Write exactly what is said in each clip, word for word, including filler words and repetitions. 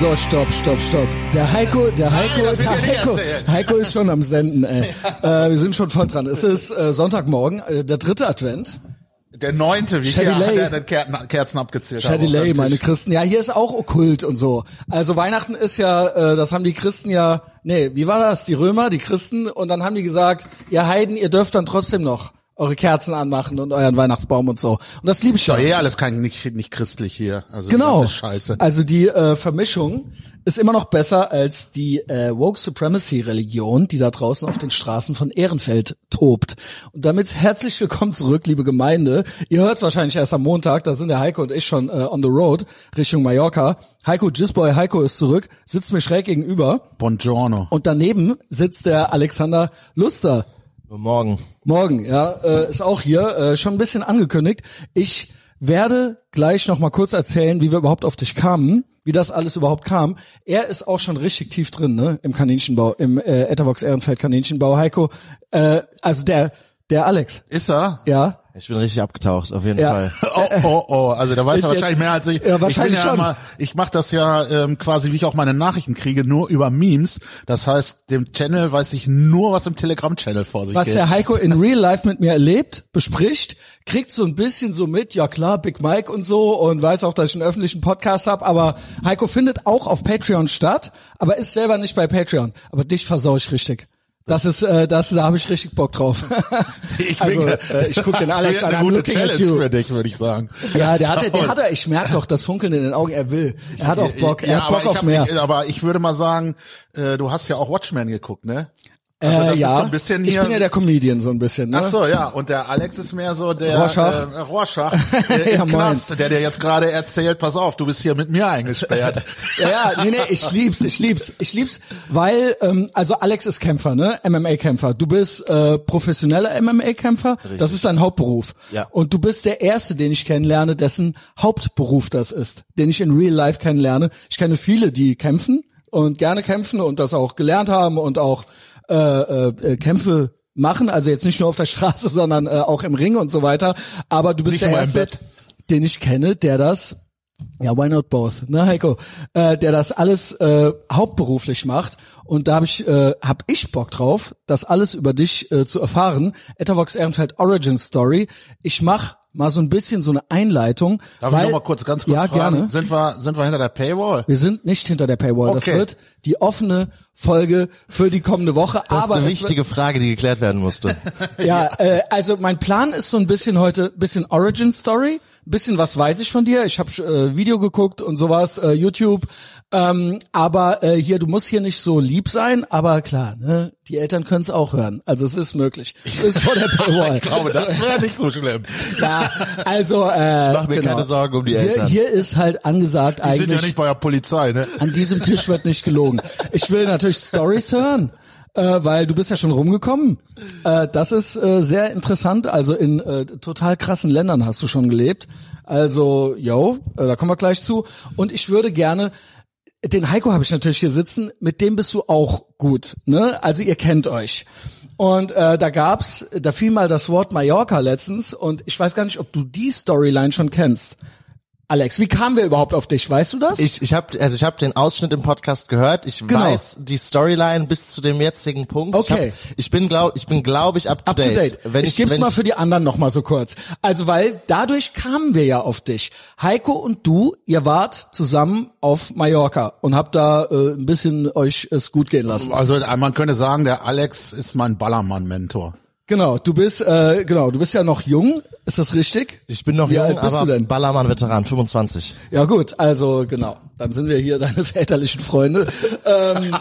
So, stopp, stopp, stopp. Der Heiko, der Heiko, Nein, der Heiko, Heiko ist schon am Senden, ey. äh, wir sind schon voll dran. Es ist äh, Sonntagmorgen, äh, der dritte Advent. Der neunte, wie viel hat er denn Kerzen abgezählt? Shadilay, meine Christen. Ja, hier ist auch okkult und so. Also Weihnachten ist ja, äh, das haben die Christen ja, nee, wie war das? Die Römer, die Christen, und dann haben die gesagt, ihr Heiden, ihr dürft dann trotzdem noch eure Kerzen anmachen und euren Weihnachtsbaum und so. Und das liebe ich ja. schon. Ist doch eh alles kein, nicht, nicht christlich hier. Also genau. Das ist scheiße. Also die äh, Vermischung ist immer noch besser als die äh, Woke Supremacy Religion, die da draußen auf den Straßen von Ehrenfeld tobt. Und damit herzlich willkommen zurück, liebe Gemeinde. Ihr hört es wahrscheinlich erst am Montag, da sind der Heiko und ich schon äh, on the road Richtung Mallorca. Heiko, Gisboy Heiko ist zurück, sitzt mir schräg gegenüber. Buongiorno. Und daneben sitzt der Alexander Luster. Morgen. Morgen, ja, äh, ist auch hier, äh, schon ein bisschen angekündigt. Ich werde gleich noch mal kurz erzählen, wie wir überhaupt auf dich kamen, wie das alles überhaupt kam. Er ist auch schon richtig tief drin, ne, im Kaninchenbau, im äh, Etavox Ehrenfeld Kaninchenbau. Heiko, äh, also der der Alex. Ist er? Ja. Ich bin richtig abgetaucht, auf jeden ja. Fall. Oh, oh, oh, also da weiß Ist er wahrscheinlich jetzt, mehr als ich. Ja, wahrscheinlich ich bin ja schon. Immer, ich mache das ja ähm, quasi, wie ich auch meine Nachrichten kriege, nur über Memes. Das heißt, dem Channel weiß ich nur, was im Telegram-Channel vor sich Was geht. der Heiko in Real Life mit mir erlebt, bespricht, kriegt so ein bisschen so mit, ja klar, Big Mike und so, und weiß auch, dass ich einen öffentlichen Podcast habe, aber Heiko findet auch auf Patreon statt, aber ist selber nicht bei Patreon. Aber dich versau ich richtig. Das ist, äh, das, da habe ich richtig Bock drauf. Ich, also, bin, äh, ich guck den Alex an, eine I'm gute looking at Challenge you. für dich, würde ich sagen. Ja, der hat, der hat, er, ich merke doch das Funkeln in den Augen. Er will, er hat auch Bock, er ja, hat Bock aber auf ich hab, mehr. Ich, aber ich würde mal sagen, äh, du hast ja auch Watchmen geguckt, ne? Also das äh, ja, ist so ein bisschen hier, ich bin ja der Comedian so ein bisschen, ne? Ach so, ja, und der Alex ist mehr so der Rorschach, äh, Rorschach äh, ja, im Knast, der dir jetzt gerade erzählt, pass auf, du bist hier mit mir eingesperrt. ja, ja, nee, nee, ich lieb's, ich lieb's, ich lieb's, weil, ähm, also Alex ist Kämpfer, ne, M M A-Kämpfer. Du bist äh, professioneller M M A-Kämpfer, das ist dein Hauptberuf. Ja. Und du bist der Erste, den ich kennenlerne, dessen Hauptberuf das ist, den ich in Real Life kennenlerne. Ich kenne viele, die kämpfen und gerne kämpfen und das auch gelernt haben und auch Äh, äh, Kämpfe machen, also jetzt nicht nur auf der Straße, sondern äh, auch im Ring und so weiter. Aber du bist Nicht der nur im Erste, Bett. den ich kenne, der das, ja, why not both, ne, Heiko, äh, der das alles äh, hauptberuflich macht. Und da habe ich, äh, hab ich Bock drauf, das alles über dich äh, zu erfahren. Etavox Ehrenfeld Origin Story. Ich mach mal so ein bisschen so eine Einleitung. Darf weil, ich noch mal kurz, ganz kurz ja, fragen? Gerne. Sind wir, sind wir hinter der Paywall? Wir sind nicht hinter der Paywall. Okay. Das wird die offene Folge für die kommende Woche. Das aber ist eine es wichtige Frage, die geklärt werden musste. Ja, äh, also mein Plan ist so ein bisschen heute, bisschen Origin Story, bisschen was weiß ich von dir. Ich habe äh, Video geguckt und sowas, äh, YouTube. Ähm, aber äh, hier, du musst hier nicht so lieb sein, aber klar, ne, die Eltern können es auch hören. Also es ist möglich. Es ist vor der Paywall. Ich glaube, das wäre nicht so schlimm. Ja, also äh, Ich mache mir genau. keine Sorgen um die Eltern. Hier, hier ist halt angesagt Die eigentlich. sind ja nicht bei der Polizei, ne? An diesem Tisch wird nicht gelogen. Ich will natürlich Stories hören, äh, weil du bist ja schon rumgekommen. Äh, das ist äh, sehr interessant. Also in äh, total krassen Ländern hast du schon gelebt. Also, yo, äh, da kommen wir gleich zu. Und ich würde gerne, den Heiko habe ich natürlich hier sitzen, mit dem bist du auch gut, ne? Also ihr kennt euch. Und äh, da gab's, da fiel mal das Wort Mallorca letztens und ich weiß gar nicht, ob du die Storyline schon kennst. Alex, wie kamen wir überhaupt auf dich? Weißt du das? Ich, ich habe, also ich habe den Ausschnitt im Podcast gehört. Ich Genau. weiß die Storyline bis zu dem jetzigen Punkt. Okay. Ich, hab, ich bin glaub, ich bin glaube ich up to Up to date. date. Wenn ich ich, gebe es wenn mal ich, für die anderen noch mal so kurz. Also, weil dadurch kamen wir ja auf dich. Heiko und du, ihr wart zusammen auf Mallorca und habt da äh, ein bisschen euch es gut gehen lassen. Also man könnte sagen, der Alex ist mein Ballermann-Mentor. Genau, du bist äh, genau, du bist ja noch jung, ist das richtig? ich bin noch Wie jung, alt bist aber du denn? Ballermann-Veteran, fünfundzwanzig. Ja gut, also genau, dann sind wir hier deine väterlichen Freunde. ähm,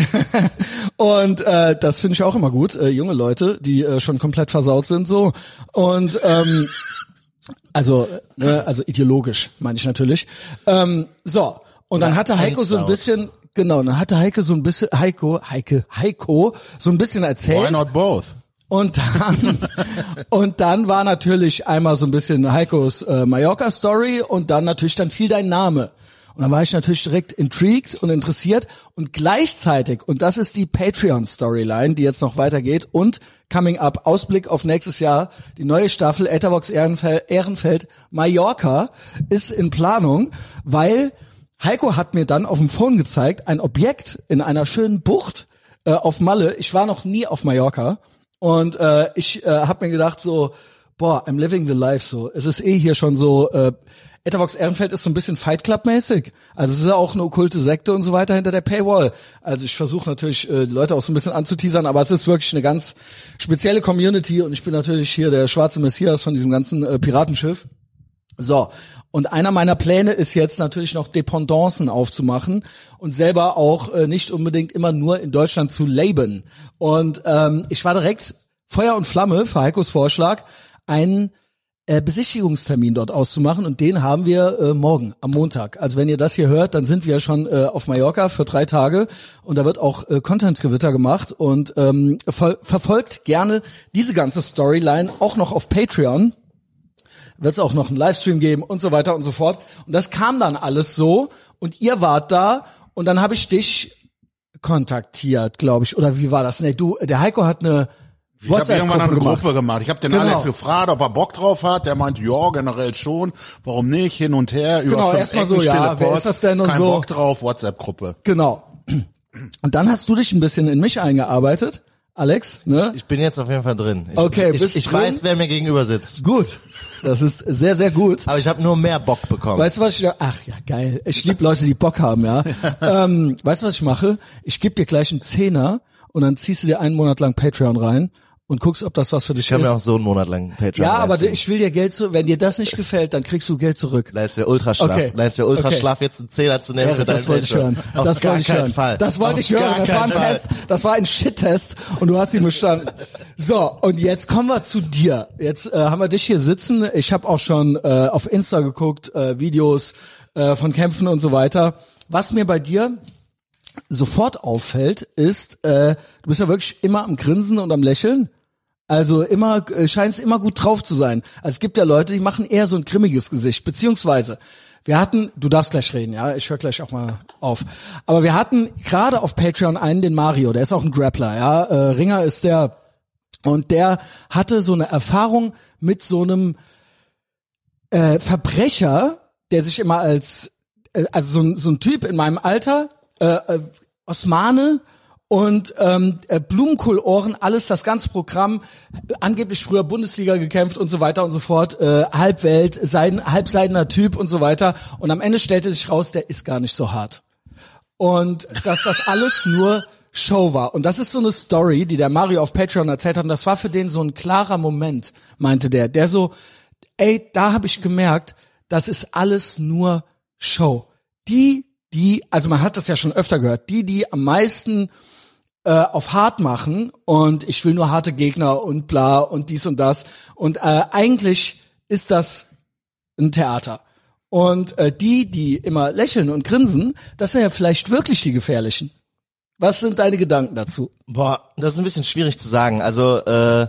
und äh, das finde ich auch immer gut, äh, junge Leute, die äh, schon komplett versaut sind so. Und ähm, also ne, also ideologisch meine ich natürlich. Ähm, so, und dann Ja, hatte Heiko so ein out. bisschen, genau, dann hatte Heiko so ein bisschen, Heiko, Heike, Heiko so ein bisschen erzählt. Why not both? Und dann, und dann war natürlich einmal so ein bisschen Heikos äh, Mallorca-Story und dann natürlich dann fiel dein Name. Und dann war ich natürlich direkt intrigued und interessiert und gleichzeitig, und das ist die Patreon-Storyline, die jetzt noch weitergeht und coming up, Ausblick auf nächstes Jahr, die neue Staffel Etavox Ehrenfeld, Ehrenfeld Mallorca ist in Planung, weil Heiko hat mir dann auf dem Phone gezeigt, ein Objekt in einer schönen Bucht äh, auf Malle. Ich war noch nie auf Mallorca und äh, ich äh, habe mir gedacht so, boah, I'm living the life so. Es ist eh hier schon so, äh, Etavox Ehrenfeld ist so ein bisschen Fight Club mäßig. Also es ist ja auch eine okkulte Sekte und so weiter hinter der Paywall. Also ich versuche natürlich äh, die Leute auch so ein bisschen anzuteasern, aber es ist wirklich eine ganz spezielle Community und ich bin natürlich hier der schwarze Messias von diesem ganzen äh, Piratenschiff. So, und einer meiner Pläne ist jetzt natürlich noch Dependancen aufzumachen und selber auch äh, nicht unbedingt immer nur in Deutschland zu leben. Und ähm, ich war direkt Feuer und Flamme für Heikos Vorschlag, einen äh, Besichtigungstermin dort auszumachen und den haben wir äh, morgen, am Montag. Also wenn ihr das hier hört, dann sind wir schon äh, auf Mallorca für drei Tage und da wird auch äh, Content-Gewitter gemacht und ähm, ver- verfolgt gerne diese ganze Storyline auch noch auf Patreon. Wird es auch noch einen Livestream geben und so weiter und so fort. Und das kam dann alles so und ihr wart da und dann habe ich dich kontaktiert, glaube ich. Oder wie war das? Nee, du, der Heiko hat eine Ich habe irgendwann eine gemacht. Gruppe gemacht. Ich habe den Genau. Alex gefragt, ob er Bock drauf hat. Der meint, ja, generell schon. Warum nicht? Hin und her. Über Genau, fünf erstmal Ecken, so, ja, stille wer Post, ist das denn und kein so. Bock drauf, WhatsApp-Gruppe. Genau. Und dann hast du dich ein bisschen in mich eingearbeitet, Alex, ne? Ich bin jetzt auf jeden Fall drin. Ich, Okay, ich, bist ich drin? weiß, wer mir gegenüber sitzt. Gut. Das ist sehr, sehr gut. Aber ich habe nur mehr Bock bekommen. Weißt du, was ich da, ach ja, geil. Ich lieb Leute, die Bock haben, ja. ähm, weißt du, was ich mache? Ich gebe dir gleich einen Zehner und dann ziehst du dir einen Monat lang Patreon rein und guckst, ob das was für dich ich kann ist. mir auch so einen Monat lang Patreon Ja, aber reinziehen. ich will dir Geld zu, wenn dir das nicht gefällt, dann kriegst du Geld zurück. Nein, es wäre ultra schlaff. Okay. Nein, es wäre ultra Okay. schlaff, jetzt einen Zehner zu nehmen Ja, für deinen das wollte ich Patreon. hören. Auf Das gar wollte ich keinen hören. Fall. Das wollte Auf ich hören. gar Das war ein keinen Fall. Test. Das war ein Shit-Test und du hast ihn bestanden. So, und jetzt kommen wir zu dir. Jetzt äh, haben wir dich hier sitzen. Ich habe auch schon äh, auf Insta geguckt, äh, Videos äh, von Kämpfen und so weiter. Was mir bei dir sofort auffällt, ist, äh, du bist ja wirklich immer am Grinsen und am Lächeln. Also immer, äh, scheinst immer gut drauf zu sein. Also es gibt ja Leute, die machen eher so ein grimmiges Gesicht, beziehungsweise wir hatten, du darfst gleich reden, ja, ich höre gleich auch mal auf. Aber wir hatten gerade auf Patreon einen, den Mario, der ist auch ein Grappler, ja, äh, Ringer ist der, und der hatte so eine Erfahrung mit so einem äh, Verbrecher, der sich immer als, äh, also so ein, so ein Typ in meinem Alter, äh, äh, Osmane, und ähm, äh, Blumenkohlohren, alles, das ganze Programm, angeblich früher Bundesliga gekämpft und so weiter und so fort, äh, Halbwelt, Seiden, halbseidener Typ und so weiter. Und am Ende stellte sich raus, der ist gar nicht so hart. Und dass das alles nur Show war. Und das ist so eine Story, die der Mario auf Patreon erzählt hat. Und das war für den so ein klarer Moment, meinte der. Der so, ey, da habe ich gemerkt, das ist alles nur Show. Die, die, also man hat das ja schon öfter gehört, die, die am meisten äh, auf hart machen und ich will nur harte Gegner und bla und dies und das. Und äh, eigentlich ist das ein Theater. Und äh, die, die immer lächeln und grinsen, das sind ja vielleicht wirklich die Gefährlichen. Was sind deine Gedanken dazu? Boah, das ist ein bisschen schwierig zu sagen. Also äh,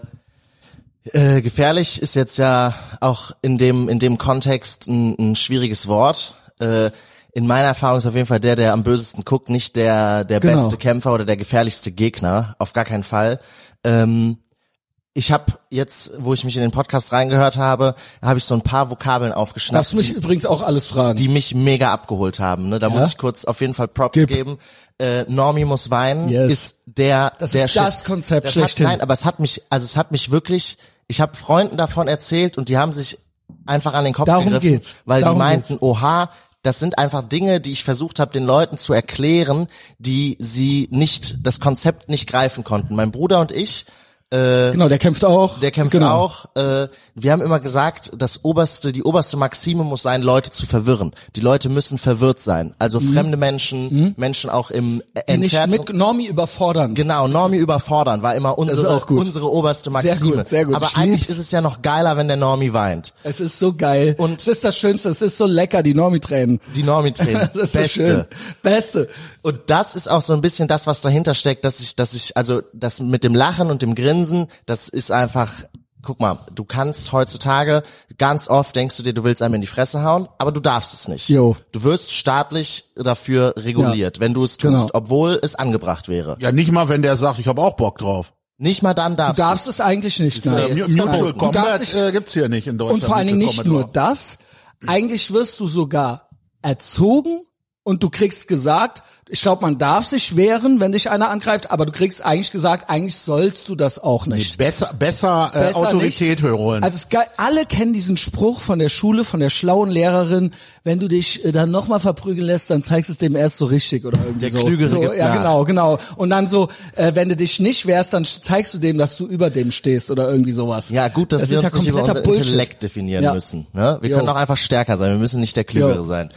äh, gefährlich ist jetzt ja auch in dem in dem Kontext ein, ein schwieriges Wort. Äh, in meiner Erfahrung ist auf jeden Fall der, der am bösesten guckt, nicht der der Genau. beste Kämpfer oder der gefährlichste Gegner. Auf gar keinen Fall. Ähm, ich habe jetzt, wo ich mich in den Podcast reingehört habe, habe ich so ein paar Vokabeln aufgeschnappt, Darfst du mich die, übrigens auch alles fragen. die mich mega abgeholt haben. Ne? Da Ja? muss ich kurz auf jeden Fall Props Gib. geben. Äh, Normie muss weinen Yes. ist der Das der ist Shit. das Konzept das hat, schlechthin. Nein, aber es hat mich, also es hat mich wirklich, ich habe Freunden davon erzählt und die haben sich einfach an den Kopf Darum gegriffen, geht's. weil Darum die meinten, geht's. oha, das sind einfach Dinge, die ich versucht habe, den Leuten zu erklären, die sie nicht, das Konzept nicht greifen konnten. Mein Bruder und ich, Genau, der kämpft auch. der kämpft genau. auch. Äh, wir haben immer gesagt, das oberste, die oberste Maxime muss sein, Leute zu verwirren. Die Leute müssen verwirrt sein. Also fremde Menschen, Mhm. Menschen auch im Die nicht entfernten- mit Normie überfordern. Genau, Normie überfordern war immer unsere, auch gut. unsere oberste Sehr Maxime. gut, sehr gut. Aber Ich eigentlich lieb's. ist es ja noch geiler, wenn der Normie weint. Es ist so geil. Und- es ist das Schönste, es ist so lecker, die Normie-Tränen. Die Normie-Tränen. Das ist so Beste. schön. Beste. Und das ist auch so ein bisschen das, was dahinter steckt, dass ich, dass ich, also das mit dem Lachen und dem Grinsen, das ist einfach, guck mal, du kannst heutzutage, ganz oft denkst du dir, du willst einem in die Fresse hauen, aber du darfst es nicht. Jo. Du wirst staatlich dafür reguliert, Ja. wenn du es tust, Genau. obwohl es angebracht wäre. Ja, nicht mal, wenn der sagt, ich habe auch Bock drauf. Nicht mal dann Du darfst darfst es eigentlich nicht. Nee, Nein. es Äh, ist Mutual verboten. Du darfst Combat nicht- äh, gibt's hier nicht in Deutschland. Und vor allen Dingen Mutual nicht Combat nur Law. das, eigentlich wirst du sogar erzogen und du kriegst gesagt, ich glaube, man darf sich wehren, wenn dich einer angreift, aber du kriegst eigentlich gesagt, eigentlich sollst du das auch nicht. Besser, besser, äh, Besser Autorität nicht. holen. Also es ist geil. Alle kennen diesen Spruch von der Schule, von der schlauen Lehrerin, wenn du dich äh, dann nochmal verprügeln lässt, dann zeigst du es dem erst so richtig oder irgendwie Der so. Klügere so, gibt ja, nach. genau, genau. Und dann so, äh, wenn du dich nicht wehrst, dann zeigst du dem, dass du über dem stehst oder irgendwie sowas. Ja, gut, dass das wir ist uns ja nicht über kompletter unser Bullshit. Intellekt definieren Ja. müssen. Ne? Wir Jo. können auch einfach stärker sein, wir müssen nicht der Klügere Jo. sein.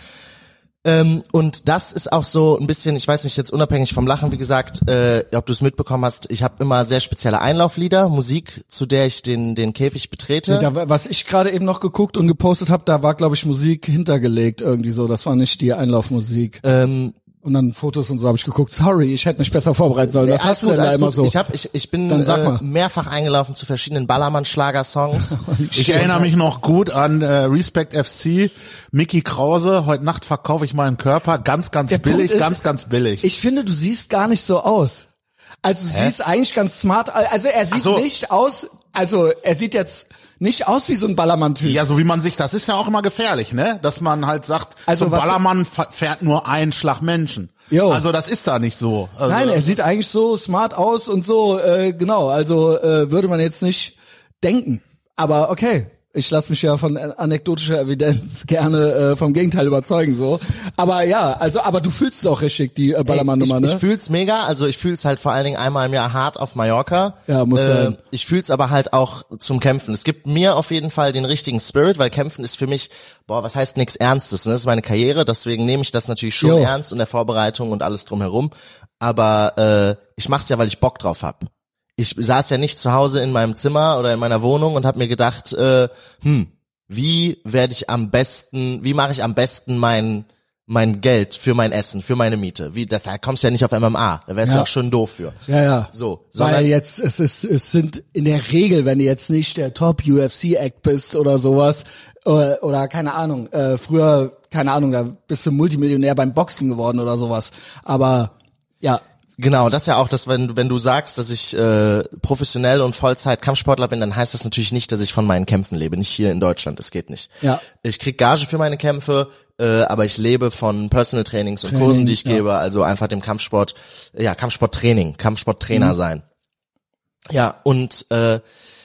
Ähm, und das ist auch so ein bisschen, ich weiß nicht, jetzt unabhängig vom Lachen, wie gesagt, äh, ob du es mitbekommen hast, ich habe immer sehr spezielle Einlauflieder, Musik, zu der ich den den Käfig betrete. Da, war- was ich gerade eben noch geguckt und gepostet habe, da war, glaube ich, Musik hintergelegt irgendwie so. Das war nicht die Einlaufmusik. Ähm, Und dann Fotos und so habe ich geguckt. Sorry, ich hätte mich besser vorbereiten sollen. Was alles hast du gut, denn da alles immer gut. so? Ich hab, ich, ich bin Dann sag äh, mal. mehrfach eingelaufen zu verschiedenen Ballermann-Schlager-Songs. Ich erinnere mich noch gut an äh, Respect F C, Mickey Krause, heute Nacht verkaufe ich meinen Körper, ganz, ganz Der billig, Punkt ist, ganz, ganz billig. Ich finde, du siehst gar nicht so aus. Also du Hä? siehst eigentlich ganz smart, also er sieht Ach so. nicht aus, also er sieht jetzt nicht aus wie so ein Ballermann-Typ. Ja, so wie man sich, das ist ja auch immer gefährlich, ne? Dass man halt sagt, Also so ein was- Ballermann f- fährt nur einen Schlag Menschen. Jo. Also das ist da nicht so. Also, Nein, er sieht eigentlich so smart aus und so, äh, genau, also äh, würde man jetzt nicht denken. Aber okay, ich lasse mich ja von anekdotischer Evidenz gerne äh, vom Gegenteil überzeugen, so. Aber ja, also, aber du fühlst es auch richtig, die äh, Ballermann-Nummer, ich, ne? ich fühl's mega, also ich fühl's halt vor allen Dingen einmal im Jahr hart auf Mallorca. Ja, muss sein. Ich fühl's aber halt auch zum Kämpfen. Es gibt mir auf jeden Fall den richtigen Spirit, weil Kämpfen ist für mich, boah, was heißt nix Ernstes, ne? Das ist meine Karriere, deswegen nehme ich das natürlich schon Jo. ernst und der Vorbereitung und alles drumherum. Aber äh, ich mach's ja, weil ich Bock drauf hab. Ich saß ja nicht zu Hause in meinem Zimmer oder in meiner Wohnung und hab mir gedacht, äh, hm, wie werde ich am besten, wie mache ich am besten mein mein Geld für mein Essen, für meine Miete? Wie das, da kommst du ja nicht auf M M A, da wärst du Ja. auch schon doof für. Ja, ja. So, Weil sondern jetzt, es ist, es sind in der Regel, wenn du jetzt nicht der Top-U F C-Act bist oder sowas, oder, oder keine Ahnung, äh, früher, keine Ahnung, da bist du Multimillionär beim Boxen geworden oder sowas. Aber, ja. genau, das ist ja auch das, wenn du wenn du sagst, dass ich äh, professionell und Vollzeit Kampfsportler bin, dann heißt das natürlich nicht, dass ich von meinen Kämpfen lebe, nicht hier in Deutschland, das geht nicht. Ja. Ich krieg Gage für meine Kämpfe, äh, aber ich lebe von Personal Trainings und Training, Kursen, die ich ja. gebe, also einfach dem Kampfsport, ja, Kampfsporttraining, Kampfsporttrainer Mhm. sein. Ja, und äh,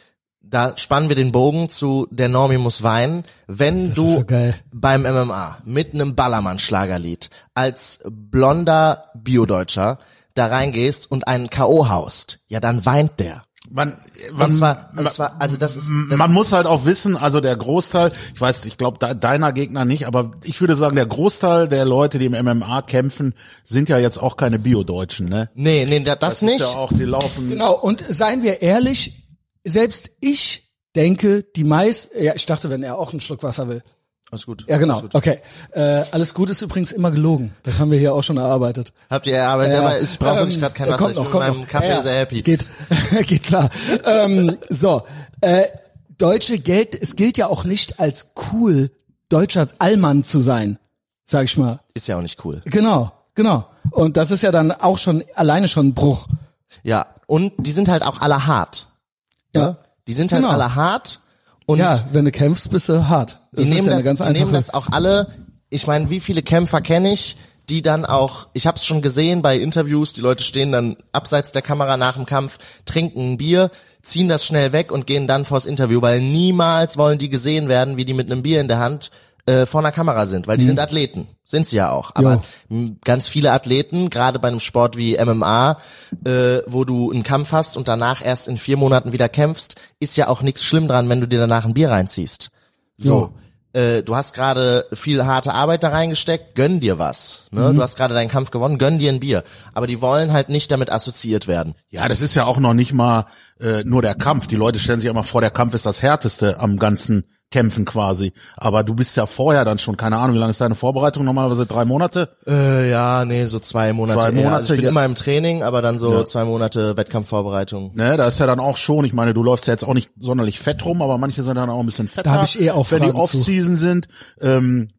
da spannen wir den Bogen zu Der Normie muss weinen. Wenn Das du ist so geil. beim M M A mit einem Ballermann-Schlagerlied als blonder Biodeutscher da reingehst und einen K O haust, ja, dann weint der. man, man, Und zwar, man, und zwar, also das ist, das man muss halt auch wissen, also der Großteil, ich weiß, ich glaube de, deiner Gegner nicht, aber ich würde sagen, der Großteil der Leute, die im M M A kämpfen, sind ja jetzt auch keine Bio-Deutschen, ne? nee, nee, das, das nicht. Ist ja auch, die laufen. Genau, und seien wir ehrlich, selbst ich denke, die meist, ja, ich dachte, wenn er auch einen Schluck Wasser will. Alles gut. Ja, genau, Alles gut. okay. Äh, alles gut ist übrigens immer gelogen. Das haben wir hier auch schon erarbeitet. Habt ihr erarbeitet, Ja, aber ich brauche wirklich ähm, gerade kein äh, Wasser. kommt Ich noch, bin kommt mit meinem noch. Kaffee Ja, sehr happy. Geht, geht klar. ähm, so, äh, Deutsche gilt, es gilt ja auch nicht als cool, deutscher Allmann zu sein, sag ich mal. Ist ja auch nicht cool. Genau, genau. Und das ist ja dann auch schon alleine schon ein Bruch. Ja, und die sind halt auch alle hart. Ja, Die sind halt Genau. alle hart und ja, wenn du kämpfst, bist du hart. die ist nehmen ja das, eine ganz die nehmen einfache. das auch alle. Ich meine, wie viele Kämpfer kenne ich, die dann auch, ich habe es schon gesehen bei Interviews, die Leute stehen dann abseits der Kamera nach dem Kampf, trinken ein Bier, ziehen das schnell weg und gehen dann vors Interview, weil niemals wollen die gesehen werden, wie die mit einem Bier in der Hand äh, vor einer Kamera sind, weil die sind Athleten, sind sie ja auch. Aber m, ganz viele Athleten, gerade bei einem Sport wie M M A, äh, wo du einen Kampf hast und danach erst in vier Monaten wieder kämpfst, ist ja auch nichts schlimm dran, wenn du dir danach ein Bier reinziehst. So. Äh, du hast gerade viel harte Arbeit da reingesteckt, gönn dir was. Ne? Mhm. Du hast gerade deinen Kampf gewonnen, gönn dir ein Bier. Aber die wollen halt nicht damit assoziiert werden. Ja, das ist ja auch noch nicht mal äh, nur der Kampf. Die Leute stellen sich immer vor, der Kampf ist das Härteste am ganzen Kämpfen quasi. Aber du bist ja vorher dann schon, keine Ahnung, wie lange ist deine Vorbereitung? Normalerweise drei Monate? Äh, ja, nee, so zwei Monate. Zwei eher. Monate, also ich bin ja. immer im Training, aber dann so Ja. zwei Monate Wettkampfvorbereitung. Ne, da ist ja dann auch schon, ich meine, du läufst ja jetzt auch nicht sonderlich fett rum, aber manche sind dann auch ein bisschen fetter, Da hab ich eh auch wenn die Fragen zu. Off-Season sind. Ähm,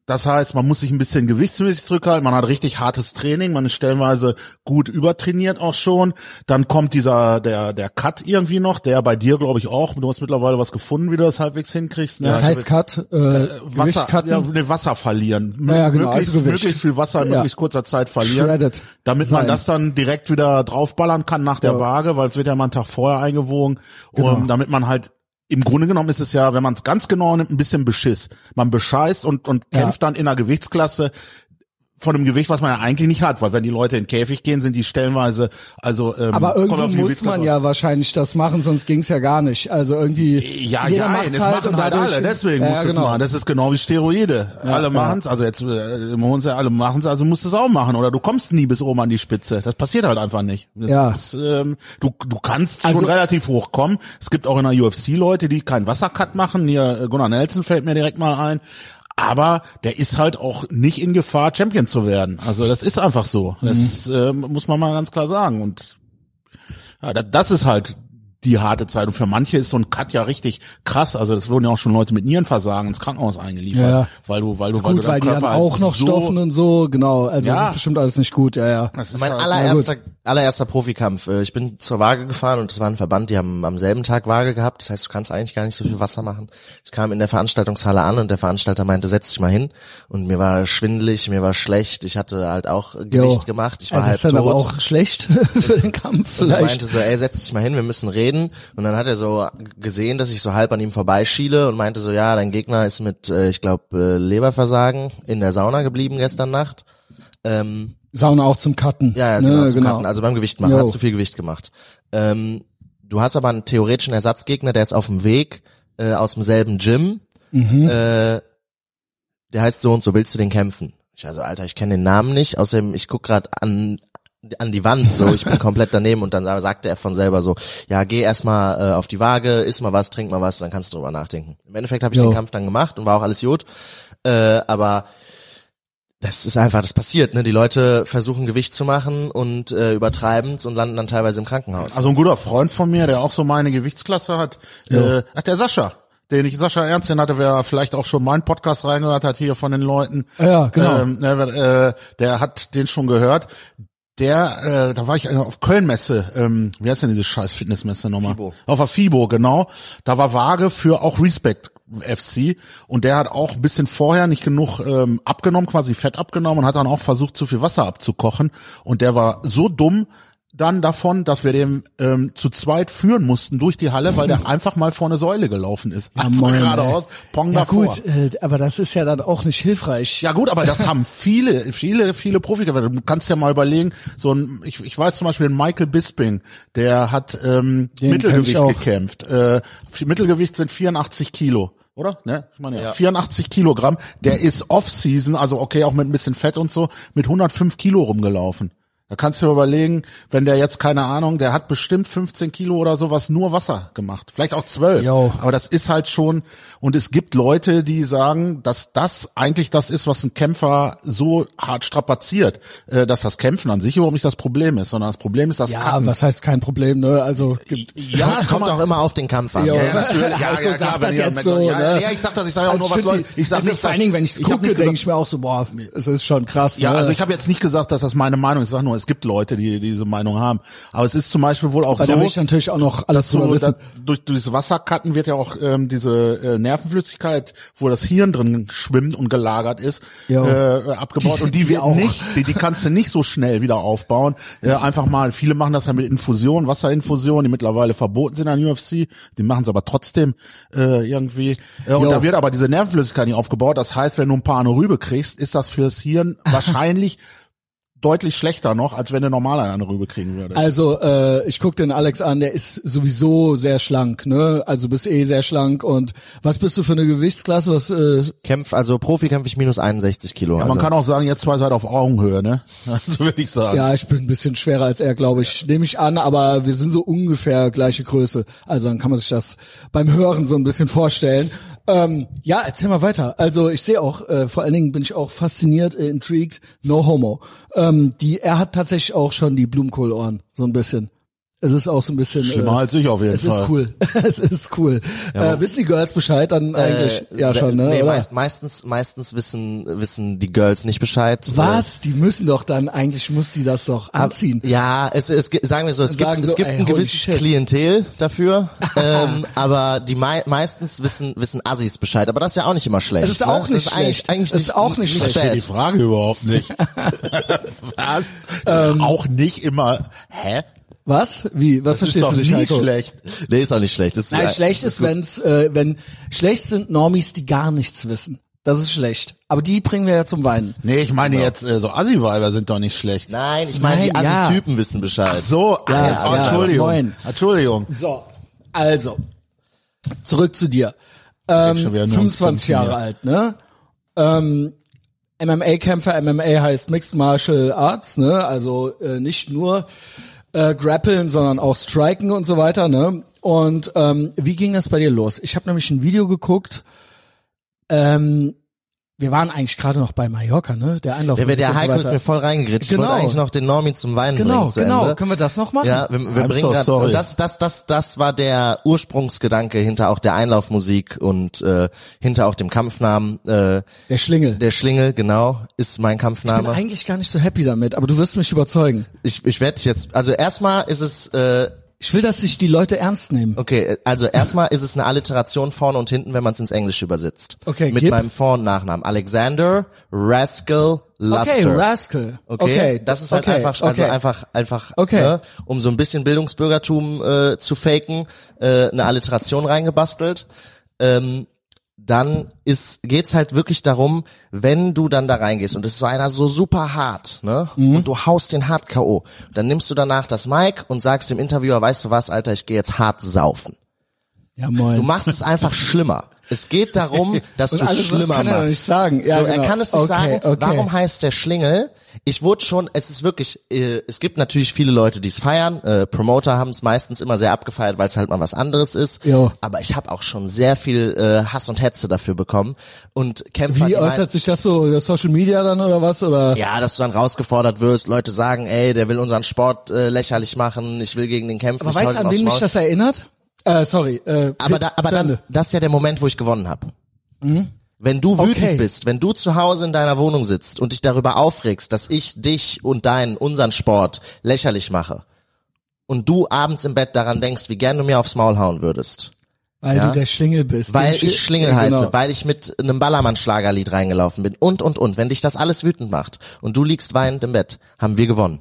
Das heißt, man muss sich ein bisschen gewichtsmäßig zurückhalten, man hat richtig hartes Training, man ist stellenweise gut übertrainiert auch schon. Dann kommt dieser, der, der Cut irgendwie noch, der bei dir, glaube ich, auch. Du hast mittlerweile was gefunden, wie du das halbwegs hinkriegst. Ne? Das heißt Cut, äh, Wasser, ja, ne, Wasser verlieren. Ja, ja, genau, möglichst, also möglichst viel Wasser in ja. möglichst kurzer Zeit verlieren. Shredded damit sein. man das dann direkt wieder draufballern kann nach der Ja. Waage, weil es wird ja mal einen Tag vorher eingewogen. Genau. Und damit man halt im Grunde genommen ist es ja, wenn man es ganz genau nimmt, ein bisschen Beschiss. Man bescheißt und und Ja. kämpft dann in einer Gewichtsklasse von einem Gewicht, was man ja eigentlich nicht hat, weil wenn die Leute in den Käfig gehen, sind die stellenweise, also ähm, Aber kommen auf irgendwie die muss man Gewichtsklasse. ja wahrscheinlich das machen, sonst ging's ja gar nicht. Also irgendwie Ja, jeder ja, macht's das halt machen und halt dadurch, alle, deswegen ja, musst du es genau. machen. Das ist genau wie Steroide. Ja, alle ja. machen's, also jetzt äh, im Hund ja alle machen's, also musst du es auch machen oder du kommst nie bis oben an die Spitze. Das passiert halt einfach nicht. Das Ja. ist, ähm, du du kannst Also- schon relativ hoch kommen. Es gibt auch in der U F C Leute, die keinen Wassercut machen. Hier äh, Gunnar Nelson fällt mir direkt mal ein. Aber der ist halt auch nicht in Gefahr, Champion zu werden. Also das ist einfach so. Das Mhm. ähm, muss man mal ganz klar sagen. Und ja, das, das ist halt die harte Zeit. Und für manche ist so ein Cut ja richtig krass. Also das wurden ja auch schon Leute mit Nierenversagen ins Krankenhaus eingeliefert. Ja. Weil du, weil du, weil Gut, du weil die deinem dann Körper auch halt noch so, stoffen und so, genau. Also Ja. das ist bestimmt alles nicht gut, ja, ja. Das ist Mein halt, allererster, allererster Profikampf. äh, Ich bin zur Waage gefahren und es war ein Verband, die haben am selben Tag Waage gehabt. Das heißt, du kannst eigentlich gar nicht so viel Wasser machen. Ich kam in der Veranstaltungshalle an und der Veranstalter meinte, setz dich mal hin. Und mir war schwindelig, mir war schlecht. Ich hatte halt auch Gewicht Jo. gemacht. Ich Ja, war das halb ist dann tot. aber auch schlecht für den Kampf Und er vielleicht. meinte so, ey, setz dich mal hin, wir müssen reden. Und dann hat er so gesehen, dass ich so halb an ihm vorbeischiele und meinte so, ja, dein Gegner ist mit, äh, ich glaube, äh, Leberversagen in der Sauna geblieben gestern Nacht. Ähm, Sauna auch zum Cutten. ja, ja, ne, genau, zum genau. Cutten, also beim Gewicht machen, Jo. hat zu viel Gewicht gemacht. Ähm, du hast aber einen theoretischen Ersatzgegner, der ist auf dem Weg äh, aus demselben Gym. Mhm. Äh, der heißt so und so, willst du den kämpfen? Ich also, Alter, ich kenne den Namen nicht, außerdem, ich guck gerade an an die Wand, so, ich bin komplett daneben und dann sagte er von selber so, ja, geh erstmal äh, auf die Waage, iss mal was, trink mal was, dann kannst du drüber nachdenken. Im Endeffekt habe ich Jo. den Kampf dann gemacht und war auch alles gut, äh, aber das ist einfach, das passiert, ne? Die Leute versuchen Gewicht zu machen und äh, übertreiben's und landen dann teilweise im Krankenhaus. also ein guter Freund von mir, der auch so meine Gewichtsklasse hat, äh, ach, der Sascha. Den ich, Sascha Ernst, den hatte, wer vielleicht auch schon meinen Podcast reingehört hat hier von den Leuten. Ja, genau. Ähm, ne, äh, der hat den schon gehört. Der, äh, da war ich auf Köln-Messe, ähm, wie heißt denn diese scheiß Fitnessmesse nochmal? FIBO. Auf der FIBO, genau. Da war Waage für auch Respect F C und der hat auch ein bisschen vorher nicht genug ähm, abgenommen, quasi Fett abgenommen und hat dann auch versucht, zu viel Wasser abzukochen und der war so dumm dann davon, dass wir den ähm, zu zweit führen mussten durch die Halle, weil der einfach mal vor eine Säule gelaufen ist. Ja, Einfach moin, geradeaus, Pong Ja davor. gut, äh, aber das ist ja dann auch nicht hilfreich. Ja gut, aber das haben viele, viele, viele Profikämpfer. Du kannst ja mal überlegen, so ein, ich, ich weiß zum Beispiel, ein Michael Bisping, der hat ähm, Den Mittelgewicht kenn ich auch. gekämpft. Äh, Mittelgewicht sind vierundachtzig Kilo. Oder? Ne? Ich meine, ja. vierundachtzig Kilogramm. Der ist Off-Season, also okay, auch mit ein bisschen Fett und so, mit hundertfünf Kilo rumgelaufen. Da kannst du dir überlegen, wenn der jetzt, keine Ahnung, der hat bestimmt fünfzehn Kilo oder sowas nur Wasser gemacht. Vielleicht auch zwölf. Jo. Aber das ist halt schon, und es gibt Leute, die sagen, dass das eigentlich das ist, was ein Kämpfer so hart strapaziert, äh, dass das Kämpfen an sich überhaupt nicht das Problem ist, sondern das Problem ist das Ja, Cutten. was heißt kein Problem, ne? Also gibt, Ja, das kann Kommt man auch immer auf den Kampf an. Jo. Ja, ja, natürlich. Ja, Heiko ja, klar, sagt wenn das ihr- jetzt wenn- so, ja, ne? ja, ich sag das, ich sage auch Also nur, was find Leute, die- ich sag also nicht, vor allen Dingen, wenn ich's ich hab gucke, nicht denke gesagt- ich mir auch so, boah, es ist schon krass. Ja, ne? also ich habe jetzt nicht gesagt, dass das meine Meinung ist. Ich sage nur, es gibt Leute, die diese Meinung haben. Aber es ist zum Beispiel wohl auch Aber da so, will ich natürlich auch noch alles drüber so wissen. da, durch durchs Wassercutten wird ja auch ähm, diese äh, Nervenflüssigkeit, wo das Hirn drin schwimmt und gelagert ist, Jo. äh, abgebaut. Die- und die, die wird auch. nicht, die, die kannst du nicht so schnell wieder aufbauen. Äh, einfach mal, viele machen das ja mit Infusion, Wasserinfusion, die mittlerweile verboten sind an U F C. Die machen es aber trotzdem äh, irgendwie. Äh, und Jo. da wird aber diese Nervenflüssigkeit nicht aufgebaut. Das heißt, wenn du ein paar eine Rübe kriegst, ist das fürs Hirn wahrscheinlich deutlich schlechter noch, als wenn du normal eine Rübe kriegen würdest. Also äh, ich guck den Alex an, der ist sowieso sehr schlank, ne? Also bist eh sehr schlank. Und was bist du für eine Gewichtsklasse? Was? Äh, Kämpf, also Profi kämpfe ich minus einundsechzig Kilo. Ja, also. man kann auch sagen, jetzt zwei seid auf Augenhöhe, ne? So würde ich sagen. ja, ich bin ein bisschen schwerer als er, glaube ich. Nehme ich an, aber wir sind so ungefähr gleiche Größe. Also dann kann man sich das beim Hören so ein bisschen vorstellen. Ähm, ja, erzähl mal weiter. Also ich sehe auch, äh, vor allen Dingen bin ich auch fasziniert, äh, intrigued, no homo. Ähm, die, er hat tatsächlich auch schon die Blumenkohlohren, so ein bisschen. Es ist auch so ein bisschen Schlimmer äh, als ich auf jeden es Fall. ist cool. Es ist cool. Ja, äh, wissen die Girls Bescheid dann eigentlich? Äh, ja se- schon, ne? Nee, oder? meist, meistens, meistens wissen, wissen die Girls nicht Bescheid. Was? Die müssen doch dann, eigentlich muss sie das doch Äh, anziehen. Ja, es, es gibt- sagen wir so, es Und gibt, sagen es so, gibt ey, ein holy gewisses shit. Klientel dafür, ähm, aber die mei meistens wissen, wissen Assis Bescheid, aber das ist ja auch nicht immer schlecht. Das ist auch ne? nicht das ist eigentlich, schlecht. eigentlich Das ist nicht, auch nicht Ich schlecht. verstehe die Frage überhaupt nicht. Was? Ähm, auch nicht immer, hä? Was? Wie? Was Das ist verstehst doch du nicht, nie Heiko? schlecht. Nee, ist auch nicht schlecht. Das ist, Nein, ja, schlecht ist, wenn's, äh, wenn, schlecht sind Normis, die gar nichts wissen. Das ist schlecht. Aber die bringen wir ja zum Weinen. Nee, ich meine jetzt, äh, so Assi-Weiber sind doch nicht schlecht. Nein, ich meine, die Nein, ja. Assi-Typen wissen Bescheid. Ach so, ach, Ja, jetzt, oh, ja, Entschuldigung. moin. Entschuldigung. So, also, zurück zu dir. Denk schon wieder Ähm, nur ums fünfundzwanzig Jahre Prinzip. alt, ne? Ähm, M M A-Kämpfer, M M A heißt Mixed Martial Arts, ne? Also äh, nicht nur äh, Grappeln, sondern auch Striken und so weiter, ne? Und ähm, wie ging das bei dir los? Ich habe nämlich ein Video geguckt. Ähm, wir waren eigentlich gerade noch bei Mallorca, ne? Der Einlauf. Der, der und so Heiko ist weiter. mir voll reingegritscht. Ich Genau. wollte eigentlich noch den Normi zum Weinen Genau, bringen zu genau. Ende. Können wir das noch machen? Ja, wir, wir I'm bringen so grad, sorry. und das, das, das, das war der Ursprungsgedanke hinter auch der Einlaufmusik und äh, hinter auch dem Kampfnamen. Äh, Der Schlingel. der Schlingel, genau, ist mein Ich bin Kampfname. eigentlich gar nicht so happy damit, aber du wirst mich überzeugen. Ich, ich werde jetzt, also erstmal ist es, äh, Ich will, dass sich die Leute ernst nehmen. okay, also erstmal ist es eine Alliteration vorne und hinten, wenn man es ins Englische übersetzt. Okay, Mit gib. meinem Vor- und Nachnamen. Alexander Rascal Luster. Okay, Rascal. Okay, Okay, das ist halt okay, einfach, also okay. einfach, einfach, Okay. ne, um so ein bisschen Bildungsbürgertum äh, zu faken, äh, eine Alliteration reingebastelt. Ähm, dann ist geht's halt wirklich darum, wenn du dann da reingehst und es ist so einer so super hart, ne, Mhm. und du haust den hart K O, dann nimmst du danach das Mic und sagst dem Interviewer, weißt du was, Alter, ich gehe jetzt hart saufen. Ja, moin. Du machst es einfach schlimmer. Es geht darum, dass Und du es alles, was schlimmer kann er doch machst. nicht sagen. Ja, so, genau. Er kann es nicht Okay, sagen. okay. Warum heißt der Schlingel? Ich wurde schon, es ist wirklich, äh, es gibt natürlich viele Leute, die es feiern. Äh, Promoter haben es meistens immer sehr abgefeiert, weil es halt mal was anderes ist. Jo. Aber ich habe auch schon sehr viel äh, Hass und Hetze dafür bekommen. Und Kämpfer, Wie die äußert sich das so? Das Social Media dann oder was? Oder? ja, dass du dann rausgefordert wirst, Leute sagen, ey, der will unseren Sport äh, lächerlich machen, ich will gegen den kämpfen. Aber ich weißt hau du, ihm an aufs wen mich Maul. das erinnert? Äh, sorry. Äh, Aber, da, aber zu dann, Ende. das ist ja der Moment, wo ich gewonnen habe. Wenn du wütend Okay. bist, wenn du zu Hause in deiner Wohnung sitzt und dich darüber aufregst, dass ich dich und deinen, unseren Sport lächerlich mache und du abends im Bett daran denkst, wie gern du mir aufs Maul hauen würdest, Weil ja. du der Schlingel bist. weil Den Sch- ich Schlingel ja, heiße, genau. weil ich mit einem Ballermann-Schlagerlied reingelaufen bin und, und, und. Wenn dich das alles wütend macht und du liegst weinend im Bett, haben wir gewonnen.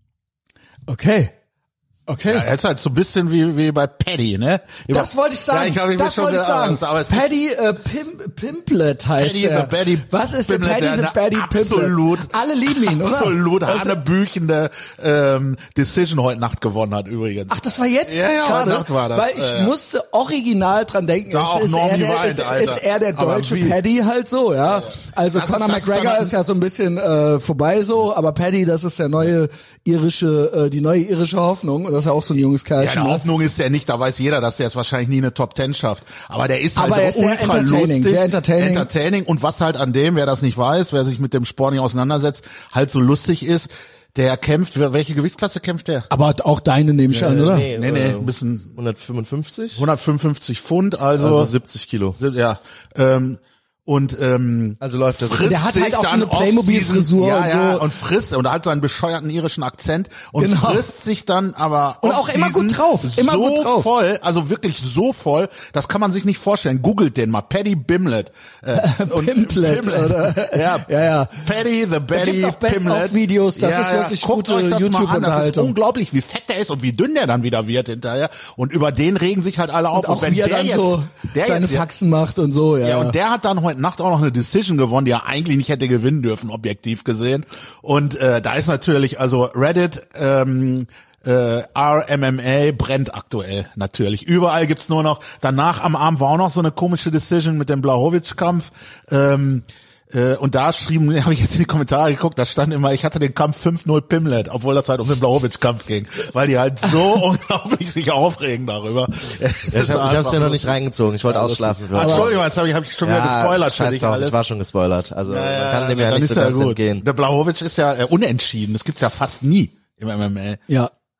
Okay. Okay. Ja, er ist halt so ein bisschen wie, wie bei Paddy, ne? Das wollte ich sagen. Ja, ich glaub, ich das will schon wollte ich sagen. wieder- aber es ist- Paddy äh, Pim, Pimplet heißt Paddy er. the Paddy Was ist der Pimlet, Paddy der the eine Paddy Pimplet? absolut- Alle lieben ihn, oder? Absolut Also- hanebüchende ähm, Decision heute Nacht gewonnen hat übrigens. Ach, das war jetzt? Ja, ja, gerade? heute Nacht war das. Weil ich Äh, musste original dran denken. Da ist, auch ist, Normie er der, weint, ist, Alter. ist er der Aber deutsche wie? Paddy halt so, ja? Also Das ist- Conor das ist McGregor dann- ist ja so ein bisschen äh, vorbei so, aber Paddy, das ist der neue irische, äh, die neue irische Hoffnung. Und das ist ja auch so ein junges Ja, Kerlchen. der ne? Hoffnung ist der nicht, da weiß jeder, dass der es wahrscheinlich nie eine Top Ten schafft. Aber der ist halt Aber er ist sehr ultra entertaining, lustig, sehr entertaining. entertaining. Und was halt an dem, wer das nicht weiß, wer sich mit dem Sport nicht auseinandersetzt, halt so lustig ist, der kämpft, welche Gewichtsklasse kämpft der? Aber auch deine nehme ich an, oder? Nee, nee, ein bisschen hundertfünfundfünfzig? hundertfünfundfünfzig Pfund, also, Also siebzig Kilo. ja, ähm, und ähm, Also läuft er so. frisst Der hat sich halt auch so dann eine Playmobil-Frisur Off-Season- ja, und ja, so. und frisst und hat seinen bescheuerten irischen Akzent und Genau. frisst sich dann aber Und auch immer gut drauf, immer so gut drauf. voll, also wirklich so voll, das kann man sich nicht vorstellen. Googelt den mal, Paddy Bimlet. Äh, und- Pimplet, oder? Ja, Ja, ja. Paddy the Paddy gibt's auch Best-of-Videos, das ist wirklich Guckt gute euch das mal an, das ist YouTube-Unterhaltung. unglaublich, wie fett der ist und wie dünn der dann wieder wird hinterher. Und über den regen sich halt alle auf. Und auch wenn wie er der dann jetzt, so der seine jetzt, Faxen macht und so, ja. ja, und der hat dann heute Nacht auch noch eine Decision gewonnen, die er eigentlich nicht hätte gewinnen dürfen, objektiv gesehen. Und äh, da ist natürlich, also Reddit, ähm, äh, R M M A brennt aktuell natürlich. Überall gibt's nur noch, danach am Abend war auch noch so eine komische Decision mit dem Blachowicz-Kampf. Ähm, äh, und da schrieben, habe ich jetzt in die Kommentare geguckt, da stand immer, ich hatte den Kampf fünf null Pimlet, obwohl das halt um den Blachowicz-Kampf ging. Weil die halt so unglaublich sich aufregen darüber. Es Ja, ist ich, hab, ich hab's einfach dir noch lustig. nicht reingezogen. Ich wollte ausschlafen. für Ah, heute. Entschuldigung, jetzt habe ich, hab ich schon wieder gespoilert für scheiß dich drauf, alles. ich war schon gespoilert. Also man Ja, kann dem ja dann nicht ist so ja ganz gut. entgehen. Der Blachowicz ist ja äh, unentschieden. Das gibt's ja fast nie im M M A. ja.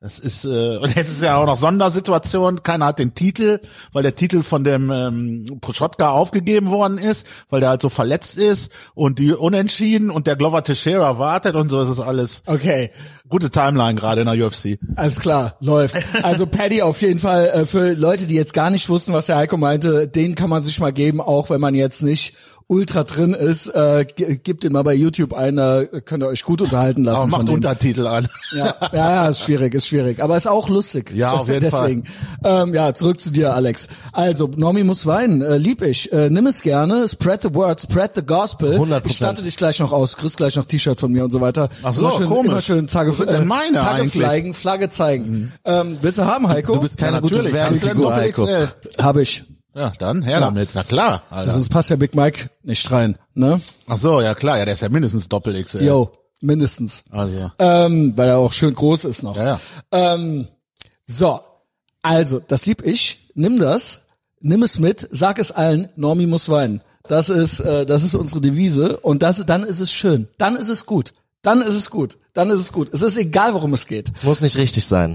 Das ist, äh, und jetzt ist ja auch noch Sondersituation, keiner hat den Titel, weil der Titel von dem ähm, Prochazka aufgegeben worden ist, weil der halt so verletzt ist und die unentschieden und der Glover Teixeira wartet und so ist es alles. Okay. Gute Timeline gerade in der U F C. Alles klar, läuft. Also Paddy auf jeden Fall, äh, für Leute, die jetzt gar nicht wussten, was der Heiko meinte, den kann man sich mal geben, auch wenn man jetzt nicht ultra drin ist, äh, gebt den mal bei YouTube ein, da könnt ihr euch gut unterhalten lassen. Aber macht Untertitel an. Ja, ja, ja, ist schwierig, ist schwierig, aber ist auch lustig. Ja, auf jeden Deswegen. Fall. Ähm, ja, zurück zu dir, Alex. Also, Normi muss weinen, äh, lieb ich, äh, nimm es gerne, spread the word, spread the gospel. hundert Prozent. Ich starte dich gleich noch aus, kriegst gleich noch T-Shirt von mir und so weiter. Ach so, immer schön, komisch. Immer schön Tage, Was sind denn meine Zacke eigentlich? flaggen, Flagge zeigen. Mhm. Ähm, willst du haben, Heiko? Du bist keine Ja, gute natürlich. Werbefigur, Heiko. Heiko. Hab ich. Ja, dann her damit. Na klar, Alter. Sonst passt ja Big Mike nicht rein, ne? Ach so, ja klar, ja, der ist ja mindestens Doppel X L. Yo, mindestens. Also. Ähm, weil er auch schön groß ist noch. Ja, ja. Ähm, so, also, das lieb ich. Nimm das, nimm es mit, sag es allen, Normi muss weinen. Das ist, äh, das ist unsere Devise und das, dann ist es schön. Dann ist es gut. Dann ist es gut. Dann ist es gut. Es ist egal, worum es geht. Es muss nicht richtig sein.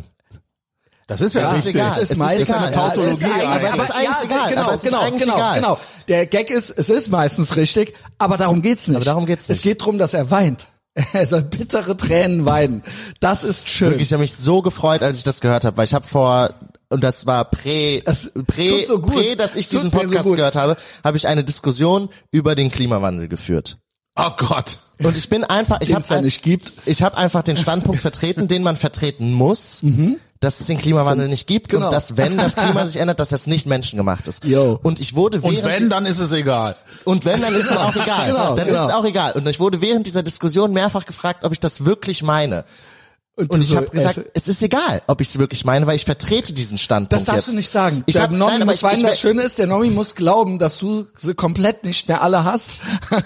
Das ist ja Es ist richtig. egal. Es ist, Es ist meistens egal. eine Tautologie Ja, es ist eigentlich. eigentlich- Aber es ist eigentlich egal. Genau, Aber es ist genau, eigentlich genau, egal. genau. Der Gag ist, es ist meistens richtig, aber darum geht's nicht. Aber darum geht's nicht. Es geht darum, dass er weint. Er soll bittere Tränen weinen. Das ist schön. Wirklich, ich habe mich so gefreut, als ich das gehört habe, weil ich habe vor und das war prä, Das prä, tut so gut. prä, dass ich Tut diesen mir so Podcast gut. gehört habe, habe ich eine Diskussion über den Klimawandel geführt. Oh Gott. Und ich bin einfach, ich Den habe es ja nicht gibt. ich habe einfach den Standpunkt vertreten, den man vertreten muss, dass es den Klimawandel nicht gibt Genau. und dass, wenn das Klima sich ändert, dass es nicht menschengemacht ist. Yo. Und ich wurde Und während wenn, dann ist es egal. Und wenn, dann ist es auch egal. Genau, dann genau. ist es auch egal. Und ich wurde während dieser Diskussion mehrfach gefragt, ob ich das wirklich meine. Und du ich so, habe gesagt, äh, es ist egal, ob ich es wirklich meine, weil ich vertrete diesen Standpunkt Das darfst jetzt. du nicht sagen. Ich der hab, Nomi nein, aber muss ich, weinen, ich, das Schöne ist, der Nomi muss glauben, dass du sie komplett nicht mehr alle hast.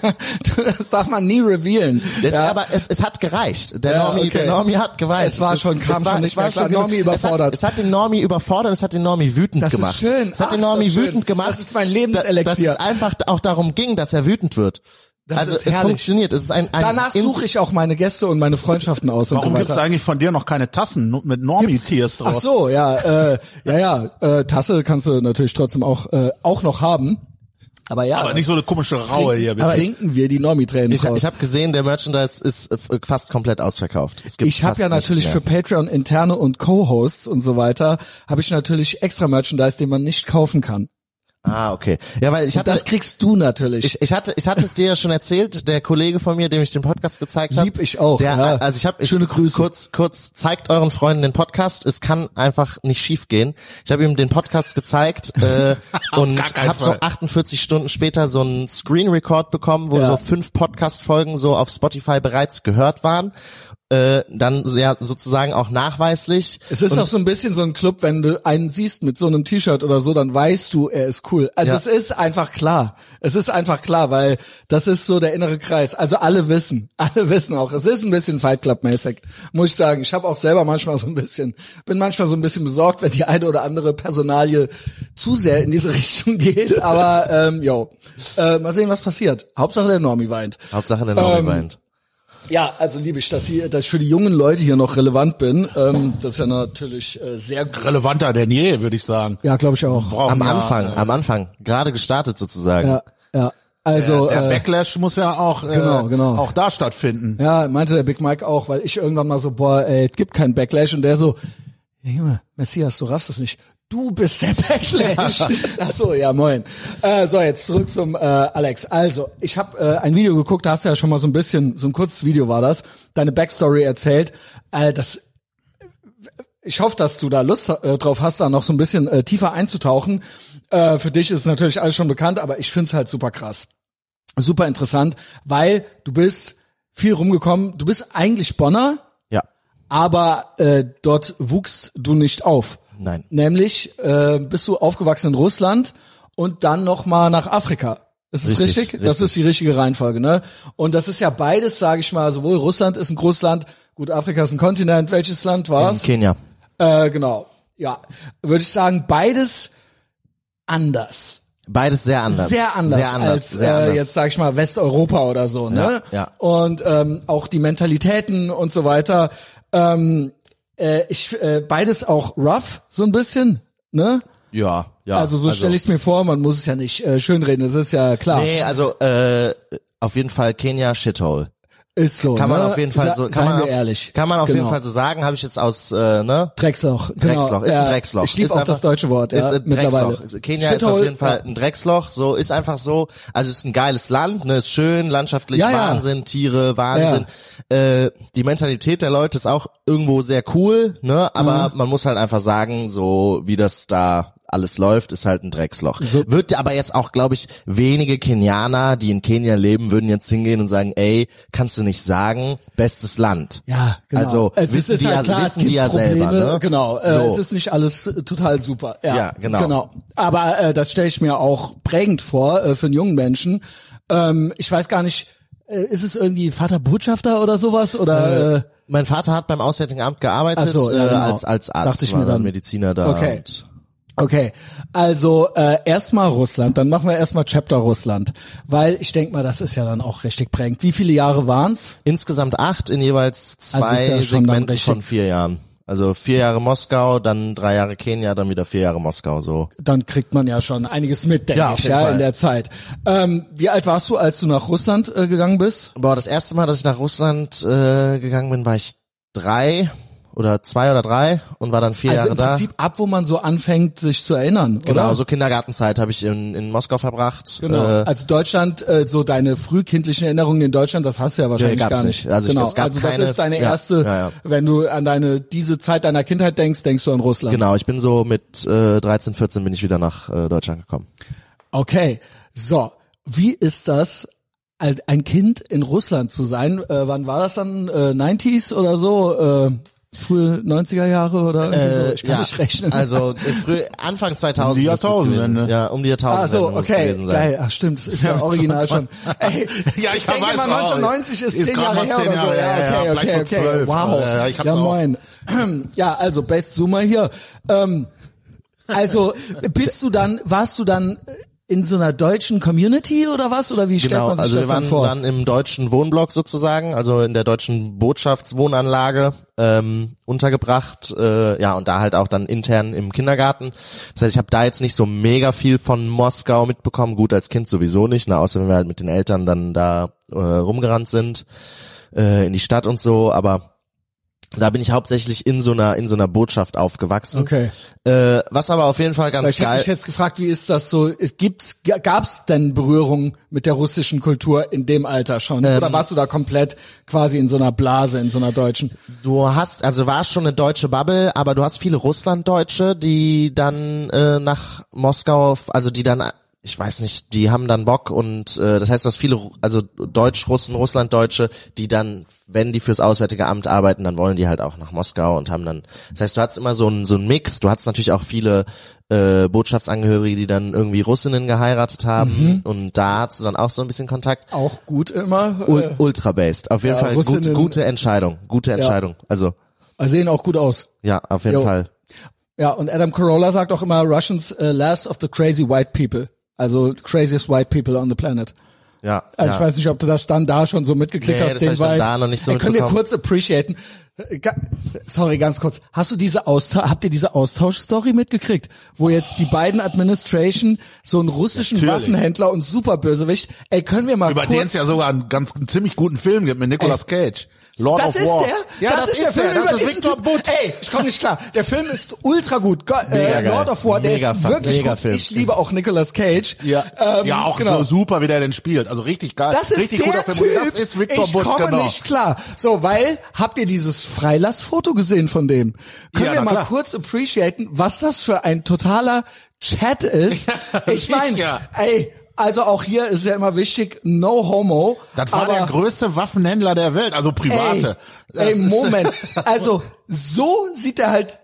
Das darf man nie revealen. Das, Ja. Aber es, es hat gereicht. Der Ja, Normi, okay. der Normi hat geweint. Es war schon- kam es war, schon nicht es war mehr klar. schon genug. Normi überfordert. Es hat, es hat den Normi überfordert, es hat den Normi wütend Das ist gemacht. schön. Es hat Ach, den ist Normi das schön. wütend gemacht. Das ist mein Lebenselixier. Dass es einfach auch darum ging, dass er wütend wird. Das also ist es herrlich. funktioniert. Es ist ein, ein Danach ins- suche ich auch meine Gäste und meine Freundschaften aus und Warum so gibt's weiter. eigentlich von dir noch keine Tassen nu- mit Normie-Tiers drauf? Ach so, ja, äh, ja, ja, äh, Tasse kannst du natürlich trotzdem auch äh, auch noch haben. Aber ja, Aber nicht so eine komische Raue hier, bitte. trinken wir die Normi-Tränen Ich, raus. ich habe gesehen, der Merchandise ist äh, fast komplett ausverkauft. Es gibt Ich habe fast ja nichts natürlich mehr. für Patreon interne und Co-Hosts und so weiter, habe ich natürlich extra Merchandise, den man nicht kaufen kann. Ah, okay. Ja, weil ich hatte Das kriegst du natürlich. ich, ich hatte ich hatte es dir ja schon erzählt, der Kollege von mir, dem ich den Podcast gezeigt habe. Lieb ich auch, Der, ja. Also ich habe Schöne Grüße. kurz kurz zeigt euren Freunden den Podcast. Es kann einfach nicht schief gehen. Ich habe ihm den Podcast gezeigt äh, und gar keinen habe so Fall. achtundvierzig Stunden später so einen Screen Record bekommen, wo Ja. so fünf Podcast Folgen so auf Spotify bereits gehört waren. Äh, dann ja sozusagen auch nachweislich. Es ist doch so ein bisschen so ein Club, wenn du einen siehst mit so einem T-Shirt oder so, dann weißt du, er ist cool. Also Ja. es ist einfach klar. Es ist einfach klar, weil das ist so der innere Kreis. Also alle wissen, alle wissen auch. Es ist ein bisschen Fight Club mäßig, muss ich sagen. Ich habe auch selber manchmal so ein bisschen, bin manchmal so ein bisschen besorgt, wenn die eine oder andere Personalie zu sehr in diese Richtung geht. Aber ähm, jo, äh, mal sehen, was passiert. Hauptsache der Normi weint. Hauptsache der Normi Ähm, weint. Ja, also liebe ich, dass, hier, dass ich für die jungen Leute hier noch relevant bin. Ähm, das ist ja natürlich äh, sehr gut. Relevanter denn je, würde ich sagen. Ja, glaube ich auch. Brauchen Am ja, Anfang, äh, am Anfang, gerade gestartet sozusagen. Ja, ja. Also der äh, Backlash muss ja auch, äh, genau, genau. auch da stattfinden. ja, meinte der Big Mike auch, weil ich irgendwann mal so, boah, ey, es gibt keinen Backlash und der so, ja, Junge, Messias, du raffst es nicht. Du bist der Backlash. Ach so, ja, moin. Äh, so, jetzt zurück zum äh, Alex. Also, ich habe äh, ein Video geguckt, da hast du ja schon mal so ein bisschen, so ein kurzes Video war das, deine Backstory erzählt. Äh, das, ich hoffe, dass du da Lust äh, drauf hast, da noch so ein bisschen äh, tiefer einzutauchen. Äh, für dich ist natürlich alles schon bekannt, aber ich find's halt super krass. Super interessant, weil du bist viel rumgekommen. Du bist eigentlich Bonner, Ja. aber äh, dort wuchst du nicht auf. Nein. Nämlich äh, bist du aufgewachsen in Russland und dann noch mal nach Afrika. Ist es Richtig, richtig? Das richtig. ist die richtige Reihenfolge, ne? Und das ist ja beides, sage ich mal, sowohl Russland ist ein Großland, gut, Afrika ist ein Kontinent. Welches Land war's? In Kenia. Äh, genau. Ja, würde ich sagen, beides anders. Beides sehr anders. Sehr anders, Sehr anders. als sehr äh, anders. jetzt sag ich mal Westeuropa oder so, ne? Ja, ja. Und ähm, auch die Mentalitäten und so weiter. Ähm, äh, ich äh, beides auch rough, so ein bisschen, ne? Ja, ja. Also so stelle ich es mir vor, man muss es ja nicht äh, schönreden, das ist ja klar. Nee, also äh, auf jeden Fall Kenia Shithole. Ist so, Kann man ne? auf jeden Fall Sa- so, kann seien man wir auf, ehrlich. kann man auf Genau. jeden Fall so sagen, habe ich jetzt aus, äh, ne? Drecksloch. Genau. Drecksloch, ist ja, ein Drecksloch. Ich liebe Ist auch einfach- das deutsche Wort, ja, ist ein mittlerweile. Drecksloch. Kenia ist Shithole, auf jeden Fall ja. ein Drecksloch, so, ist einfach so. Also es ist ein geiles Land, ne, ist schön, landschaftlich Ja, ja. Wahnsinn, Tiere, Wahnsinn. Äh, die Mentalität der Leute ist auch irgendwo sehr cool, ne, aber Mhm. man muss halt einfach sagen, so wie das da alles läuft, ist halt ein Drecksloch. So- Wird aber jetzt auch, glaube ich, wenige Kenianer, die in Kenia leben, würden jetzt hingehen und sagen, ey, kannst du nicht sagen, bestes Land. Ja, genau. Also, es wissen ist, die ist ja- halt klar, wissen es gibt die ja Probleme, selber, ne? Genau, äh, So. es ist nicht alles äh, total super. Ja, Ja, genau. genau. Aber äh, das stelle ich mir auch prägend vor äh, für einen jungen Menschen. Ähm, ich weiß gar nicht, äh, ist es irgendwie Vater Botschafter oder sowas? Oder äh, Mein Vater hat beim Auswärtigen Amt gearbeitet, Ach so, ja, äh, genau. als, als Arzt, Dachte ich war mir dann. Mediziner da. Okay. Und Okay, also äh, erstmal Russland, dann machen wir erstmal Chapter Russland, weil ich denke mal, das ist ja dann auch richtig prägend. Wie viele Jahre waren's? insgesamt acht in jeweils Also zwei ist ja schon dann Segmenten richtig- von vier Jahren. Also vier Jahre Moskau, dann drei Jahre Kenia, dann wieder vier Jahre Moskau, so. Dann kriegt man ja schon einiges mit, denke Ja, auf ich, jeden ja, Fall. in der Zeit. Ähm, wie alt warst du, als du nach Russland äh, gegangen bist? Boah, das erste Mal, dass ich nach Russland äh, gegangen bin, war ich drei oder zwei oder drei und war dann vier Also Jahre im da. Prinzip ab, wo man so anfängt, sich zu erinnern, Genau, oder? so Kindergartenzeit habe ich in, in Moskau verbracht. Genau. Äh, Also Deutschland, äh, so deine frühkindlichen Erinnerungen in Deutschland, das hast du ja wahrscheinlich gab's gar nicht. nicht. Also ich- genau. es gab also das keine- ist deine ja, erste, ja, ja. wenn du an deine diese Zeit deiner Kindheit denkst, denkst du an Russland. genau, ich bin so mit äh, dreizehn, vierzehn bin ich wieder nach äh, Deutschland gekommen. Okay, so, wie ist das, ein ein Kind in Russland zu sein? Äh, wann war das dann? Äh, neunziger oder so? Äh, frühe neunziger Jahre oder irgendwie so? Ich kann ja, nicht rechnen. Also äh, früh, Anfang zweitausend. Um die müsste es Jahrtausendwende. gewesen- Ja, um die Ah, Jahrtausendwende so, muss es okay, gewesen sein. geil. Ach stimmt, das ist ja original schon. Ey, Ja, ich ich denke weiß mal auch. neunzehnhundertneunzig ist Ist zehn grad Jahre mal her zehn oder so. Jahre, Ja, ja, ja, okay, vielleicht okay, so okay. zwölf. Wow. Ja, ich hab's ja, auch. moin. Ja, also Best Zoomer hier. Ähm, also bist du dann, warst du dann in so einer deutschen Community oder was? Oder wie stellt Genau, man sich also das wir waren dann vor? dann im deutschen Wohnblock sozusagen, also in der deutschen Botschaftswohnanlage ähm, untergebracht, äh, ja, und da halt auch dann intern im Kindergarten. Das heißt, ich habe da jetzt nicht so mega viel von Moskau mitbekommen, gut als Kind sowieso nicht, ne, außer wenn wir halt mit den Eltern dann da äh, rumgerannt sind äh, in die Stadt und so, aber da bin ich hauptsächlich in so einer in so einer Botschaft aufgewachsen. Okay. Äh, was aber auf jeden Fall ganz Weil ich habe geil. mich jetzt gefragt, wie ist das so? Es Gibt's, g- gab's denn Berührung mit der russischen Kultur in dem Alter schon? Ähm, Oder warst du da komplett quasi in so einer Blase, in so einer deutschen? Du hast, also war schon eine deutsche Bubble, aber du hast viele Russlanddeutsche, die dann äh, nach Moskau, also die dann, ich weiß nicht, die haben dann Bock und äh, das heißt, du hast viele, also Deutsch-Russen, Russlanddeutsche, die dann, wenn die fürs Auswärtige Amt arbeiten, dann wollen die halt auch nach Moskau und haben dann, das heißt, du hast immer so einen so einen Mix, du hast natürlich auch viele äh, Botschaftsangehörige, die dann irgendwie Russinnen geheiratet haben und da hast du dann auch so ein bisschen Kontakt. Auch gut immer. Ul Äh, Ultra-based, auf jeden ja, Fall gut, Russinnen- gute Entscheidung, gute Entscheidung, also sehen auch gut aus. ja, auf jeden Jo. Fall. Ja, und Adam Carolla sagt auch immer, Russians uh, last of the crazy white people. Also craziest white people on the planet. Ja, Also ja. ich weiß nicht, ob du das dann da schon so mitgekriegt Nee, hast, das den hab ich dann Vibe. da noch nicht so Ey, könnt ihr mitbekommen. kurz appreciaten? Äh, ga- Sorry, ganz kurz. Hast du diese Austausch, habt ihr diese Austauschstory mitgekriegt, wo jetzt die beiden Administration so einen russischen Natürlich. Waffenhändler und Superbösewicht, ey, können wir mal Über den es kurz ja sogar einen ganz einen ziemlich guten Film gibt mit Nicolas Cage. Lord Das of ist War. der? Ja, das, ist der Film der. über Das ist diesen Victor Typ. Butt. Ey, ich komm nicht klar. Der Film ist ultra gut. Go Mega äh, geil. Lord of War, der Mega ist Fa- wirklich mega gut. Film. Ich liebe auch Nicolas Cage. Ja, ähm, ja auch genau. so super, wie der denn spielt. Also richtig geil. Das ist richtig der guter Typ. Film. Und das ist Victor ich Butt, komme genau. nicht klar. So, weil, habt ihr dieses Freilassfoto gesehen von dem? Können Ja, wir na mal klar. kurz appreciaten, was das für ein totaler Chat ist? Ich meine, sicher. ey, also auch hier ist ja immer wichtig, no homo. Das war aber der größte Waffenhändler der Welt, also private. Ey, ey Das ist- Moment. Also so sieht er halt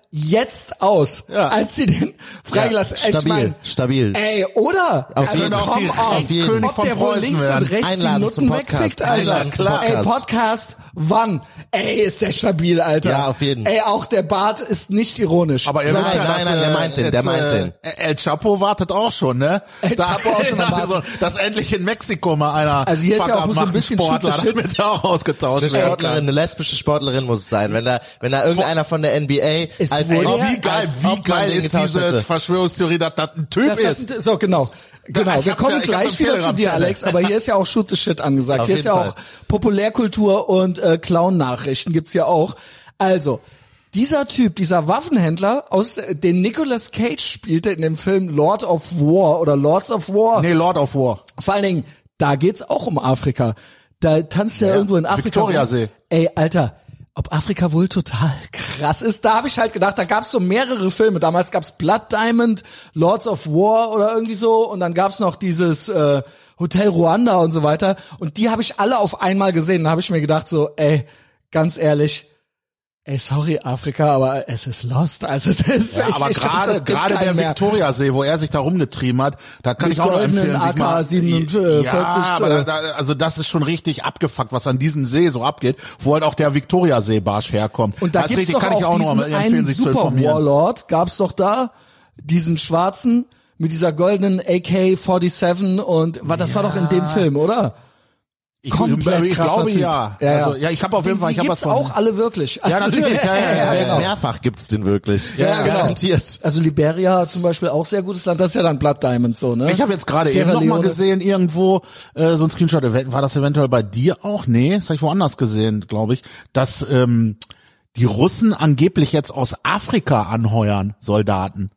jetzt aus, Ja. als sie den freigelassen Ja, ey, stabil, ich mein, stabil. Ey, oder? Auf also jeden Fall. komm Auch on, die König ob von der wohl Preußen links werden. und rechts die Einladen zum Nutten Podcast. wegfickt, Alter. Einladen zum Ey, Podcast. Podcast, wann? Ey, ist der stabil, Alter. Ja, auf jeden. Ey, auch der Bart ist nicht ironisch. Aber ihr Nein, wisst ja, nein, dass, nein, der äh, meint den, der jetzt, meint äh, den. El Chapo wartet auch schon, ne? El Chapo auch schon am Warten. so, dass endlich in Mexiko mal einer Also hier ist ja auch Fuck-up so ein macht, bisschen Sportler, Shoot the Shit. damit er auch ausgetauscht Eine werden Sportlerin, kann. eine lesbische Sportlerin muss es sein. Wenn da, wenn da irgendeiner von der N B A Es als wurde Oh, ja, wie geil, als wie ob man geil den ist getauscht diese hätte. Verschwörungstheorie, dass das ein Typ das ist. ist, so, genau. Genau, ich wir hab's kommen ja- ich hab's gleich im wieder zu dir, Telegram-Channel. Alex, aber hier ist ja auch Shoot the Shit angesagt. Auf Hier ist ja jeden auch Populärkultur und äh, Clown-Nachrichten gibt's ja auch. Also, dieser Typ, dieser Waffenhändler, aus äh, den Nicolas Cage spielte in dem Film Lord of War oder Lords of War. Nee, Lord of War. Vor allen Dingen, da geht's auch um Afrika. Da tanzt er Ja, irgendwo in Afrika. Viktoriasee. rum. Ey, Alter, ob Afrika wohl total krass ist, da habe ich halt gedacht, da gab's so mehrere Filme. Damals gab's Blood Diamond, Lords of War oder irgendwie so und dann gab's noch dieses äh, Hotel Ruanda und so weiter und die habe ich alle auf einmal gesehen. Da habe ich mir gedacht so, ey, ganz ehrlich, ey, sorry Afrika, aber es ist lost. Also es ist Ja, ich, aber ich glaub, gerade das gibt gerade der keinen mehr. Viktoriasee, wo er sich da rumgetrieben hat, da kann Mit ich auch nur goldenen empfehlen, sich mal, A K siebenundvierzig, ja, aber da, da, also das ist schon richtig abgefuckt, was an diesem See so abgeht, wo halt auch der Viktoriasee-Barsch herkommt. Und da das gibt's richtig, doch kann ich auch auch nur diesen empfehlen, einen sich zu Super informieren. Warlord, gab's doch da, diesen schwarzen mit dieser goldenen A K siebenundvierzig und war das war doch in dem Film, oder? Ich, Komplett ich krasser glaube Typ. ja. Ja, ja. Also, ja, ich habe auf jeden Die- Fall, ich die habe was gibt's von. auch alle wirklich. Ja, natürlich, ja, ja, ja, genau. Mehrfach gibt's den wirklich. Ja, genau. Garantiert. Also Liberia zum Beispiel auch sehr gutes Land, das ist ja dann Blood Diamond so, ne? Ich habe jetzt gerade eben Sierra noch mal Leone. gesehen irgendwo äh, so ein Screenshot. War das eventuell bei dir auch? Nee, das habe ich woanders gesehen, glaube ich, dass ähm, die Russen angeblich jetzt aus Afrika anheuern Soldaten.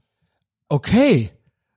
Okay.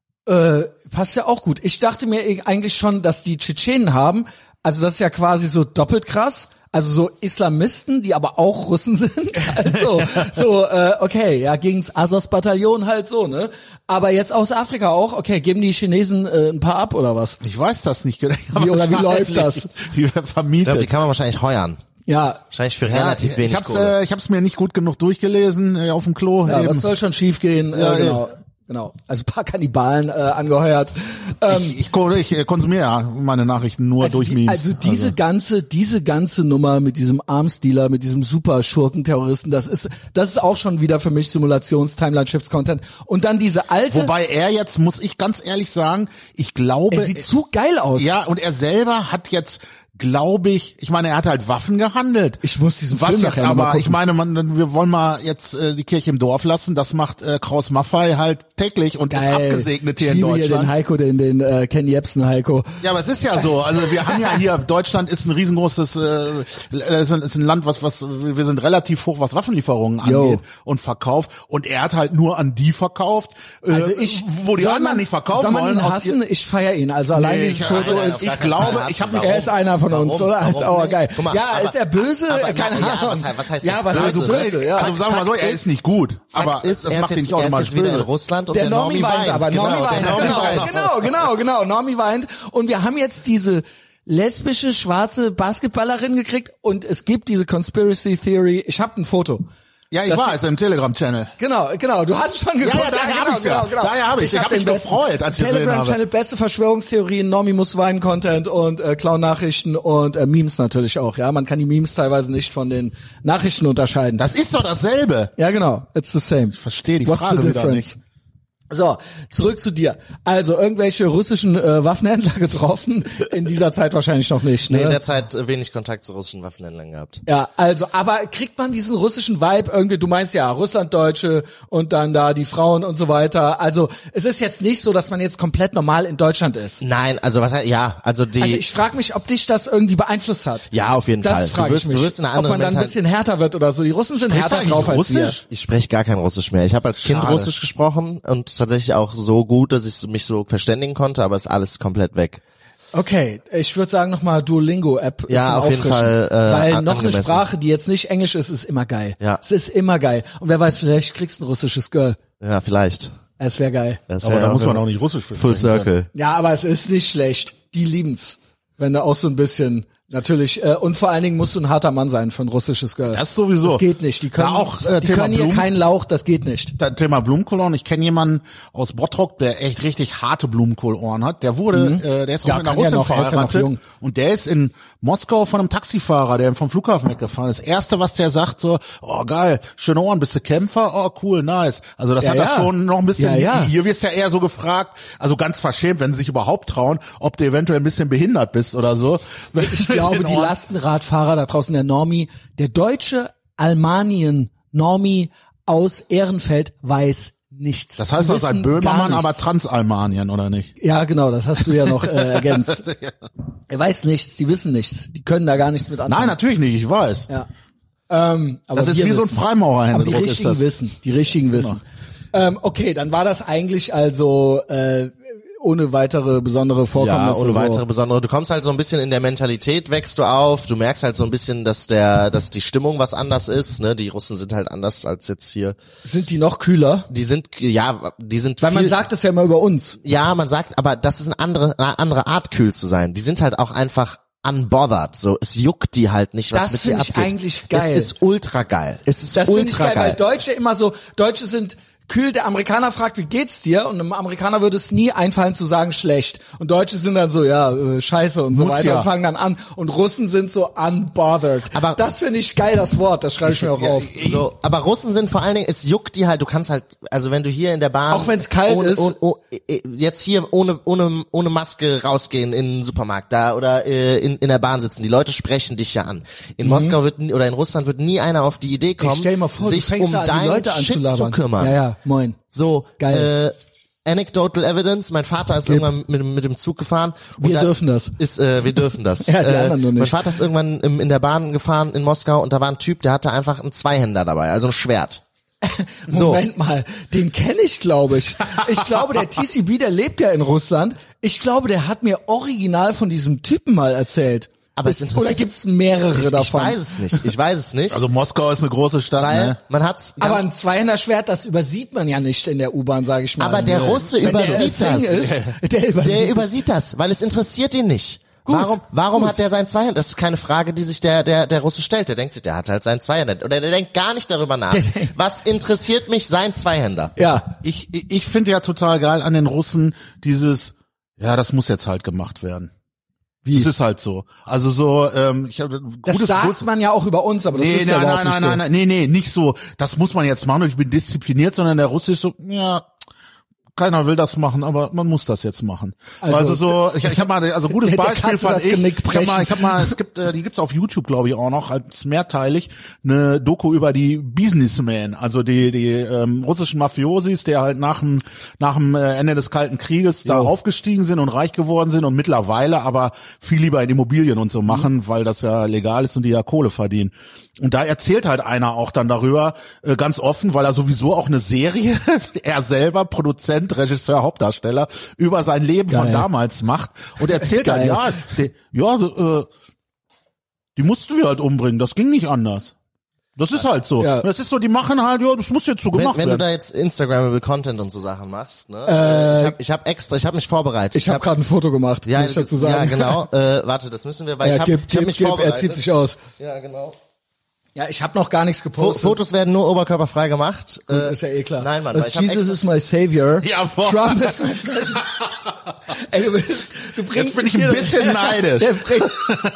Äh, passt ja auch gut. Ich dachte mir eigentlich schon, dass die Tschetschenen haben, also das ist ja quasi so doppelt krass. Also so Islamisten, die aber auch Russen sind. Also so, äh, okay, ja, gegen's Azov-Bataillon halt so, ne? Aber jetzt aus Afrika auch, okay, geben die Chinesen äh, ein paar ab oder was? Ich weiß das nicht genau. Wie- oder wie Aber läuft wahrscheinlich. das? Die werden Ich glaube, die vermietet. kann man wahrscheinlich heuern. Ja, Wahrscheinlich für Ja, relativ ich wenig hab's, Kohle. äh, ich hab's mir nicht gut genug durchgelesen äh, auf dem Klo. ja eben. was soll schon schiefgehen? Ja, äh, genau, genau. Also ein paar Kannibalen äh, angeheuert. Ähm, ich, ich, ko- ich äh, konsumiere ja meine Nachrichten nur Also, durch die, Memes. also diese ganze, diese ganze Nummer mit diesem Arms-Dealer, mit diesem Super-Schurken-Terroristen, das ist, das ist auch schon wieder für mich Simulations-Timeline-Shifts-Content. Und dann diese alte, Wobei er jetzt, muss ich ganz ehrlich sagen, ich glaube, er sieht zu geil aus. ja, und er selber hat jetzt, glaube ich, ich meine, er hat halt Waffen gehandelt. Ich muss diesen Was Film jetzt nachher noch mal aber, gucken. ich meine, man, wir wollen mal jetzt äh, die Kirche im Dorf lassen. Das macht äh, Kraus Maffei halt täglich und ist Geil. abgesegnet hier ich in liebe hier den Deutschland. Heiko, den, den äh, Ken Jebsen Heiko. Ja, aber es ist ja so. Also wir haben ja hier, Deutschland ist ein riesengroßes, äh, ist ein, ist ein Land, was, was, wir sind relativ hoch, was Waffenlieferungen Yo. angeht und Verkauf. Und er hat halt nur an die verkauft, äh, Also ich, wo die soll anderen man, nicht verkaufen soll man wollen. ihn aus hassen? Ich feier ihn. Also allein Nee, dieses ich- Foto also, ist, ich glaube, ich habe mich er ist einer von uns, Warum? oder? Also, Warum oh, nicht? geil. Guck mal, ja, aber- ist er böse? aber- Keine ja, Ahnung. was heißt- was heißt ja, jetzt was heißt böse? böse? Ja. Also sagen wir mal so, er ist nicht gut, aber Fakt ist, das er macht ist ihn jetzt, nicht er ist automatisch jetzt wieder in böse. Russland und Der der, Normie weint, aber genau, Normie der weint, Normie genau, weint. genau, genau, genau, Normie weint. Und wir haben jetzt diese lesbische, schwarze Basketballerin gekriegt und es gibt diese Conspiracy Theory. Ich habe ein Foto. Ja, ich Das- war es im Telegram-Channel. Genau, genau. Du hast schon geguckt. ja, daher hab ich's ja. Daher hab ich's. Ich hab den mich besten gefreut, als ich gesehen Telegram-Channel, habe. beste Verschwörungstheorien, Normie muss weinen, Content und äh, Clown-Nachrichten und äh, Memes natürlich auch. Ja, man kann die Memes teilweise nicht von den Nachrichten unterscheiden. Das ist doch dasselbe. Ja, genau. It's the same. Ich verstehe die Frage wieder nicht. So, zurück zu dir. Also irgendwelche russischen äh, Waffenhändler getroffen, in dieser Zeit wahrscheinlich noch nicht. Ne? Nee, in der Zeit äh, wenig Kontakt zu russischen Waffenhändlern gehabt. Ja, also, aber kriegt man diesen russischen Vibe irgendwie, du meinst ja Russlanddeutsche und dann da die Frauen und so weiter. Also, es ist jetzt nicht so, dass man jetzt komplett normal in Deutschland ist. Nein, also was heißt, ja, also die, Also ich frage mich, ob dich das irgendwie beeinflusst hat. ja, auf jeden Fall. Das frage du wirst, ich mich. du wirst in einer ob anderen man dann ein Mental- bisschen härter wird oder so. Die Russen sind Sprichst härter du eigentlich drauf als wir. Russisch? Ich spreche gar kein Russisch mehr. Ich habe als Kind Schade. Russisch gesprochen und tatsächlich auch so gut, dass ich mich so verständigen konnte, aber ist alles komplett weg. Okay, ich würde sagen nochmal Duolingo-App Ja, zum auf jeden Auffrischen. Fall, äh, Weil an- noch eine angemessen. Sprache, die jetzt nicht Englisch ist, ist immer geil. Ja. Es ist immer geil. Und wer weiß, vielleicht kriegst du ein russisches Girl. Ja, vielleicht. Es wäre geil. Das Aber wär da muss man immer auch nicht Russisch für Full sprechen. Circle. Ja, aber es ist nicht schlecht. Die lieben's. Wenn du auch so ein bisschen Natürlich. Äh, und vor allen Dingen musst du ein harter Mann sein für ein russisches Girl. Das sowieso. Das geht nicht. Die können, Da auch, äh, die Thema können hier Blumen. keinen Lauch, das geht nicht. Da- Thema Blumenkohlohren. Ich kenne jemanden aus Bottrop, der echt richtig harte Blumenkohlohren hat. Der wurde, Mhm. äh, der ist auch Ja, mit einer kann ja Russin noch, er ist ja noch verheiratet. jung. Und der ist in Moskau von einem Taxifahrer, der ihn vom Flughafen weggefahren ist. Das Erste, was der sagt, so, oh geil, schöne Ohren, bist du Kämpfer? Oh cool, nice. Also das Ja, hat ja. er schon noch ein bisschen, Ja, ja. hier wirst ja eher so gefragt, also ganz verschämt, wenn sie sich überhaupt trauen, ob du eventuell ein bisschen behindert bist oder so. Ich glaube, die Lastenradfahrer da draußen, der Normi, der deutsche Almanien-Normi aus Ehrenfeld weiß nichts. Das heißt, Die er ist ein wissen gar Böhmermann, nichts. aber Transalmanien, oder nicht? Ja, genau, das hast du ja noch äh, ergänzt. Er weiß nichts, die wissen nichts, die können da gar nichts mit anfangen. Nein, natürlich nicht, ich weiß. Ja. Ähm, aber Das ist wir wie so ein wissen. Freimaurerhändedruck, Aber die ist richtigen das. wissen, die richtigen wissen. Ähm, okay, dann war das eigentlich also äh, ohne weitere besondere Ja, Vorkommnisse. ohne so. weitere besondere. Du kommst halt so ein bisschen in der Mentalität, wächst du auf. Du merkst halt so ein bisschen, dass der, dass die Stimmung was anders ist. Ne, die Russen sind halt anders als jetzt hier. Sind die noch kühler? Die sind, ja, die sind Weil viel, man sagt es ja immer über uns. ja, man sagt, aber das ist eine andere, eine andere Art, kühl zu sein. Die sind halt auch einfach unbothered. So, es juckt die halt nicht, was Das mit dir find ich abgeht. eigentlich geil. Es ist ultra geil. Es ist Das finde ich ultra geil, weil geil. Deutsche immer so, Deutsche sind kühl, der Amerikaner fragt, wie geht's dir? Und einem Amerikaner würde es nie einfallen zu sagen schlecht. Und Deutsche sind dann so, ja, äh, scheiße und so Muss weiter ja. und fangen dann an. Und Russen sind so unbothered. Aber- das finde ich geil, das Wort, das schreibe ich mir auch auf. So, aber Russen sind vor allen Dingen, es juckt die halt, du kannst halt, also wenn du hier in der Bahn, Auch wenn's kalt ohne, ist. Oh, oh, äh, jetzt hier ohne ohne ohne Maske rausgehen in den Supermarkt da oder äh, in in der Bahn sitzen, die Leute sprechen dich ja an. In Moskau wird nie- oder in Russland wird nie einer auf die Idee kommen, Ich stell mal vor, sich du fängst um da an, die deinen Leute Shit zu anzulabern. kümmern. Ja, ja, moin. So, Geil. Äh, Anecdotal Evidence, mein Vater ist Gib. irgendwann mit, dem- mit dem Zug gefahren. und Wir da dürfen das. Ist, äh, wir dürfen das. Ja, die äh, anderen nur nicht. Mein Vater ist irgendwann im, in der Bahn gefahren in Moskau und da war ein Typ, der hatte einfach einen Zweihänder dabei, also ein Schwert. So. Moment mal, den kenne ich, glaube ich. Ich glaube, der T C B, der lebt ja in Russland. Ich glaube, der hat mir original von diesem Typen mal erzählt. Aber es interessiert- Oder gibt's mehrere Ich davon? weiß es nicht. Ich weiß es nicht. Also Moskau ist eine große Stadt, weil ne? man hat's ganz, Aber ein Zweihänderschwert, das übersieht man ja nicht in der U-Bahn, sage ich mal. Aber der Russe Wenn der übersieht Thing das. Ist, der übersieht, der es. übersieht das, weil es interessiert ihn nicht. Gut, warum warum gut. hat der sein Zweihänder? Das ist keine Frage, die sich der der der Russe stellt. Der denkt sich, der hat halt seinen Zweihänder oder der denkt gar nicht darüber nach. Was interessiert mich sein Zweihänder? Ja, Ich, ich, ich finde ja total geil an den Russen dieses, ja, das muss jetzt halt gemacht werden. Wie? Das ist halt so. Also so, ähm, ich habe das gutes, sagt gutes, man ja auch über uns, aber das Nee, ist nein, ja überhaupt nein, nein, nicht so. nein, nein, nee, nee, nicht so. Das muss man jetzt machen und ich bin diszipliniert, sondern der Russe ist so, ja, keiner will das machen, aber man muss das jetzt machen. Also, Also, so, ich, ich habe mal, also gutes der- der Beispiel Katze fand das ich. Genick Ich habe mal, brechen. ich habe mal, es gibt, äh, die gibt's auf YouTube, glaube ich, auch noch als mehrteilig eine Doku über die Businessmen, also die die ähm, russischen Mafiosis, die halt nach dem nach dem äh, Ende des Kalten Krieges da Jo. aufgestiegen sind und reich geworden sind und mittlerweile aber viel lieber in Immobilien und so machen, Mhm. weil das ja legal ist und die ja Kohle verdienen. Und da erzählt halt einer auch dann darüber, äh, ganz offen, weil er sowieso auch eine Serie, er selber, Produzent, Regisseur, Hauptdarsteller, über sein Leben Geil. von damals macht und erzählt halt, Geil. ja, die, ja, äh, die mussten wir halt umbringen, das ging nicht anders. Das ist halt so. Ja. Das ist so, die machen halt, ja, das muss jetzt so Wenn, gemacht wenn du werden. da jetzt Instagrammable Content und so Sachen machst, ne? Äh, ich habe ich hab extra, ich habe mich vorbereitet. Ich habe gerade ein Foto gemacht, ja, muss ich dazu sagen. ja, genau. Äh, warte, das müssen wir, weil Ja, ich habe gib, ich hab gib, mich gib, vorbereitet. er zieht sich aus. Ja, genau. Ja, ich habe noch gar nichts Fo gepostet. Fotos werden nur oberkörperfrei gemacht. Äh, ist ja eh klar. Nein, Mann, Das weil ich hab Jesus extra- is my savior. Ja, voll. Trump ist mein President. Ey, du, bist, du bringst Jetzt bin ich dich ein hier- bisschen neidisch. Der bringt,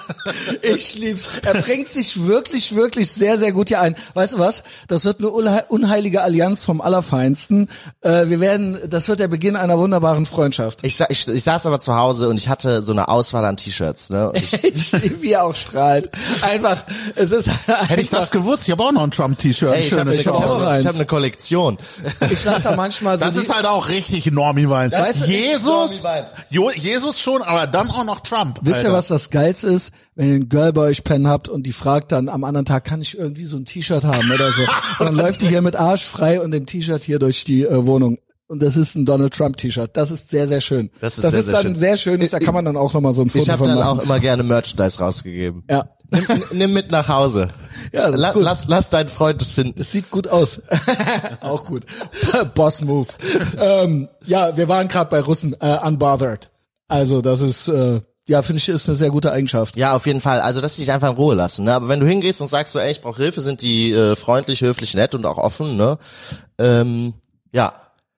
ich lieb's. Er bringt sich wirklich, wirklich sehr, sehr gut hier ein. Weißt du was? Das wird eine unhe- unheilige Allianz vom Allerfeinsten. Äh, wir werden, das wird der Beginn einer wunderbaren Freundschaft. Ich, sa- ich, ich saß aber zu Hause und ich hatte so eine Auswahl an T-Shirts. Ne? Und ich, Ich liebe, wie er auch strahlt. Einfach, es ist einfach, Hätte ich das gewusst, ich habe auch noch ein Trump-T-Shirt. hey, ich habe schönes. ich hab, auch ich hab, eins. ich hab eine Kollektion. ich lasse da manchmal so Das die, ist halt auch richtig Normie-Wein. Weißt du, Jesus, Normie-Wein. Jo, Jesus schon, aber dann auch noch Trump. Wisst ihr, Alter. was das Geilste ist? Wenn ihr ein Girl bei euch pennen habt und die fragt dann am anderen Tag, kann ich irgendwie so ein T-Shirt haben oder so. Und dann läuft die hier mit Arsch frei und dem T-Shirt hier durch die äh, Wohnung. Und das ist ein Donald Trump T-Shirt. Das ist sehr, sehr schön. Das ist sehr, sehr dann schön. sehr schönes, da kann man dann auch nochmal so ein Foto Ich habe von dann machen. auch immer gerne Merchandise rausgegeben. Ja. Nimm, nimm mit nach Hause. Ja, das ist La, gut. lass, lass deinen Freund das finden. Das sieht gut aus. Auch gut. Boss Move. ähm, ja, wir waren gerade bei Russen, äh, unbothered. Also das ist, äh, Ja, finde ich, ist eine sehr gute Eigenschaft. Ja, auf jeden Fall. Also, dass sie dich einfach in Ruhe lassen. Ne? Aber wenn du hingehst und sagst so, ey, ich brauche Hilfe, sind die äh, freundlich, höflich, nett und auch offen. Ne? Ähm, ja.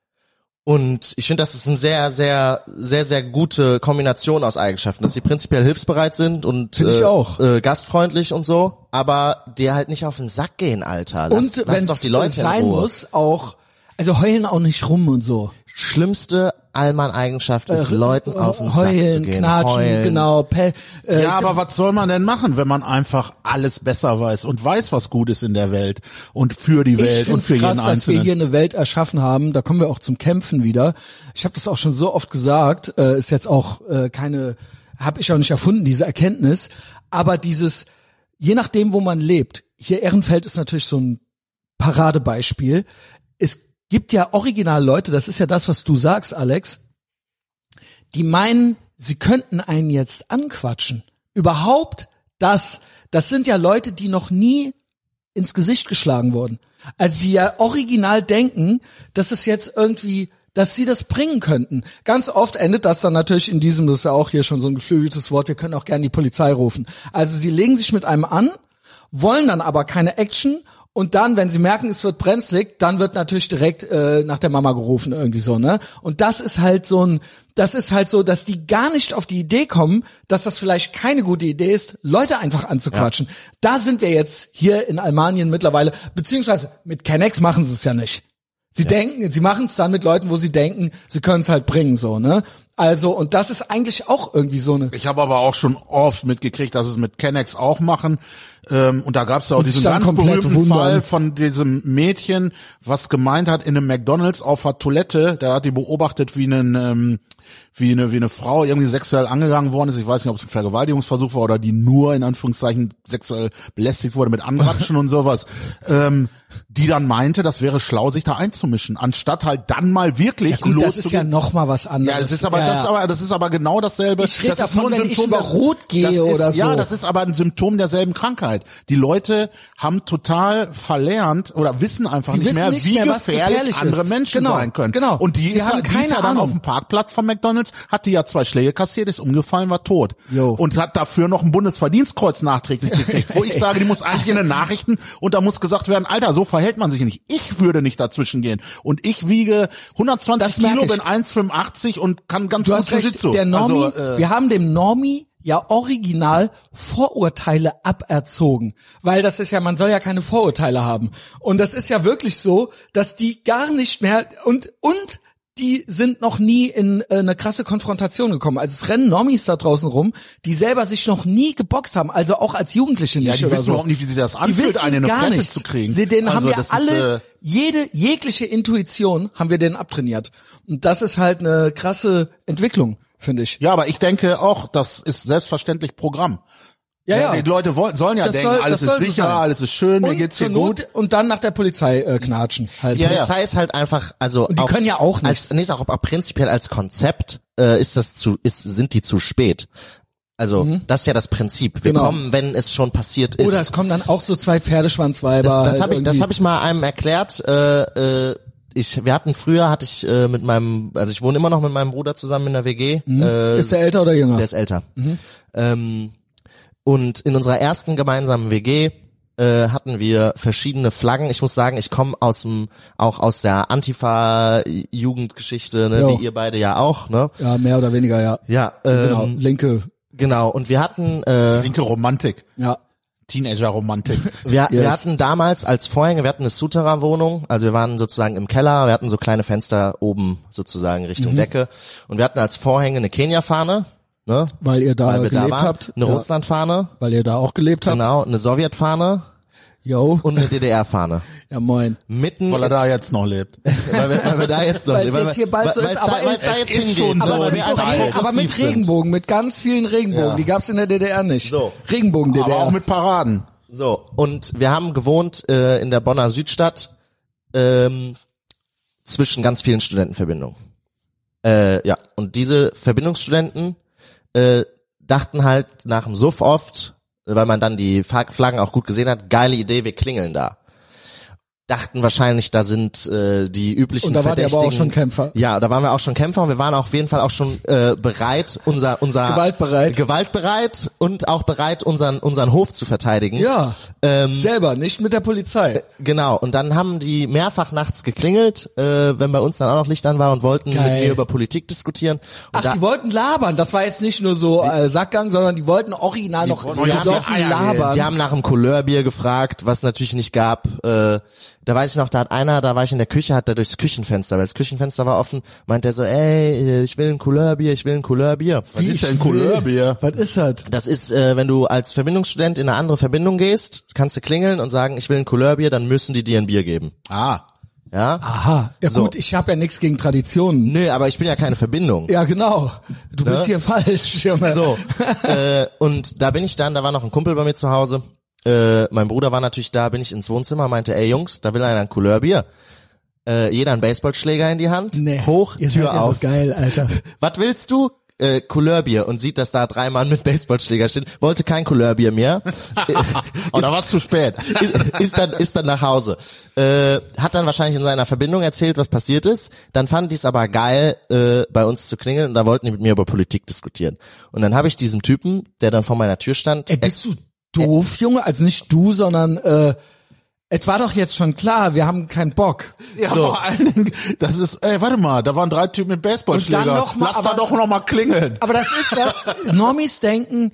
Und ich finde, das ist eine sehr, sehr, sehr, sehr gute Kombination aus Eigenschaften, dass sie prinzipiell hilfsbereit sind und Find ich äh, auch. Äh, gastfreundlich und so, aber dir halt nicht auf den Sack gehen, Alter. Lass, Und lass wenn doch die Leute es sein in Ruhe. muss, auch, also heulen auch nicht rum und so. Schlimmste Allmann-Eigenschaft ist, Äh, Leuten auf den heulen, Sack zu gehen. knatschen, heulen. genau. Pe äh, Ja, aber was soll man denn machen, wenn man einfach alles besser weiß und weiß, was gut ist in der Welt und für die Ich Welt und find's für krass, jeden dass wir Einzelnen? hier eine Welt erschaffen haben. Da kommen wir auch zum Kämpfen wieder. Ich habe das auch schon so oft gesagt. Äh, ist jetzt auch äh, keine, habe ich auch nicht erfunden, diese Erkenntnis. Aber dieses, je nachdem, wo man lebt. Hier Ehrenfeld ist natürlich so ein Paradebeispiel. Es gibt ja original Leute, das ist ja das, was du sagst, Alex, die meinen, sie könnten einen jetzt anquatschen. Überhaupt das, das sind ja Leute, die noch nie ins Gesicht geschlagen wurden. Also die ja original denken, dass es jetzt irgendwie, dass sie das bringen könnten. Ganz oft endet das dann natürlich in diesem, das ist ja auch hier schon so ein geflügeltes Wort, wir können auch gerne die Polizei rufen. Also sie legen sich mit einem an, wollen dann aber keine Action. Und dann, wenn sie merken, es wird brenzlig, dann wird natürlich direkt äh, nach der Mama gerufen, irgendwie so, ne? Und das ist halt so ein, das ist halt so, dass die gar nicht auf die Idee kommen, dass das vielleicht keine gute Idee ist, Leute einfach anzuquatschen. Ja. Da sind wir jetzt hier in Almanien mittlerweile, beziehungsweise mit Kennex machen sie es ja nicht. Sie ja. denken, sie machen es dann mit Leuten, wo sie denken, sie können es halt bringen, so, ne? Also, und das ist eigentlich auch irgendwie so eine... Ich habe aber auch schon oft mitgekriegt, dass es mit Kennex auch machen. Ähm, und da gab es ja auch und diesen ganz berühmten wundern. Fall von diesem Mädchen, was gemeint hat, in einem McDonald's auf der Toilette, der hat die beobachtet, wie einen... Ähm, wie eine wie eine Frau irgendwie sexuell angegangen worden ist. Ich weiß nicht, ob es ein Vergewaltigungsversuch war oder die nur in Anführungszeichen sexuell belästigt wurde mit Anratschen und sowas. Ähm, die dann meinte, das wäre schlau, sich da einzumischen, anstatt halt dann mal wirklich ja, gut, loszugehen. Das ist ja noch mal was anderes. Ja, das ist aber ja, das ist aber das ist aber genau dasselbe. Ich rede das davon, ist nur ein wenn Symptom ich über Rot gehe das ist, oder so. Ja, das ist aber ein Symptom derselben Krankheit. Die Leute haben total verlernt oder wissen einfach Sie nicht wissen mehr, nicht wie mehr, was gefährlich, gefährlich andere ist. Menschen Genau, sein können. genau. Und die Sie ist, haben ja, die keine ist ja dann Ahnung. auf dem Parkplatz von McDonald's, hat die ja zwei Schläge kassiert, ist umgefallen, war tot. Jo. Und hat dafür noch ein Bundesverdienstkreuz nachträglich gekriegt, wo ich sage, die muss eigentlich in den Nachrichten und da muss gesagt werden, Alter, so verhält man sich nicht. Ich würde nicht dazwischen gehen. Und ich wiege hundertzwanzig Kilo, ich. bin eins Komma fünfundachtzig und kann ganz Du gut hast recht, Jiu-Jitsu. der Normi, Also, äh, wir haben dem Normi ja original Vorurteile aberzogen. Weil das ist ja, man soll ja keine Vorurteile haben. Und das ist ja wirklich so, dass die gar nicht mehr, und, und, die sind noch nie in äh, eine krasse Konfrontation gekommen. Also es rennen Normis da draußen rum, die selber sich noch nie geboxt haben, also auch als Jugendliche nicht ja, die oder wissen so. überhaupt nicht, wie sich das Die anfühlt, wissen eine in die gar Fresse nichts. zu kriegen. Sie, denen also, haben wir das alle, ist, äh, jede, jegliche Intuition haben wir denen abtrainiert. Und das ist halt eine krasse Entwicklung, finde ich. ja, aber ich denke auch, das ist selbstverständlich Programm. Ja, ja. Die Leute wollen, sollen ja Das denken, soll- alles das soll ist so sicher, sein. alles ist schön, mir Und geht's hier zur Not- gut. Und dann nach der Polizei äh, knatschen. Halt. Ja, ja. Polizei ist halt einfach, also Und die auch, können ja auch als, nichts. nee, ist auch, auch prinzipiell als Konzept äh, ist das zu, ist, sind die zu spät. Also das ist ja das Prinzip. Wir Genau. kommen, wenn es schon passiert ist. Oder es kommen dann auch so zwei Pferdeschwanzweiber. das das halt habe ich, das irgendwie. habe ich mal einem erklärt. Äh, äh, ich, wir hatten früher, hatte ich äh, mit meinem, also ich wohne immer noch mit meinem Bruder zusammen in der W G. Äh, Ist der älter oder jünger? Der ist älter. Ähm, und in unserer ersten gemeinsamen W G äh, hatten wir verschiedene Flaggen. Ich muss sagen, ich komme aus dem, auch aus der Antifa-Jugendgeschichte, ne, Jo. wie ihr beide ja auch, ne? Ja, mehr oder weniger, ja. Ja, ähm, Genau, linke, genau. Und wir hatten, äh, Linke Romantik. ja. Teenager-Romantik. wir, wir Yes. hatten damals als Vorhänge, wir hatten eine Souterrain-Wohnung, also wir waren sozusagen im Keller, wir hatten so kleine Fenster oben sozusagen Richtung Mhm. Decke und wir hatten als Vorhänge eine Kenia-Fahne, ne? Weil ihr da Weil wir da gelebt waren, habt. eine ja. Russland-Fahne, Weil ihr da auch gelebt habt. genau, eine Sowjet-Fahne Yo. und eine D D R-Fahne. Ja, moin. Mitten, Weil er da jetzt noch lebt. weil wir, weil wir da jetzt noch, Weil es weil jetzt wir- hier bald so weil- ist, weil's aber da, weil's in- da es jetzt ist hingeht, schon so, so, weil Aber, wir es ist so, einfach aber mit aggressiv sind. Regenbogen, mit ganz vielen Regenbogen. Ja. Die gab's in der D D R nicht. So. Regenbogen-D D R. Aber auch mit Paraden. So, und wir haben gewohnt äh, in der Bonner Südstadt ähm, zwischen ganz vielen Studentenverbindungen. Äh, ja, und diese Verbindungsstudenten äh, dachten halt nach dem Suff oft, weil man dann die Fa- Flaggen auch gut gesehen hat, geile Idee, wir klingeln da. dachten wahrscheinlich, da sind äh, die üblichen Und da wart ihr Verdächtigen. aber auch schon Kämpfer. Ja, da waren wir auch schon Kämpfer und wir waren auf jeden Fall auch schon äh, bereit, unser unser Gewaltbereit. gewaltbereit und auch bereit, unseren unseren Hof zu verteidigen. Ja, Ähm, selber, nicht mit der Polizei. Genau, und dann haben die mehrfach nachts geklingelt, äh, wenn bei uns dann auch noch Licht an war und wollten Geil. mit mir über Politik diskutieren. Und Ach, da, die wollten labern. Das war jetzt nicht nur so äh, Sackgang, sondern die wollten original noch wollten- die haben besoffen die Eier labern. die haben nach dem Couleurbier gefragt, was natürlich nicht gab. Äh, da weiß ich noch, da hat einer, da war ich in der Küche, hat er durchs Küchenfenster, weil das Küchenfenster war offen, meint er so, ey, ich will ein Couleurbier, ich will ein Couleurbier. Was ist denn Ich will- Couleurbier? Was ist das? Das ist, äh, wenn du als Verbindungsstudent in eine andere Verbindung gehst, kannst du klingeln und sagen, ich will ein Couleurbier, dann müssen die dir ein Bier geben. Ah. Ja? Aha. Ja So. gut, ich habe ja nichts gegen Traditionen. Nö, aber ich bin ja keine Verbindung. Ja, genau. Du bist hier falsch, Junge. So, äh, und da bin ich dann, da war noch ein Kumpel bei mir zu Hause, äh, mein Bruder war natürlich da, bin ich ins Wohnzimmer, meinte, ey Jungs, da will einer ein Couleurbier. Äh, jeder einen Baseballschläger in die Hand, Nee. hoch, Ihr seid Tür ja auf. so geil, Alter. Was willst du? Äh, Couleurbier und sieht, dass da drei Mann mit Baseballschläger stehen, wollte kein Couleurbier mehr. Oh, da war es zu spät. ist, ist dann ist dann nach Hause. Äh, hat dann wahrscheinlich in seiner Verbindung erzählt, was passiert ist. Dann fanden die es aber geil, äh, bei uns zu klingeln und da wollten die mit mir über Politik diskutieren. Und dann habe ich diesem Typen, der dann vor meiner Tür stand, Ey, bist du doof, Junge? Also nicht du, sondern äh, es war doch jetzt schon klar, wir haben keinen Bock. Ja, So. vor allen Dingen, das ist, ey, warte mal, da waren drei Typen mit Baseballschläger. Und dann noch mal, Lass da aber- doch noch mal klingeln. Aber das ist das, Normis denken,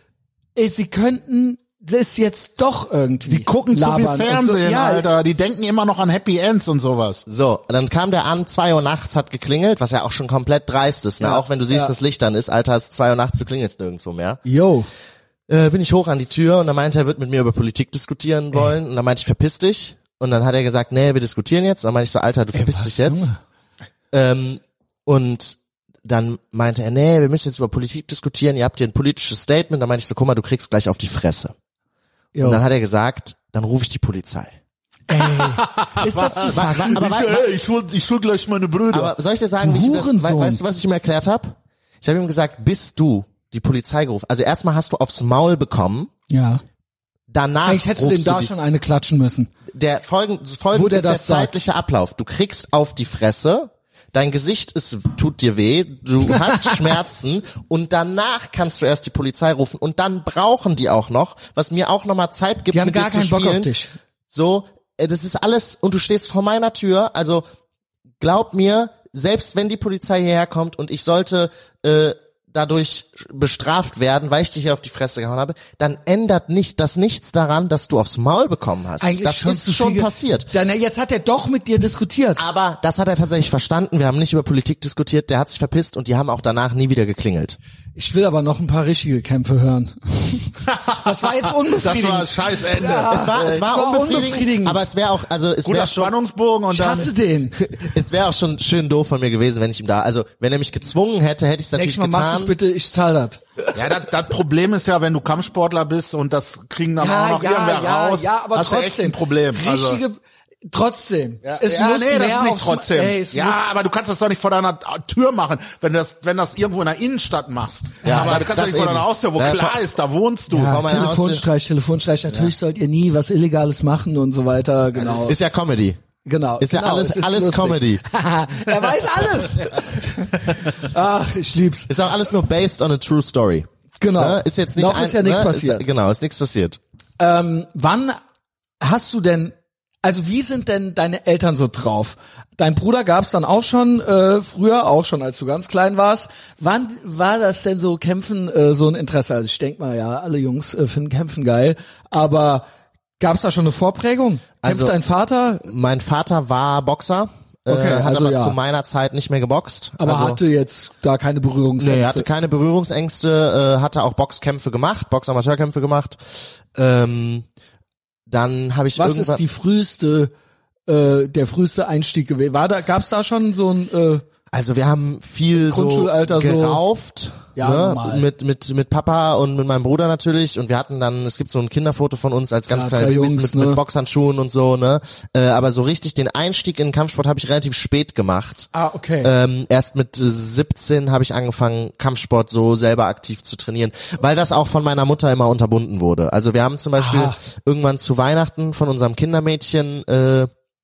ey, sie könnten das jetzt doch irgendwie Die gucken zu viel labern und Fernsehen, so. Ja, Alter. Die denken immer noch an Happy Ends und sowas. so, dann kam der an, zwei Uhr nachts hat geklingelt, was ja auch schon komplett dreist ist, ne? Ja, Auch wenn du siehst, ja. das Licht dann ist, Alter, es ist zwei Uhr nachts, du klingelst nirgendwo mehr. Yo. Äh, bin ich hoch an die Tür und dann meinte er, er wird mit mir über Politik diskutieren wollen und dann meinte ich, verpiss dich. Und dann hat er gesagt, nee, wir diskutieren jetzt. Dann meinte ich so, Alter, du verpiss was, dich jetzt. Junge? Ähm, und dann meinte er, nee, wir müssen jetzt über Politik diskutieren, ihr habt hier ein politisches Statement. Dann meinte ich so, guck mal, du kriegst gleich auf die Fresse. Yo. Und dann hat er gesagt, dann rufe ich die Polizei. Ey, ist das zu fassen? aber ich, wei- ey, ich schul, ich schul gleich meine Brüder. Aber soll ich dir sagen, wie ich ihm das, Hurensohn. we weißt du, was ich ihm erklärt habe? Ich habe ihm gesagt, bist du die Polizei gerufen? Also erstmal hast du aufs Maul bekommen, Ja. danach Eigentlich hättest du rufst dem da die, schon eine klatschen müssen. der folgende, Wo folgende der ist der das sagt. zeitliche Ablauf. Du kriegst auf die Fresse, dein Gesicht ist, tut dir weh, du hast Schmerzen und danach kannst du erst die Polizei rufen und dann brauchen die auch noch, was mir auch nochmal Zeit gibt, Die haben mit gar dir zu keinen Bock spielen. auf dich. So, äh, das ist alles und du stehst vor meiner Tür, also glaub mir, selbst wenn die Polizei hierher kommt und ich sollte äh, dadurch bestraft werden, weil ich dich hier auf die Fresse gehauen habe, dann ändert nicht das nichts daran, dass du aufs Maul bekommen hast. Eigentlich das schon ist zu schon viel ge- passiert. Dann, jetzt hat er doch mit dir diskutiert. Aber das hat er tatsächlich verstanden. Wir haben nicht über Politik diskutiert. Der hat sich verpisst und die haben auch danach nie wieder geklingelt. Ich will aber noch ein paar richtige Kämpfe hören. Das war jetzt das unbefriedigend. war scheiß Ende. Ja. Es war, es war, es war unbefriedigend, unbefriedigend. aber es wäre auch, also es Guter wäre schon, Spannungsbogen und Ich dann. hasse den. es wäre auch schon schön doof von mir gewesen, wenn ich ihm da, also wenn er mich gezwungen hätte, hätte ich es natürlich Nächstes Mal machst du getan. es bitte, ich zahl das. Ja, das, das Problem ist ja, wenn du Kampfsportler bist und das kriegen dann auch noch irgendwer ja, raus, ja, aber hast trotzdem. du echt ein Problem. Also, Richtige, trotzdem. ja, es ja, muss nee, das mehr ist nicht aufs- trotzdem. Ey, es ja, muss, aber du kannst das doch nicht vor deiner Tür machen, wenn das, wenn das irgendwo in der Innenstadt machst. Ja, aber das- du kannst das das nicht vor eben. deiner Haustür, wo Ja, klar vor- ist, da wohnst du. ja, vor meiner Telefonstreich, Telefonstreich. Natürlich sollt ihr nie was Illegales machen und so weiter. Genau. Ist ja Comedy. Genau. Ist ja genau, alles- es ist alles lustig. Comedy. Er weiß alles. Ach, ich lieb's. Ist auch alles nur based on a true story. Genau. Ne? Ist jetzt nicht Noch ein, ist ja nichts ne? passiert. Ist, genau, ist nichts passiert. Ähm, wann hast du denn, also wie sind denn deine Eltern so drauf? Dein Bruder gab's dann auch schon äh, früher, auch schon als du ganz klein warst. Wann war das denn so Kämpfen äh, so ein Interesse? Also ich denk mal, ja, alle Jungs äh, finden Kämpfen geil, aber gab's da schon eine Vorprägung? Kämpft Also- dein Vater? Mein Vater war Boxer, Okay, äh, hat also aber ja. zu meiner Zeit nicht mehr geboxt. Aber also, hatte jetzt da keine Berührungsängste? Nee, er hatte keine Berührungsängste, äh, hatte auch Boxkämpfe gemacht, Boxamateurkämpfe gemacht. Ähm, dann habe ich Was irgendwann ist die früheste, äh, der früheste Einstieg gewesen? War da, gab's da schon so ein, äh, Also wir haben viel so Grundschulalter so- gerauft, Ja, ne? normal. mit mit mit Papa und mit meinem Bruder natürlich und wir hatten dann, es gibt so ein Kinderfoto von uns als ganz Ja, kleine drei Babys Jungs, mit, ne? mit Boxhandschuhen und so, ne? Äh, aber so richtig den Einstieg in den Kampfsport habe ich relativ spät gemacht. ah, okay. Ähm, erst mit äh, siebzehn habe ich angefangen, Kampfsport so selber aktiv zu trainieren, weil das auch von meiner Mutter immer unterbunden wurde. Also wir haben zum Beispiel Aha. irgendwann zu Weihnachten von unserem Kindermädchen äh,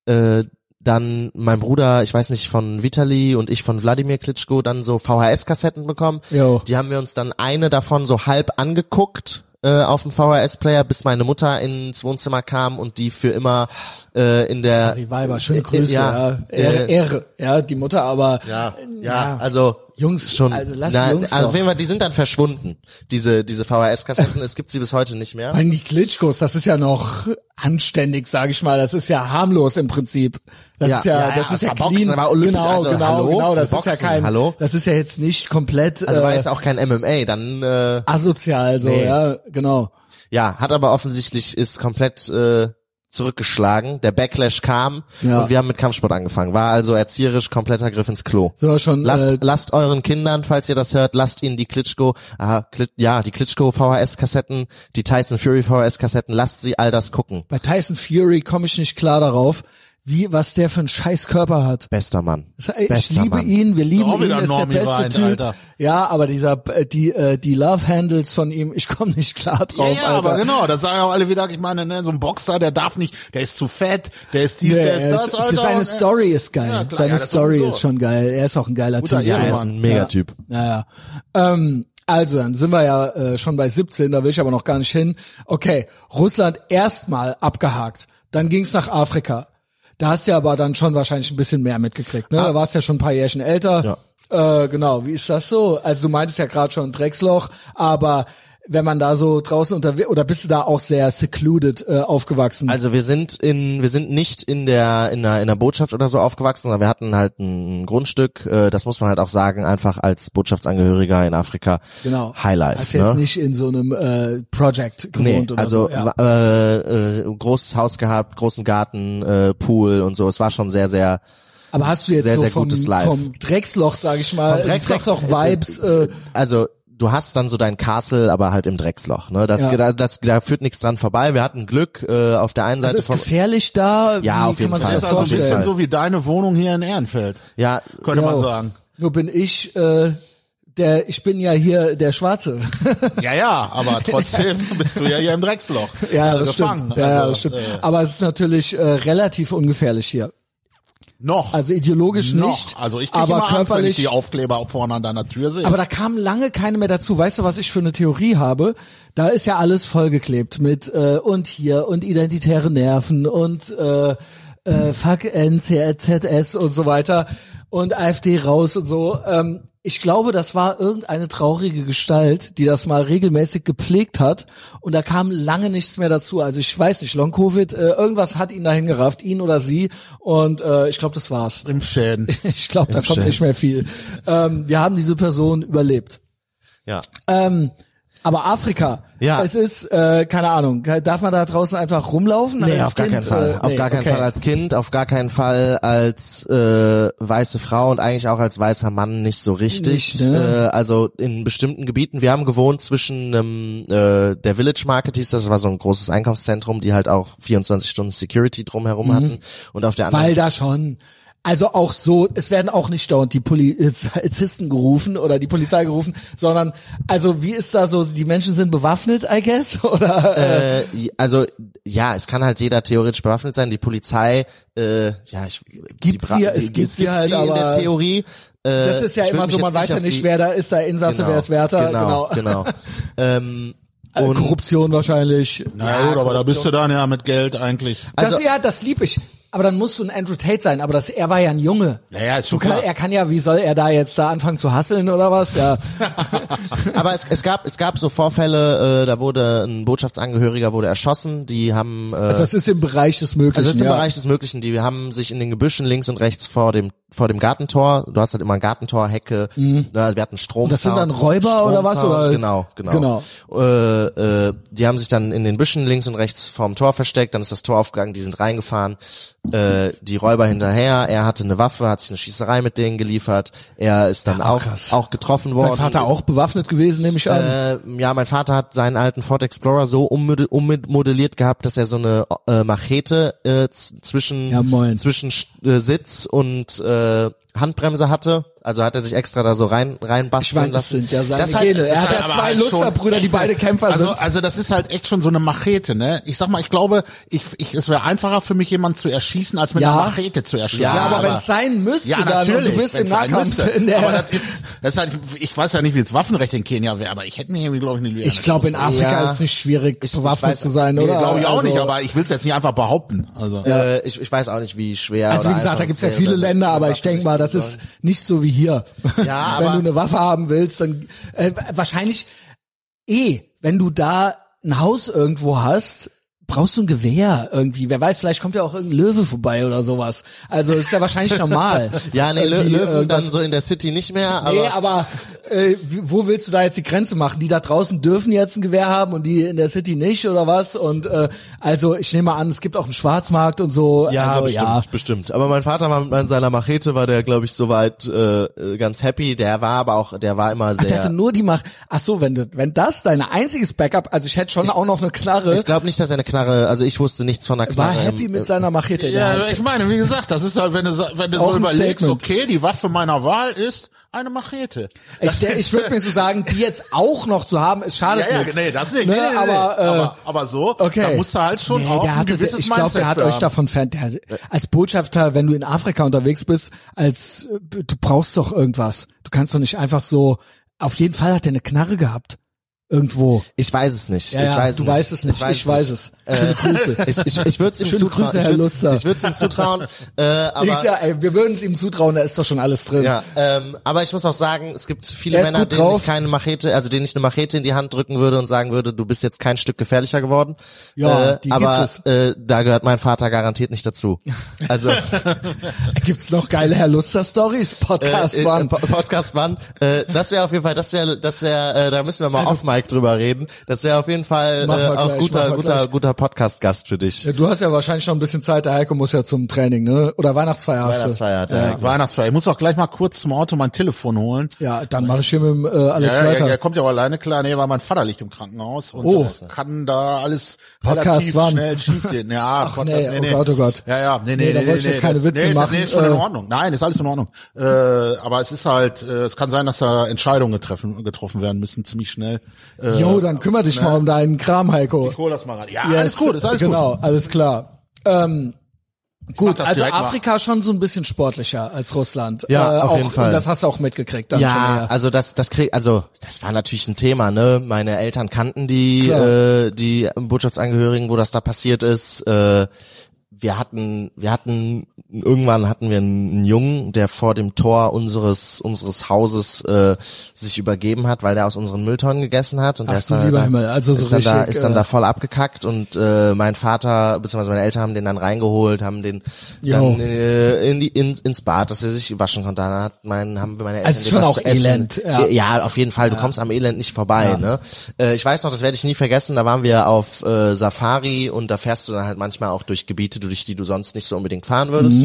äh, dann mein Bruder, ich weiß nicht, von Vitali und ich von Wladimir Klitschko dann so V H S-Kassetten bekommen. Jo. Die haben wir uns dann eine davon so halb angeguckt äh, auf dem V H S-Player, bis meine Mutter ins Wohnzimmer kam und die für immer äh, in der... Die Weiber, schöne Grüße, Äh, ja. ja, Ehre, äh, Ehre, ja, die Mutter, aber... Ja, ja, also... Jungs, schon, also lass na, die Jungs also doch. auf jeden Fall, die sind dann verschwunden, diese diese V H S-Kassetten. Es gibt sie bis heute nicht mehr. Eigentlich Klitschkos, das ist ja noch anständig, sage ich mal. Das ist ja harmlos im Prinzip. Das Ja, ist ja, ja, ja, das ist das ja war Boxen, clean. aber olympisch, genau, also, genau, hallo? genau. Das Boxen, ist ja kein, hallo? das ist ja jetzt nicht komplett Also war äh, jetzt auch kein M M A, dann äh, asozial, so, Nee. ja, genau. ja, hat aber offensichtlich ist komplett äh, zurückgeschlagen. Der Backlash kam Ja. und wir haben mit Kampfsport angefangen. War also erzieherisch kompletter Griff ins Klo. So schon. Lasst, äh, lasst euren Kindern, falls ihr das hört, lasst ihnen die Klitschko, aha, Klit, ja, die Klitschko V H S-Kassetten, die Tyson Fury V H S-Kassetten, lasst sie all das gucken. bei Tyson Fury komme ich nicht klar darauf, wie was der für einen scheiß Körper hat. Bester Mann. Ich Bester liebe Mann. ihn, wir lieben auch ihn, wieder ist der Normie beste Wein, Typ. Alter. Ja, aber dieser äh, die äh, die Love Handles von ihm, ich komme nicht klar drauf, Ja, ja, Alter. aber genau, das sagen auch alle wieder, ich meine, ne, so ein Boxer, der darf nicht, der ist zu fett, der ist dies, Nee, der ist er das, ist, Alter. seine und, äh, Story ist geil. Ja, klar, seine ja, das Story sowieso. ist schon geil. Er ist auch ein geiler Guter Typ. Junge, Ja, er ist Mann. ein Megatyp. Ja, ja. Ähm, also, dann sind wir ja äh, schon bei siebzehn, da will ich aber noch gar nicht hin. Okay, Russland erstmal abgehakt. Dann ging's nach Afrika. Da hast du ja aber dann schon wahrscheinlich ein bisschen mehr mitgekriegt, ne? Da warst du ja schon ein paar Jährchen älter. Ja. Äh, genau, wie ist das so? Also du meintest ja gerade schon Drecksloch, aber wenn man da so draußen unterwegs, oder bist du da auch sehr secluded äh, aufgewachsen? Also wir sind in, wir sind nicht in der, in der, in der Botschaft oder so aufgewachsen, sondern wir hatten halt ein Grundstück, äh, das muss man halt auch sagen, einfach als Botschaftsangehöriger in Afrika. Genau. Highlife. Hast ne? jetzt nicht in so einem äh, Project gewohnt Nee, oder also so. Ja. äh, äh, großes Haus gehabt, großen Garten, äh, Pool und so. Es war schon sehr, sehr. Aber hast du jetzt sehr, so sehr vom, gutes Life. vom Drecksloch, sag ich mal, Vom Drecksloch- Drecksloch-Vibes, äh, Also du hast dann so dein Castle, aber halt im Drecksloch. Ne, das, Ja. da, das, da führt nichts dran vorbei. Wir hatten Glück äh, auf der einen das Seite ist von. gefährlich da. Ja, Wie auf kann jeden man sich Fall. Das das ist also ein bisschen vorstellen? so wie deine Wohnung hier in Ehrenfeld, Ja, könnte man Jo. sagen. Nur bin ich, äh, der, ich bin ja hier der Schwarze. Ja, ja, aber trotzdem bist du ja hier im Drecksloch. ja, äh, das gefangen. stimmt. Ja, ja, Also, das stimmt. Äh, Aber es ist natürlich äh, relativ ungefährlich hier. noch. Also ideologisch noch. nicht. Also ich kriege aber immer Angst, wenn ich körperlich. die Aufkleber vorne an deiner Tür sehe. Aber da kamen lange keine mehr dazu. Weißt du, was ich für eine Theorie habe? Da ist ja alles vollgeklebt mit äh, und hier und identitäre Nerven und äh, äh, Fuck N Z S und so weiter und AfD raus und so. Ähm, ich glaube, das war irgendeine traurige Gestalt, die das mal regelmäßig gepflegt hat und da kam lange nichts mehr dazu. Also ich weiß nicht, Long Covid, äh, irgendwas hat ihn dahin gerafft, ihn oder sie und äh, ich glaube, das war's. Impfschäden. Ich glaube, da kommt Schön. nicht mehr viel. Ähm, wir haben diese Person überlebt. ja. Ähm, aber Afrika, Ja. es ist, äh, keine Ahnung, darf man da draußen einfach rumlaufen? Nee, als auf gar Kind? keinen Fall. Äh, auf nee, gar keinen okay. Fall als Kind, auf gar keinen Fall als äh, weiße Frau und eigentlich auch als weißer Mann nicht so richtig. Nicht, ne? äh, also in bestimmten Gebieten. Wir haben gewohnt zwischen ähm, äh, der Village Market hieß das, das war so ein großes Einkaufszentrum, die halt auch vierundzwanzig Stunden Security drumherum hatten. Und auf der anderen Weil da schon, also auch so, es werden auch nicht dauernd die Polizisten gerufen oder die Polizei gerufen, sondern, also wie ist da so, die Menschen sind bewaffnet, I guess, oder? Äh, Äh, also ja, es kann halt jeder theoretisch bewaffnet sein. Die Polizei, äh, ja, ich Gibt's die, hier, es gibt sie halt, sie in der aber Theorie. Äh, das ist ja ich würd immer mich so, man jetzt weiß ja auf nicht, sie- wer da ist, da Insasse, wer ist Wärter, genau, genau. genau. ähm, Äh, und Korruption wahrscheinlich. Na gut, aber da bist du dann ja mit Geld eigentlich. Das, Also- ja, das lieb ich. Aber dann musst du ein Andrew Tate sein, aber das, er war ja ein Junge. Ja, ja, ist Du schon kann, klar. er kann ja, wie soll er da jetzt da anfangen zu hasseln oder was? Ja. Aber es, es gab es gab so Vorfälle, äh, da wurde ein Botschaftsangehöriger wurde erschossen. Die haben äh, Also das ist im Bereich des Möglichen. also das ist im ja. Bereich des Möglichen. Die haben sich in den Gebüschen links und rechts vor dem vor dem Gartentor. Du hast halt immer ein Gartentor, Hecke. Mhm. Wir hatten Strom. das sind dann Räuber oder was, oder? Genau, genau. Genau. Äh, äh, die haben sich dann in den Büschen links und rechts vorm Tor versteckt. Dann ist das Tor aufgegangen. Die sind reingefahren. Äh, die Räuber hinterher. Er hatte eine Waffe, hat sich eine Schießerei mit denen geliefert. Er ist dann Ja, auch auch krass. auch getroffen worden. Dein Vater auch bewaffnet gewesen, nehme ich an. Äh, ja, mein Vater hat seinen alten Ford Explorer so ummod- ummodelliert gehabt, dass er so eine äh, Machete äh, z- zwischen Ja, moin. zwischen äh, Sitz und äh, Handbremse hatte Also hat er sich extra da so rein reinbasteln Ich meine, das lassen. sind ja seine Das halt- Gene. das Er ist hat halt ja aber zwei halt schon Lusterbrüder, die echt, beide Kämpfer also, sind. Also das ist halt echt schon so eine Machete, ne? Ich sag mal, ich glaube, ich, ich es wäre einfacher für mich, jemanden zu erschießen, als mit Ja. einer Machete zu erschlagen. Ja, aber, aber wenn es sein müsste, ja, dann und natürlich, du bist im wenn's sein Nahkampf müsste. in der. Aber das ist, das ist halt, ich weiß ja nicht, wie das Waffenrecht in Kenia wäre, aber ich hätte mir irgendwie, glaube ich, eine ich glaube, in Afrika Ja. ist es nicht schwierig, Ich- ich bewaffnet weiß- zu sein, Nee, oder? glaube ich auch Also, nicht, aber ich will es jetzt nicht einfach behaupten. Also Äh, ich, ich weiß auch nicht, wie schwer. Also wie oder gesagt, einfach da gibt's ja es viele wäre, Länder, eine aber Waffe ich denke sich mal, zu das besorgen. ist nicht so wie hier. Ja, wenn aber- du eine Waffe haben willst, dann äh, wahrscheinlich eh, wenn du da ein Haus irgendwo hast, brauchst du ein Gewehr irgendwie. Wer weiß, vielleicht kommt ja auch irgendein Löwe vorbei oder sowas. Also ist ja wahrscheinlich normal. Ja, nee, Lö- Irgendwie, Löwen äh, dann so in der City nicht mehr, aber Nee, aber äh, wie- wo willst du da jetzt die Grenze machen? Die da draußen dürfen jetzt ein Gewehr haben und die in der City nicht oder was? Und äh, also ich nehme an, es gibt auch einen Schwarzmarkt und so. ja, also, bestimmt, ja. bestimmt. Aber mein Vater war mit seiner Machete, war der, glaube ich, soweit äh, ganz happy. Der war aber auch, der war immer Ach, der sehr. hatte nur die Macht. Ach so, wenn du- wenn das dein einziges Backup, also ich hätte schon auch noch eine Knarre. Ich glaube nicht, dass er eine Knarre, also ich wusste nichts von einer War Knarre. happy im- mit seiner Machete. in der ja, Hand. ich meine, wie gesagt, das ist halt, wenn du, so- wenn du auch so ein überlegst, Statement. okay, die Waffe meiner Wahl ist eine Machete. Ich, der- ich würde mir so sagen, die jetzt auch noch zu haben, ist schade. Ja, ja, nee, das nicht. Ne, Nee, nee, nee, aber, nee. äh, aber, aber so, Okay. da musst du halt schon nee, auch der ein hatte, gewisses ich glaube, Mindset der hat für euch haben. davon fern. Der, als Botschafter, wenn du in Afrika unterwegs bist, als äh, du brauchst doch irgendwas. Du kannst doch nicht einfach so. Auf jeden Fall hat er eine Knarre gehabt. Irgendwo. Ich weiß es nicht. Ja, ich ja, weiß du nicht. weißt es nicht. Ich weiß es. Äh, Schöne Grüße. Ich, ich, ich würde es ihm Schöne zutrauen. Grüße, Herr ich würd's- Luster. Ich würde es ihm zutrauen. Äh, aber Ich ja, ey, wir würden es ihm zutrauen, da ist doch schon alles drin. Ja, ähm, aber ich muss auch sagen, es gibt viele Er ist Männer, gut denen drauf. ich keine Machete, also denen ich eine Machete in die Hand drücken würde und sagen würde, du bist jetzt kein Stück gefährlicher geworden. Ja, äh, die aber gibt es. Äh, da gehört mein Vater garantiert nicht dazu. Also Gibt's noch geile Herr Luster Stories? Podcast äh, waren. äh, Po- Podcast One. Äh, das wäre auf jeden Fall, das wäre, das wäre, äh, da müssen wir mal off Mic drüber reden. Das wäre auf jeden Fall äh, Machen wir auch gleich, guter, machen wir guter, gleich. guter Podcast-Gast für dich. Ja, du hast ja wahrscheinlich schon ein bisschen Zeit, der Heiko muss ja zum Training, ne? Oder Weihnachtsfeier hast du. Weihnachtsfeier hat er. Ja, Weihnachtsfeier. Ich muss auch gleich mal kurz zum Auto mein Telefon holen. Ja, dann mache ich hier mit dem äh, Alex Ja, ja, weiter. ja, er kommt ja auch alleine klar. Nee, weil mein Vater liegt im Krankenhaus und Oh. das kann da alles Podcast relativ wann? schnell schief gehen. Ja, Ach, Podcast, nee, oh Gott, oh Gott. Ja, ja, nee, nee, Nee, da nee, wollte ich nee, jetzt keine das- Witze nee, ist- machen. Nee, ist schon in Äh. Ordnung. Nein, ist alles in Ordnung. Äh, aber es ist halt, äh, es kann sein, dass da Entscheidungen getroffen, getroffen werden müssen, ziemlich schnell. Äh, Jo, dann kümmere dich mal um deinen Kram, Heiko. ich hol das mal rein. Ja, Yes, alles gut, ist alles genau, gut. alles klar. Ähm, gut, das also direkt mal. Afrika schon so ein bisschen sportlicher als Russland. Ja, äh, auf auch, jeden Fall. Und das hast du auch mitgekriegt dann schon Ja, eher. also das, das krieg, also das war natürlich ein Thema, ne? Meine Eltern kannten die, Klar. äh, die Botschaftsangehörigen, wo das da passiert ist. Äh, wir hatten, wir hatten irgendwann hatten wir einen Jungen, der vor dem Tor unseres unseres Hauses äh, sich übergeben hat, weil der aus unseren Mülltonnen gegessen hat und Ach der ist du dann, lieber da, Himmel, also so ist dann da richtig, ist dann äh, da voll abgekackt und äh, mein Vater bzw. meine Eltern haben den dann reingeholt, haben den Jo. dann äh, in die, in, ins Bad, dass er sich waschen konnte. Dann hat mein haben wir meine Eltern Also ist dem schon was auch zu essen. Elend, ja. Ja, auf jeden Fall. Du kommst am Elend nicht vorbei. Ja. Ne? Äh, ich weiß noch, das werde ich nie vergessen. Da waren wir auf äh, Safari und da fährst du dann halt manchmal auch durch Gebiete, durch die du sonst nicht so unbedingt fahren würdest. Mhm.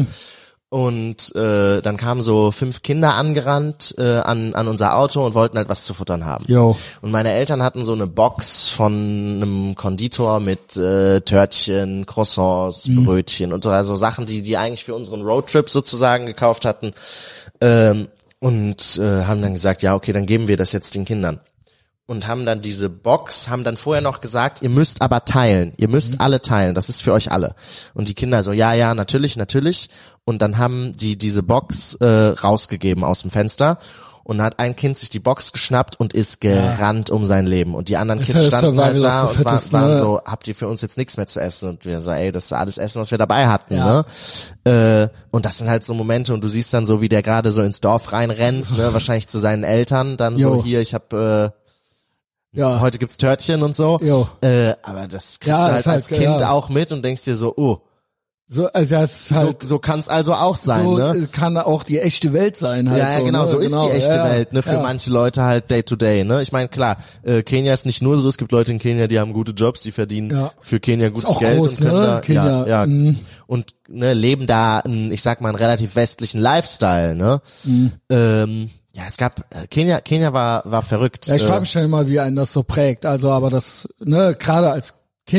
Und äh, dann kamen so fünf Kinder angerannt äh, an an unser Auto und wollten halt was zu futtern haben. Jo. Und meine Eltern hatten so eine Box von einem Konditor mit äh, Törtchen, Croissants, Mhm. Brötchen und so also Sachen, die die eigentlich für unseren Roadtrip sozusagen gekauft hatten. Ähm, und äh, haben dann gesagt, ja, okay, dann geben wir das jetzt den Kindern. Und haben dann diese Box, haben dann vorher noch gesagt, ihr müsst aber teilen, ihr müsst Mhm. alle teilen, das ist für euch alle. Und die Kinder so, ja, ja, natürlich, natürlich. Und dann haben die diese Box äh, rausgegeben aus dem Fenster. Und dann hat ein Kind sich die Box geschnappt und ist gerannt um sein Leben. Und die anderen Das Kids ist ja standen halt Survival da of the und war, Fittest, waren ne? so, habt ihr für uns jetzt nichts mehr zu essen? Und wir so, ey, das ist alles Essen, was wir dabei hatten. Ja. Ne? Äh, und das sind halt so Momente und du siehst dann so, wie der gerade so ins Dorf reinrennt, ne? Wahrscheinlich zu seinen Eltern. Dann Jo. so, hier, ich habe äh, Ja. heute gibt's Törtchen und so. Jo. Äh, aber das kriegst Ja, du das halt ist halt als geil, Kind ja. auch mit und denkst dir so, oh, So, also das ist halt, so, so kann's also auch sein, so ne? kann auch die echte Welt sein halt. Ja, ja, so, genau, ne? so ist Genau, die echte ja, Welt, ne, für ja. manche Leute halt day to day, ne? Ich meine, klar, äh, Kenia ist nicht nur so, es gibt Leute in Kenia, die haben gute Jobs, die verdienen Ja. für Kenia gutes auch Geld groß, und können ne? da, Kenia, ja, ja, mhm. und ne, leben da, einen, ich sag mal, einen relativ westlichen Lifestyle, ne? Mhm. Ähm, ja, es gab, äh, Kenia, Kenia war, war verrückt. Ja, ich äh, frage mich schon immer, wie einen das so prägt. Also, aber das, ne, gerade als Kind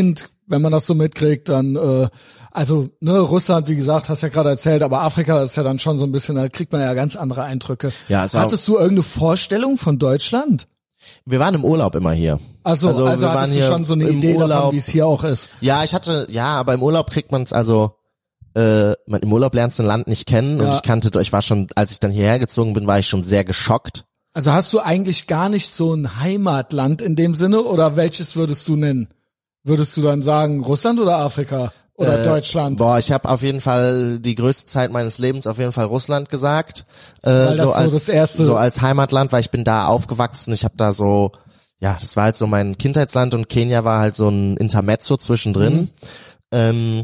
wenn man das so mitkriegt, dann, äh, also, ne, Russland, wie gesagt, hast ja gerade erzählt, aber Afrika, das ist ja dann schon so ein bisschen, da kriegt man ja ganz andere Eindrücke. Ja, ist Hattest du irgendeine Vorstellung von Deutschland? Wir waren im Urlaub immer hier. Also, also, also wir waren hattest du hier schon so eine im Idee Urlaub. davon, wie es hier auch ist? Ja, ich hatte, ja, aber im Urlaub kriegt man es also, äh, man, im Urlaub lernst du ein Land nicht kennen und Ja. ich kannte, ich war schon, als ich dann hierher gezogen bin, war ich schon sehr geschockt. Also hast du eigentlich gar nicht so ein Heimatland in dem Sinne oder welches würdest du nennen? Würdest du dann sagen Russland oder Afrika oder Äh, Deutschland? Boah, ich habe auf jeden Fall die größte Zeit meines Lebens auf jeden Fall Russland gesagt. Äh, Weil das so so als das erste- so als Heimatland, weil ich bin da aufgewachsen. Ich habe da so, ja, das war halt so mein Kindheitsland und Kenia war halt so ein Intermezzo zwischendrin. Mhm. Ähm,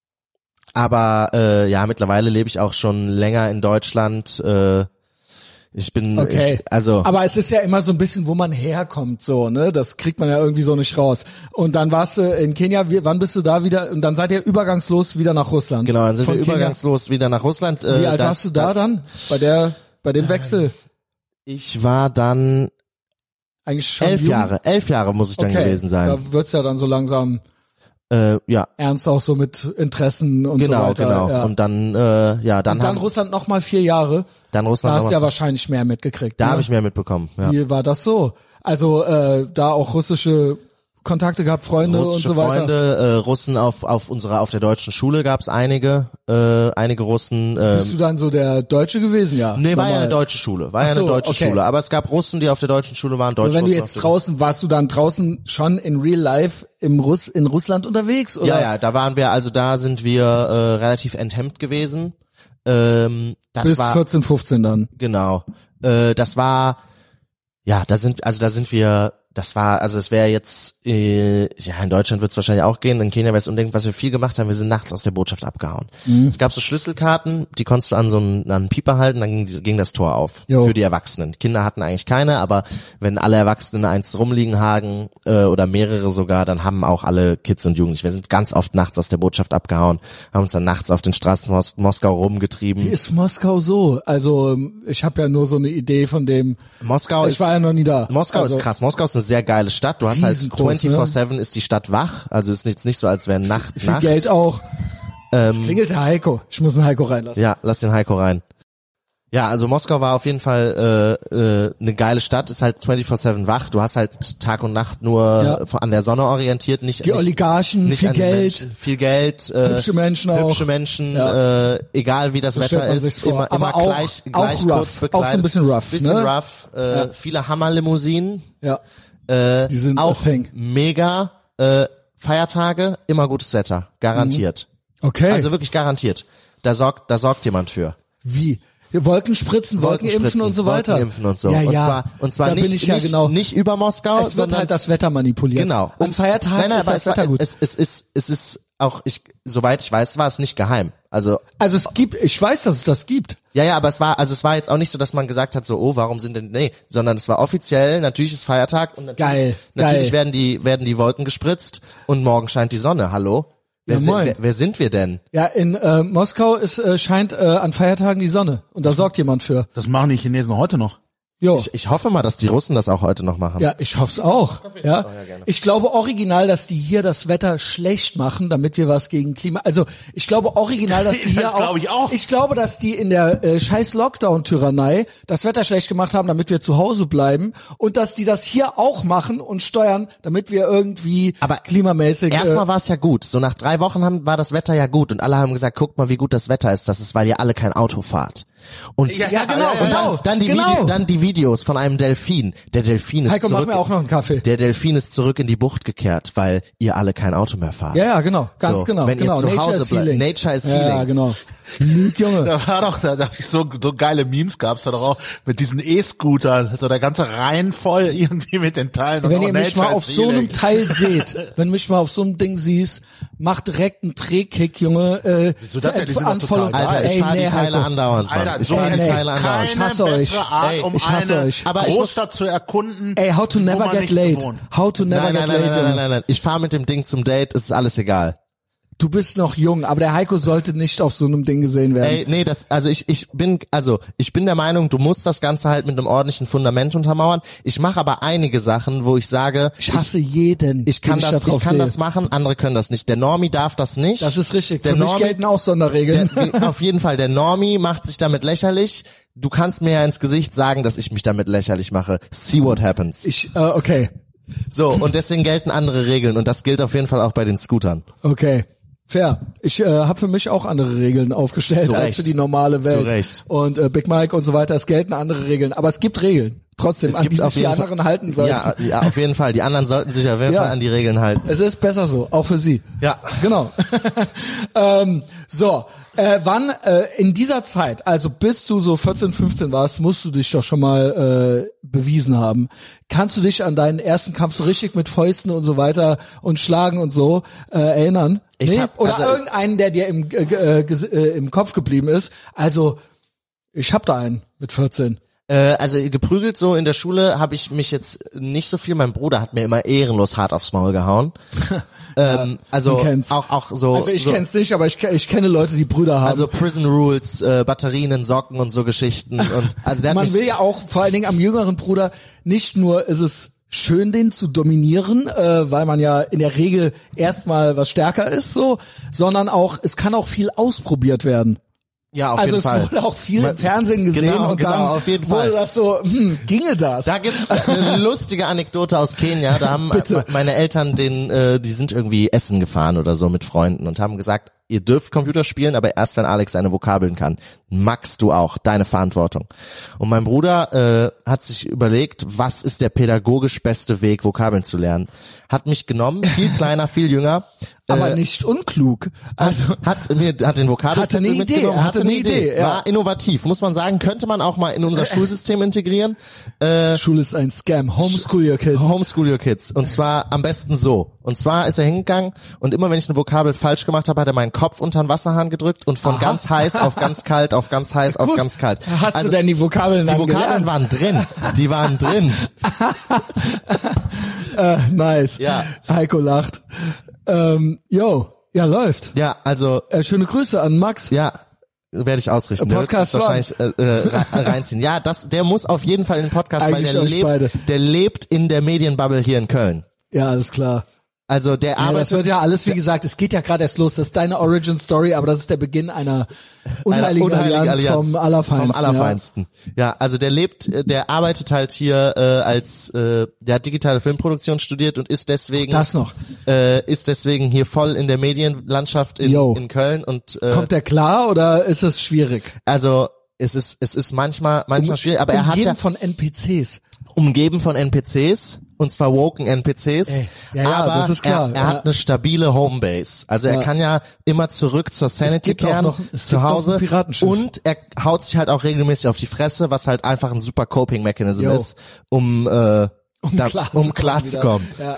aber äh, ja, mittlerweile lebe ich auch schon länger in Deutschland. Äh, ich bin, Okay. ich, also Aber es ist ja immer so ein bisschen, wo man herkommt, so, ne? Das kriegt man ja irgendwie so nicht raus. Und dann warst du in Kenia, wie, wann bist du da wieder? Und dann seid ihr übergangslos wieder nach Russland. genau, dann sind Von wir Kenia. übergangslos wieder nach Russland. Äh, Wie alt das- warst du da dann? Bei der, bei dem Wechsel? Ich war dann Eigentlich schon elf jung? Jahre, elf Jahre muss ich dann Okay. gewesen sein. Da wird's ja dann so langsam Äh, ja, ernst auch so mit Interessen und so genau, weiter. genau. Ja. Und dann, äh, ja, dann, Und dann haben, Russland noch mal vier Jahre. dann Da Russland. hast du ja nochmal- wahrscheinlich mehr mitgekriegt. da ne? habe ich mehr mitbekommen. Ja. Wie war das so? Also äh, da auch russische Kontakte gehabt, Freunde Russische und so weiter. Freunde, äh, Russen auf auf unserer auf der deutschen Schule gab's einige, äh, einige Russen. Äh, Bist du dann so der Deutsche gewesen? Ja. nee, war ja normal. eine deutsche Schule, war ja Ach so, eine deutsche okay. Schule. Aber es gab Russen, die auf der deutschen Schule waren. Und wenn du Deutsch-Russen jetzt auf der- draußen, warst du dann draußen schon in real life im Russ, in Russland unterwegs? Oder? Ja, ja, da waren wir, also da sind wir äh, relativ enthemmt gewesen. Ähm, das Bis war vierzehn, fünfzehn dann. Genau. Äh, das war, ja, da sind, also da sind wir, das war, also es wäre jetzt, äh, ja, in Deutschland wird es wahrscheinlich auch gehen, in Kenia wäre es unbedingt, was wir viel gemacht haben, wir sind nachts aus der Botschaft abgehauen. Mhm. Es gab so Schlüsselkarten, die konntest du an so einen, an einen Pieper halten, dann ging, ging das Tor auf. Jo. Für die Erwachsenen. Kinder hatten eigentlich keine, aber wenn alle Erwachsenen eins rumliegen haben, äh, oder mehrere sogar, dann haben auch alle Kids und Jugendliche. Wir sind ganz oft nachts aus der Botschaft abgehauen, haben uns dann nachts auf den Straßen Mos Moskau rumgetrieben. Wie ist Moskau so? Also ich habe ja nur so eine Idee von dem. Moskau Ich ist, war ja noch nie da. Moskau also, ist krass. Moskau ist eine sehr geile Stadt. Du hast halt Riesengroß, vierundzwanzig sieben ist die Stadt wach. Also ist jetzt nicht so, als wäre Nacht, Viel Nacht. Geld auch. Ähm, Jetzt klingelt der Heiko. Ich muss einen Heiko reinlassen. Ja, lass den Heiko rein. Ja, also Moskau war auf jeden Fall äh, äh, eine geile Stadt, ist halt vierundzwanzig sieben wach. Du hast halt Tag und Nacht nur Ja. von- an der Sonne orientiert, nicht Die nicht, Oligarchen, nicht viel an den Geld, Menschen, viel Geld, äh, hübsche Menschen auch. hübsche Menschen, Ja. äh, egal wie das So Wetter stellt man ist, sich's vor. immer, Aber immer auch- gleich, auch gleich rough. kurz bekleidet. Auch so ein bisschen rough, bisschen ne? rough, äh, Ja. viele Hammerlimousinen, Ja. äh, Die sind a auch thing. mega äh, Feiertage, immer gutes Wetter, garantiert. Okay. Also wirklich garantiert. Da sorgt, da sorgt jemand für. Wie? Wolkenspritzen, Wolkenimpfen und so weiter. Wolkenimpfen und so. Ja, und ja. zwar, und zwar da nicht, bin ich ja nicht, genau. nicht über Moskau, Es wird sondern halt das Wetter manipuliert. genau. An Feiertagen nein, nein, ist aber das es, war, Wetter gut. es, es, es ist, es ist auch, ich, soweit ich weiß, war es nicht geheim. Also, Also es gibt, ich weiß, dass es das gibt. ja, ja, aber es war, also es war jetzt auch nicht so, dass man gesagt hat, so, oh, warum sind denn, nee, sondern es war offiziell, natürlich ist Feiertag und natürlich, Geil, natürlich geil. werden die, werden die Wolken gespritzt und morgen scheint die Sonne, hallo? Wer, Ja, sind, moin. wer, wer sind wir denn? Ja, in äh, Moskau ist, äh, scheint äh, an Feiertagen die Sonne und da sorgt jemand für. Das machen die Chinesen heute noch. Jo. Ich, ich hoffe mal, dass die Russen das auch heute noch machen. Ja, ich hoff's auch. Ja, ich glaube original, dass die hier das Wetter schlecht machen, damit wir was gegen Klima. Also ich glaube original, dass die Das hier auch. glaube ich auch. Ich glaube, dass die in der äh, scheiß Lockdown-Tyrannei das Wetter schlecht gemacht haben, damit wir zu Hause bleiben und dass die das hier auch machen und steuern, damit wir irgendwie Aber klimamäßig. Erstmal äh, war es ja gut. So nach drei Wochen haben, war das Wetter ja gut und alle haben gesagt, guckt mal, wie gut das Wetter ist. Das ist, weil ihr alle kein Auto fahrt. Und Ja, ja, genau, und genau, dann, dann die genau. Video, dann die Videos von einem Delfin. Der Delfin ist Heiko, mach zurück. mir auch noch einen Kaffee. Der Delfin ist zurück in die Bucht gekehrt, weil ihr alle kein Auto mehr fahrt. Ja, ja, genau, ganz So, genau. wenn ihr genau. zu Nature Hause is bleibt. healing. Nature is Ja, healing. genau. Lüg, Junge. Da war doch, da, da hab ich so, so geile Memes gab's da doch auch mit diesen E-Scootern, so der ganze Reihen voll irgendwie mit den Teilen. Wenn und ihr auch mich Nature mal auf is so einem healing. Teil seht, wenn du mich mal auf so einem Ding siehst, mach direkt einen Drehkick, Junge. Äh, Wieso das denn? Die sind doch an total voll- geil. Alter, ich Ey, fahr nee, die Teile Heiko. andauernd, Mann. Alter, ich so fahr die nee, Teile andauernd. Ich keine hasse euch. bessere Art, Ey, um ich hasse eine euch. Aber ich muss- Großstadt zu erkunden, Ey, how to wo never man get nicht late. wohnt. How to never Nein, nein, get nein, late, nein, nein, Junge. nein, nein. Ich fahr mit dem Ding zum Date, es ist alles egal. Du bist noch jung, aber der Heiko sollte nicht auf so einem Ding gesehen werden. Ey, nee, das, also ich, ich bin, also ich bin der Meinung, du musst das Ganze halt mit einem ordentlichen Fundament untermauern. Ich mache aber einige Sachen, wo ich sage, ich hasse jeden. Ich kann den das, da drauf ich kann sehe. das machen, andere können das nicht. Der Normie darf das nicht. Das ist richtig. Der Für mich Normie, gelten auch Sonderregeln. der, auf jeden Fall, der Normie macht sich damit lächerlich. Du kannst mir ja ins Gesicht sagen, dass ich mich damit lächerlich mache. See what happens. Ich, äh, okay, So, und deswegen gelten andere Regeln und das gilt auf jeden Fall auch bei den Scootern. okay. Fair. Ich äh, habe für mich auch andere Regeln aufgestellt Zu als Recht. für die normale Welt. Zu Recht. Und äh, Big Mike und so weiter, es gelten andere Regeln. Aber es gibt Regeln. Trotzdem, Es an gibt die auf sich die jeden anderen Fall- halten sollten. Ja, ja, auf jeden Fall. Die anderen sollten sich auf jeden Ja. Fall an die Regeln halten. Es ist besser so, auch für sie. Ja. Genau. ähm, so, äh, wann äh, in dieser Zeit, also bis du so vierzehn, fünfzehn warst, musst du dich doch schon mal äh, bewiesen haben. Kannst du dich an deinen ersten Kampf so richtig mit Fäusten und so weiter und Schlagen und so äh, erinnern? Ich hab- Oder also- irgendeinen, der dir im, äh, äh, ges- äh, im Kopf geblieben ist. Also, ich hab da einen mit vierzehn. Äh, also geprügelt so in der Schule habe ich mich jetzt nicht so viel. Mein Bruder hat mir immer ehrenlos hart aufs Maul gehauen. ähm, also man kennt's. auch auch so. Also ich so, kenn's nicht, aber ich, ke- ich kenne Leute, die Brüder haben. Also Prison Rules, äh, Batterien in Socken und so Geschichten. Und also der hat Man mich, will ja auch vor allen Dingen am jüngeren Bruder nicht nur ist es schön, den zu dominieren, äh, weil man ja in der Regel erstmal was stärker ist, so, sondern auch es kann auch viel ausprobiert werden. ja auf Also jeden es Fall. wurde auch viel Man- im Fernsehen gesehen genau, und genau, dann auf jeden wurde Fall. das so, hm, ginge das? Da gibt's eine lustige Anekdote aus Kenia. Da haben Bitte. me- meine Eltern den, äh, die sind irgendwie essen gefahren oder so mit Freunden und haben gesagt, ihr dürft Computer spielen, aber erst wenn Alex seine Vokabeln kann. Max, du auch, deine Verantwortung. Und mein Bruder äh, hat sich überlegt, was ist der pädagogisch beste Weg, Vokabeln zu lernen. Hat mich genommen, viel kleiner, viel jünger. aber äh, nicht unklug. Also hat mir hat den Vokabelzettel Hatte eine Idee, mitgenommen, hatte hatte eine eine Idee, Idee, ja. war innovativ, muss man sagen, könnte man auch mal in unser Schulsystem integrieren. Äh, Schule ist ein Scam. Homeschool your kids. Homeschool your kids. Und zwar am besten so. Und zwar ist er hingegangen und immer wenn ich eine Vokabel falsch gemacht habe, hat er meinen Kopf unter den Wasserhahn gedrückt und von Aha. ganz heiß auf ganz kalt, auf ganz heiß, auf Gut. ganz kalt. Hast Also, du denn die Vokabeln die dann Vokabeln gelernt? waren drin. Die waren drin. Äh, nice. Ja. Heiko lacht. Ähm, yo, ja, läuft. Ja, also, Äh, schöne Grüße an Max. ja, werde ich ausrichten. Der wird Podcast es wahrscheinlich äh, äh, re- reinziehen. Ja, das, der muss auf jeden Fall in den Podcast, weil Eigentlich der euch lebt, beide. der lebt in der Medienbubble hier in Köln. Ja, alles klar. Also der Ja, das arbeitet wird ja alles, wie gesagt, es geht ja gerade erst los. Das ist deine Origin Story, aber das ist der Beginn einer unheiligen, Eine unheilige Allianz, vom Allerfeinsten. Vom Allerfeinsten. Ja. ja, also der lebt, äh, der arbeitet halt hier äh, als, äh, der hat digitale Filmproduktion studiert und ist deswegen, Ja. Das noch. äh, ist deswegen hier voll in der Medienlandschaft in, Yo. in Köln und äh, Kommt der klar oder ist es schwierig? also es ist, es ist manchmal, manchmal schwierig, aber er hat Umgeben ja von N P Cs. umgeben von N P Cs und zwar woken N P Cs, Ey, ja, ja, aber das ist klar, er, er ja. hat eine stabile Homebase. Also er Ja. kann ja immer zurück zur Sanity gibt auch kehren, noch- es zu gibt auch Hause ein Piratenschiff. und er haut sich halt auch regelmäßig auf die Fresse, was halt einfach ein super Coping Mechanism Jo. ist, um äh, um da, klarzukommen um klarzukommen. wieder.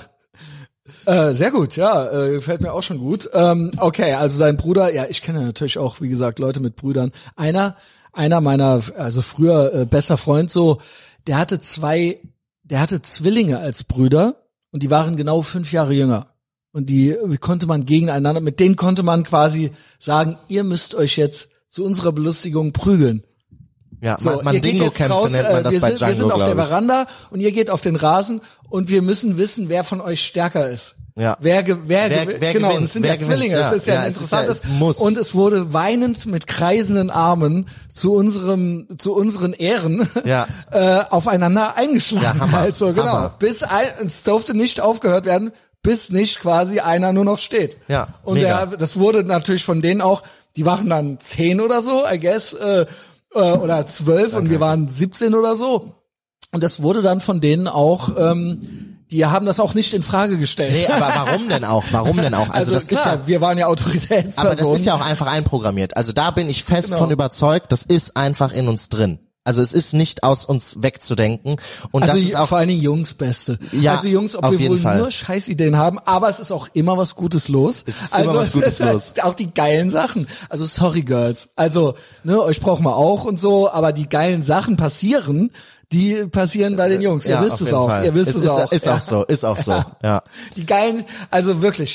Ja. Äh, sehr gut, ja, äh, gefällt mir auch schon gut. Ähm, okay, also dein Bruder, ja, ich kenne natürlich auch, wie gesagt, Leute mit Brüdern. Einer, einer meiner, also früher äh, bester Freund so, der hatte zwei, der hatte Zwillinge als Brüder und die waren genau fünf Jahre jünger. Und die wie konnte man gegeneinander, mit denen konnte man quasi sagen, ihr müsst euch jetzt zu unserer Belustigung prügeln. Ja, So, man, man ihr geht jetzt Dingo-Kämpfe raus, nennt äh, man das wir bei sind, Wir sind Django, auf der glaube ich. Veranda und ihr geht auf den Rasen und wir müssen wissen, wer von euch stärker ist. Ja. Wer, ge wer, Wer- gew- wer genau, gewinnt, und es sind wer ja gewinnt, Zwillinge, ja. es ist ja Ja, ein es ist ja- interessantes, es muss. und es wurde weinend mit kreisenden Armen zu unserem, zu unseren Ehren, Ja. äh, aufeinander eingeschlagen. Ja, Hammer, Also, genau. Hammer. Bis ein, es durfte nicht aufgehört werden, bis nicht quasi einer nur noch steht. Ja, Und mega. der, das wurde natürlich von denen auch, die waren dann zehn oder so, I guess, äh, äh, oder zwölf und wir waren siebzehn oder so. Und das wurde dann von denen auch, ähm, die haben das auch nicht in Frage gestellt. Nee, aber warum denn auch? Warum denn auch? Also, Also, das klar, ist ja wir waren ja Autoritätspersonen. Aber das ist ja auch einfach einprogrammiert. Also da bin ich fest Genau. von überzeugt, das ist einfach in uns drin. Also es ist nicht aus uns wegzudenken. Und Also das ist auch vor allen Dingen Jungs Beste. Ja, also Jungs, ob auf wir jeden wohl Fall. nur Scheißideen haben, aber es ist auch immer was Gutes los. Es ist also immer was Gutes es ist los. Auch die geilen Sachen. Also sorry Girls. Also, ne, euch brauchen wir auch und so, aber die geilen Sachen passieren, die passieren bei den Jungs. Ihr ja, wisst auf es jeden auch. Fall. Ihr wisst es es, ist, auch. Ist Ja. auch so, ist auch so. Ja. Die geilen, also wirklich.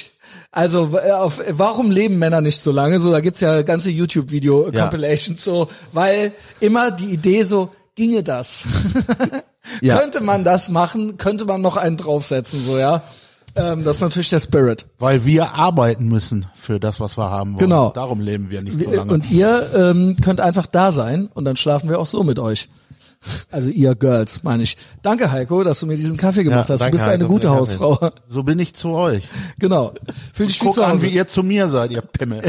Also äh, auf, warum leben Männer nicht so lange? So, da gibt's ja ganze YouTube-Video-Compilations, Ja. so, weil immer die Idee so, ginge das? Ja. Könnte man das machen? Könnte man noch einen draufsetzen, so, ja? Ähm, das ist natürlich der Spirit. Weil wir arbeiten müssen für das, was wir haben wollen. Genau. Darum leben wir nicht so Wir- lange. Und ihr ähm, könnt einfach da sein und dann schlafen wir auch so mit euch. Also ihr Girls, meine ich. Danke, Heiko, dass du mir diesen Kaffee gemacht Ja, hast. Du danke, bist eine Heiko, gute für den Kaffee. Hausfrau. So bin ich zu euch. Genau. Fühl dich wie Guck zu an, Hause. wie ihr zu mir seid, ihr Pimmel.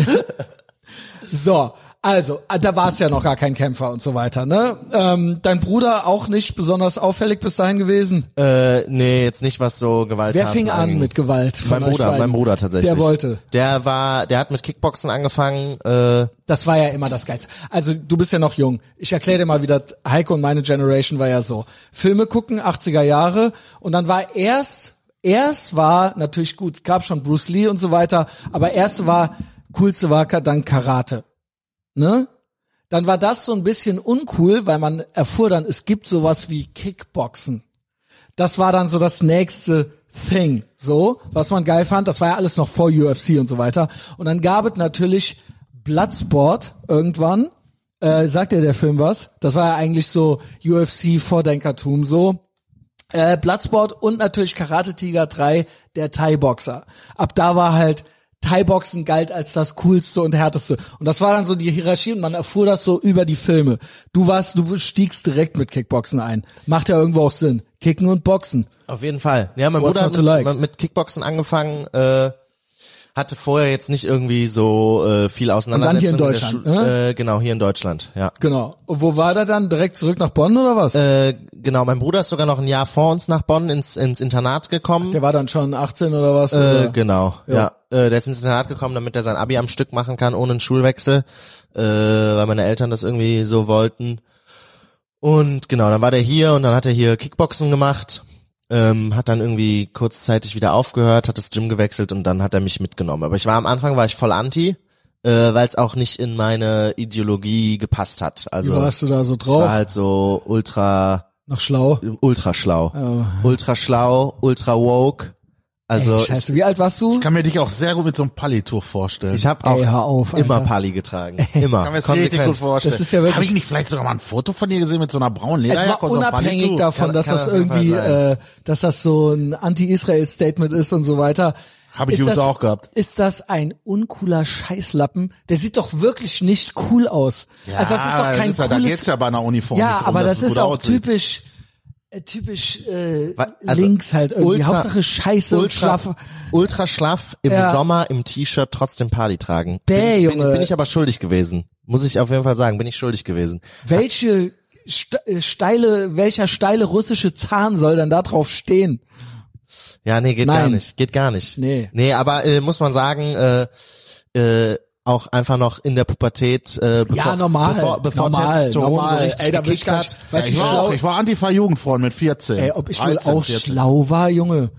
So, also, äh, da war's ja noch gar kein Kämpfer und so weiter, ne? Ähm, dein Bruder auch nicht besonders auffällig bis dahin gewesen? Äh, nee, jetzt nicht was so Gewalt. Wer fing an mit Gewalt? von Mein euch Bruder, beiden? mein Bruder tatsächlich. Der wollte. Der war, der hat mit Kickboxen angefangen. Äh, Das war ja immer das Geilste. Also du bist ja noch jung. Ich erkläre dir mal wieder, Heiko und meine Generation war ja so. Filme gucken, achtziger Jahre und dann war erst, erst war natürlich gut, es gab schon Bruce Lee und so weiter, aber erst war, coolste war dann Karate. Ne? Dann war das so ein bisschen uncool, weil man erfuhr dann, es gibt sowas wie Kickboxen. Das war dann so das nächste Thing, so, was man geil fand. Das war ja alles noch vor U F C und so weiter. Und dann gab es natürlich Bloodsport irgendwann. Äh, sagt dir der Film was? Das war ja eigentlich so U F C-Vordenkertum so. Äh, Bloodsport und natürlich Karate Tiger drei, der Thai-Boxer. Ab da war halt Thai-Boxen galt als das coolste und härteste. Und das war dann so die Hierarchie und man erfuhr das so über die Filme. Du warst, du stiegst direkt mit Kickboxen ein. Macht ja irgendwo auch Sinn. Kicken und Boxen. auf jeden Fall. Ja, mein What's Bruder not hat to mit, like? mit Kickboxen angefangen. Äh, hatte vorher jetzt nicht irgendwie so äh, viel Auseinandersetzung. hier in mit der Deutschland, Schul- ne? Äh, genau, hier in Deutschland, ja. Genau. Und wo war der dann? Direkt zurück nach Bonn oder was? Äh, genau, mein Bruder ist sogar noch ein Jahr vor uns nach Bonn ins, ins Internat gekommen. Der war dann schon achtzehn oder was? Äh, oder? genau, Ja. ja. Äh, der ist ins Internat gekommen, damit er sein Abi am Stück machen kann, ohne einen Schulwechsel, äh, weil meine Eltern das irgendwie so wollten. Und genau, dann war der hier und dann hat er hier Kickboxen gemacht, ähm, hat dann irgendwie kurzzeitig wieder aufgehört, hat das Gym gewechselt und dann hat er mich mitgenommen. Aber ich war am Anfang, war ich voll anti, äh, weil es auch nicht in meine Ideologie gepasst hat. Also Wie warst du da so ich drauf? war halt so ultra, Noch schlau? ultra schlau. Oh. Ultra schlau, ultra woke. Also Ey, scheiße, wie alt warst du? Ich kann mir dich auch sehr gut mit so einem Palituch vorstellen. ich habe auch Ey, hör auf, immer Alter. Pali getragen. Immer. kann mir das richtig gut vorstellen. Das ist ja wirklich- Habe ich nicht vielleicht sogar mal ein Foto von dir gesehen mit so einer braunen Es Lederjacke war und so einem unabhängig Palituch? davon, Kann- dass kann das auf jeden Fall irgendwie, sein. äh, dass das so ein Anti-Israel-Statement ist und so weiter. Hab ich Ist übrigens das- auch gehabt. Ist das ein uncooler Scheißlappen? Der sieht doch wirklich nicht cool aus. Ja, also das ist doch kein das ist ja, da cooles. geht's ja bei einer Uniform ja, nicht drum, aber dass das es ist gut auch aussieht. typisch, äh, typisch äh, Wa- also links halt irgendwie. ultra- Hauptsache Scheiße und ultra, schlaff. ultra schlaff im Ja. Sommer im T-Shirt trotzdem Pali tragen. Bäh, bin, ich, bin, Junge. bin ich aber schuldig gewesen. Muss ich auf jeden Fall sagen, bin ich schuldig gewesen. Welche ste äh, steile, welcher steile russische Zahn soll denn da drauf stehen? Ja, nee, geht Nein. gar nicht. Geht gar nicht. Nee. Nee, aber äh, muss man sagen, äh, äh, auch einfach noch in der Pubertät, äh, bevor, Ja, normal. bevor, bevor normal, Testosteron normal. so richtig Ey, da will ich gekickt gar hat. nicht, Ja, weißt du, ich wie war schlau, auch, ich war Antifa-Jugendfreund mit vierzehn. ey, ob ich wohl dreizehn, auch vierzehn. schlau war, Junge.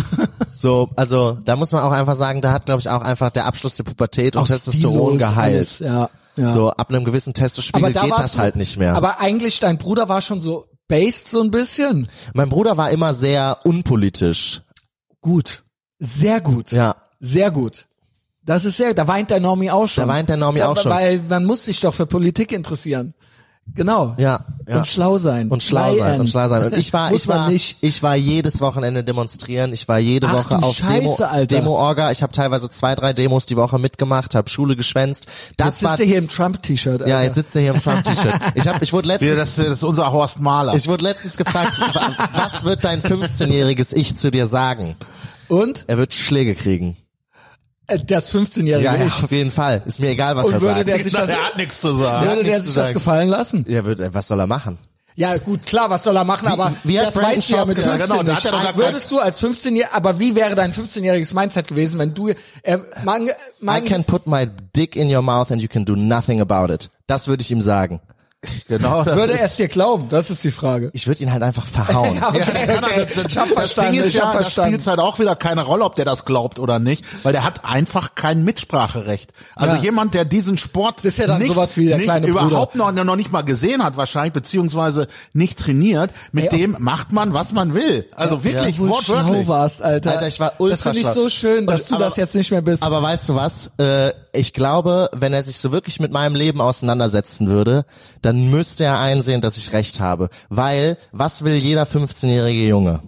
So, also da muss man auch einfach sagen, da hat, glaube ich, auch einfach der Abschluss der Pubertät und Auch Testosteron stilos geheilt. alles, Ja, ja. So, ab einem gewissen Testospiegel geht warst das du- halt nicht mehr. Aber eigentlich, dein Bruder war schon so based so ein bisschen. Mein Bruder war immer sehr unpolitisch. Gut. Sehr gut. Ja. Sehr gut. Das ist sehr, da weint der Normie auch schon. Da weint der Normie auch schon. Weil man muss sich doch für Politik interessieren. Genau. Ja, ja. Und schlau sein. Und schlau Lie sein, and. und schlau sein. Und ich war, Muss ich man war, nicht. ich war jedes Wochenende demonstrieren. Ich war jede Ach Woche du auf Scheiße, Demo, Alter. Demo-Orga. Ich habe teilweise zwei, drei Demos die Woche mitgemacht, habe Schule geschwänzt. Das Jetzt war, sitzt er hier im Trump-T-Shirt. ja, Alter. jetzt sitzt er hier im Trump-T-Shirt. Ich habe, ich wurde Wir, letztens, das, das ist unser Horst Mahler. ich wurde letztens gefragt, wa- was wird dein fünfzehnjähriges Ich zu dir sagen? Und? Er wird Schläge kriegen. Äh, Das fünfzehnjährige Ja, ja, Ich. auf jeden Fall. Ist mir egal, was Und er würde sagt. der sich das, der hat nichts zu sagen. würde der nichts sich zu das sagen. gefallen lassen? Er wird, äh, was soll er machen? Ja, gut, klar, was soll er machen, aber wie hat das Brandon weißt du ja Schaub mit gesagt? fünfzehn Genau, da nicht. hat er doch gesagt, Würdest du als fünfzehnjähriger, aber wie wäre dein fünfzehnjähriges Mindset gewesen, wenn du, äh, man, I man, can put my dick in your mouth and you can do nothing about it. Das würde ich ihm sagen. Genau, das Würde ist, er es dir glauben? Das ist die Frage. Ich würde ihn halt einfach verhauen. Ja, okay, Ja, kann er- okay. das, Ich hab das verstanden, Ding ist ich hab ja, da verstanden. spielt halt auch wieder keine Rolle, ob der das glaubt oder nicht, weil der hat einfach kein Mitspracherecht. Also Ja. jemand, der diesen Sport Das ist ja dann nicht, sowas wie der nicht kleine überhaupt noch, noch nicht mal gesehen hat wahrscheinlich, beziehungsweise nicht trainiert, mit Ey, dem macht man, was man will. Also wirklich Wo du wortwörtlich. schlau warst, Alter. Alter, ich war ultra Das finde ich schlau. so schön, dass Und- du aber- das jetzt nicht mehr bist. Aber weißt du was? Äh, ich glaube, wenn er sich so wirklich mit meinem Leben auseinandersetzen würde, dann müsste er einsehen, dass ich recht habe. Weil, was will jeder fünfzehnjährige Junge?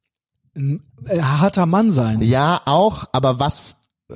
Ein äh, harter Mann sein. Ja, auch, aber was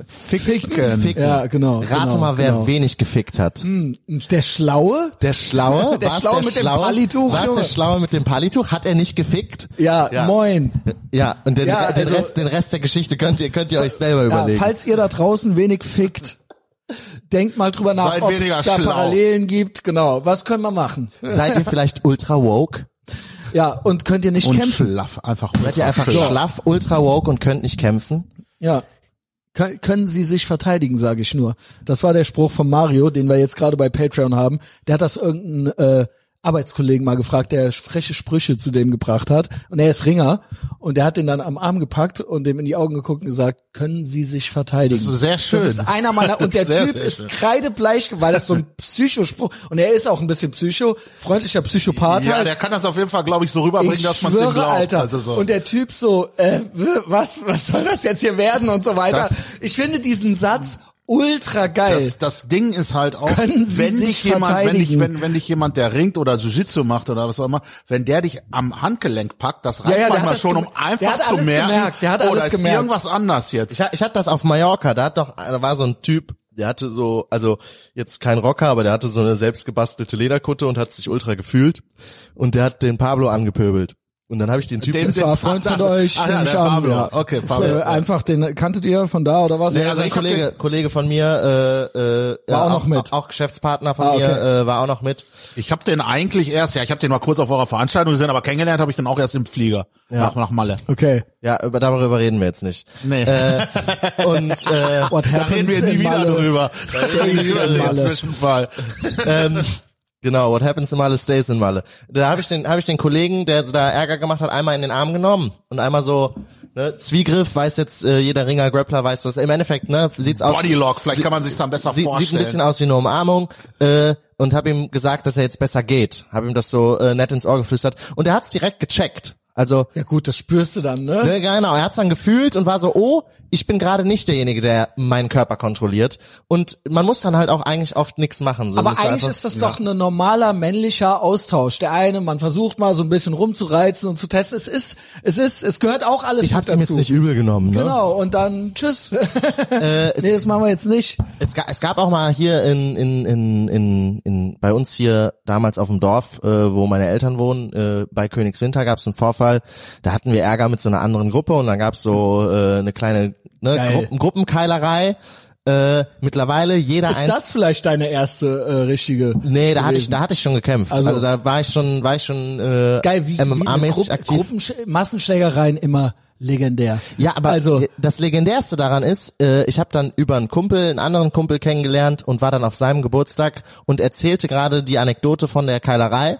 Ficken. ficken? Ja, genau, Rate genau, mal, wer genau. wenig gefickt hat. Der Schlaue? Der Schlaue? Der War's Schlaue mit dem Schlaue? Palituch, War's Junge? der Schlaue mit dem Palituch? Hat er nicht gefickt? Ja, Ja. moin. Ja, und den, Ja, den, also- Rest, den Rest der Geschichte könnt ihr, könnt ihr euch selber Ja, überlegen. falls ihr da draußen wenig fickt, denkt mal drüber nach, Seid ob weniger es da schlau. Parallelen gibt. Genau. Was können wir machen? Seid ihr vielleicht ultra woke? Ja, und könnt ihr nicht Und kämpfen? schlaff, einfach. Seid ihr einfach schlaff, ultra woke und könnt nicht kämpfen? Ja. Kön- Können sie sich verteidigen, sage ich nur. Das war der Spruch von Mario, den wir jetzt gerade bei Patreon haben. Der hat das irgendein äh, Arbeitskollegen mal gefragt, der freche Sprüche zu dem gebracht hat. Und er ist Ringer. Und der hat den dann am Arm gepackt und dem in die Augen geguckt und gesagt, können Sie sich verteidigen? Das ist sehr schön. Das ist einer meiner, und der Sehr, Typ sehr ist schön. kreidebleich, weil das so ein Psychospruch, und er ist auch ein bisschen Psycho, freundlicher Psychopath Ja, halt. der kann das auf jeden Fall, glaube ich, so rüberbringen, Ich dass man es ihm schwöre, glaubt. Alter. Also so. Und der Typ so, äh, was, was soll das jetzt hier werden und so weiter. Das- Ich finde diesen Satz ultra geil. Das, das Ding ist halt auch, Können Sie wenn sich dich jemand, wenn dich, verteidigen? wenn, wenn dich jemand, der ringt oder Jiu-Jitsu macht oder was auch immer, wenn der dich am Handgelenk packt, das reicht Ja, ja, der manchmal hat das schon, um gem- der einfach hat zu alles merken, gemerkt, der hat oh, alles da ist gemerkt. irgendwas anders jetzt. Ich, ha- ich hatte das auf Mallorca, da hat doch, da war so ein Typ, der hatte so, also jetzt kein Rocker, aber der hatte so eine selbstgebastelte Lederkutte und hat sich ultra gefühlt und der hat den Pablo angepöbelt. Und dann habe ich den Typen, Den- Das war ein Freund von euch, Ah, ja, nehme ich der an, Pablo. ja. Okay, Pablo. Äh, Einfach den, kanntet ihr von da oder was? Nee, ja, also also ein ich hab Kollege, Kollege von mir, äh, äh, ja, auch noch mit. auch Geschäftspartner von Ah, okay. mir, äh, war auch noch mit. Ich habe den eigentlich erst, ja, ich habe den mal kurz auf eurer Veranstaltung gesehen, aber kennengelernt habe ich den auch erst im Flieger nach, nach Malle. Okay. Ja, über, darüber reden wir jetzt nicht. Nee. Äh, und äh, What Da reden wir happens nie in wieder Malle? drüber. Da reden wir nie wieder in über Malle. den Zwischenfall. ähm, genau, what happens in Malle stays in Malle. Da habe ich den, habe ich den Kollegen, der so da Ärger gemacht hat, einmal in den Arm genommen und einmal so, ne, Zwiegriff, weiß jetzt äh, jeder Ringer, Grappler weiß was. Im Endeffekt, ne, sieht's aus. Bodylock, vielleicht kann man sich dann besser sieht, vorstellen. sieht ein bisschen aus wie eine Umarmung äh, und habe ihm gesagt, dass er jetzt besser geht. Habe ihm das so äh, nett ins Ohr geflüstert und er hat's direkt gecheckt. Also Ja gut, das spürst du dann, ne? ne, genau, er hat's dann gefühlt und war so, oh, ich bin gerade nicht derjenige, der meinen Körper kontrolliert. Und man muss dann halt auch eigentlich oft nichts machen. So Aber musst du eigentlich einfach- ist das doch ein normaler männlicher Austausch. Der eine, man versucht mal so ein bisschen rumzureizen und zu testen. Es ist, es ist, es gehört auch alles Ich mit hab's ihm dazu. jetzt nicht übel genommen, ne? Genau, und dann tschüss. Äh, nee, das machen wir jetzt nicht. Es, ga, es gab auch mal hier in, in, in, in, in bei uns hier damals auf dem Dorf, äh, wo meine Eltern wohnen, äh, bei Königswinter gab es einen Vorfall. Da hatten wir Ärger mit so einer anderen Gruppe und dann gab es so äh, eine kleine ne, Geil. Gruppen, Gruppenkeilerei. Äh, mittlerweile jeder Ist eins. das vielleicht deine erste äh, richtige? Nee, da hatte ich, gewesen? da hatte ich schon gekämpft. Also- Also, da war ich schon, war ich schon äh, Geil, wie, wie M M A-mäßig Gruppen, aktiv. Gruppen, Massenschlägereien immer legendär. Ja, aber also das Legendärste daran ist, äh, ich habe dann über einen Kumpel, einen anderen Kumpel kennengelernt und war dann auf seinem Geburtstag und erzählte gerade die Anekdote von der Keilerei.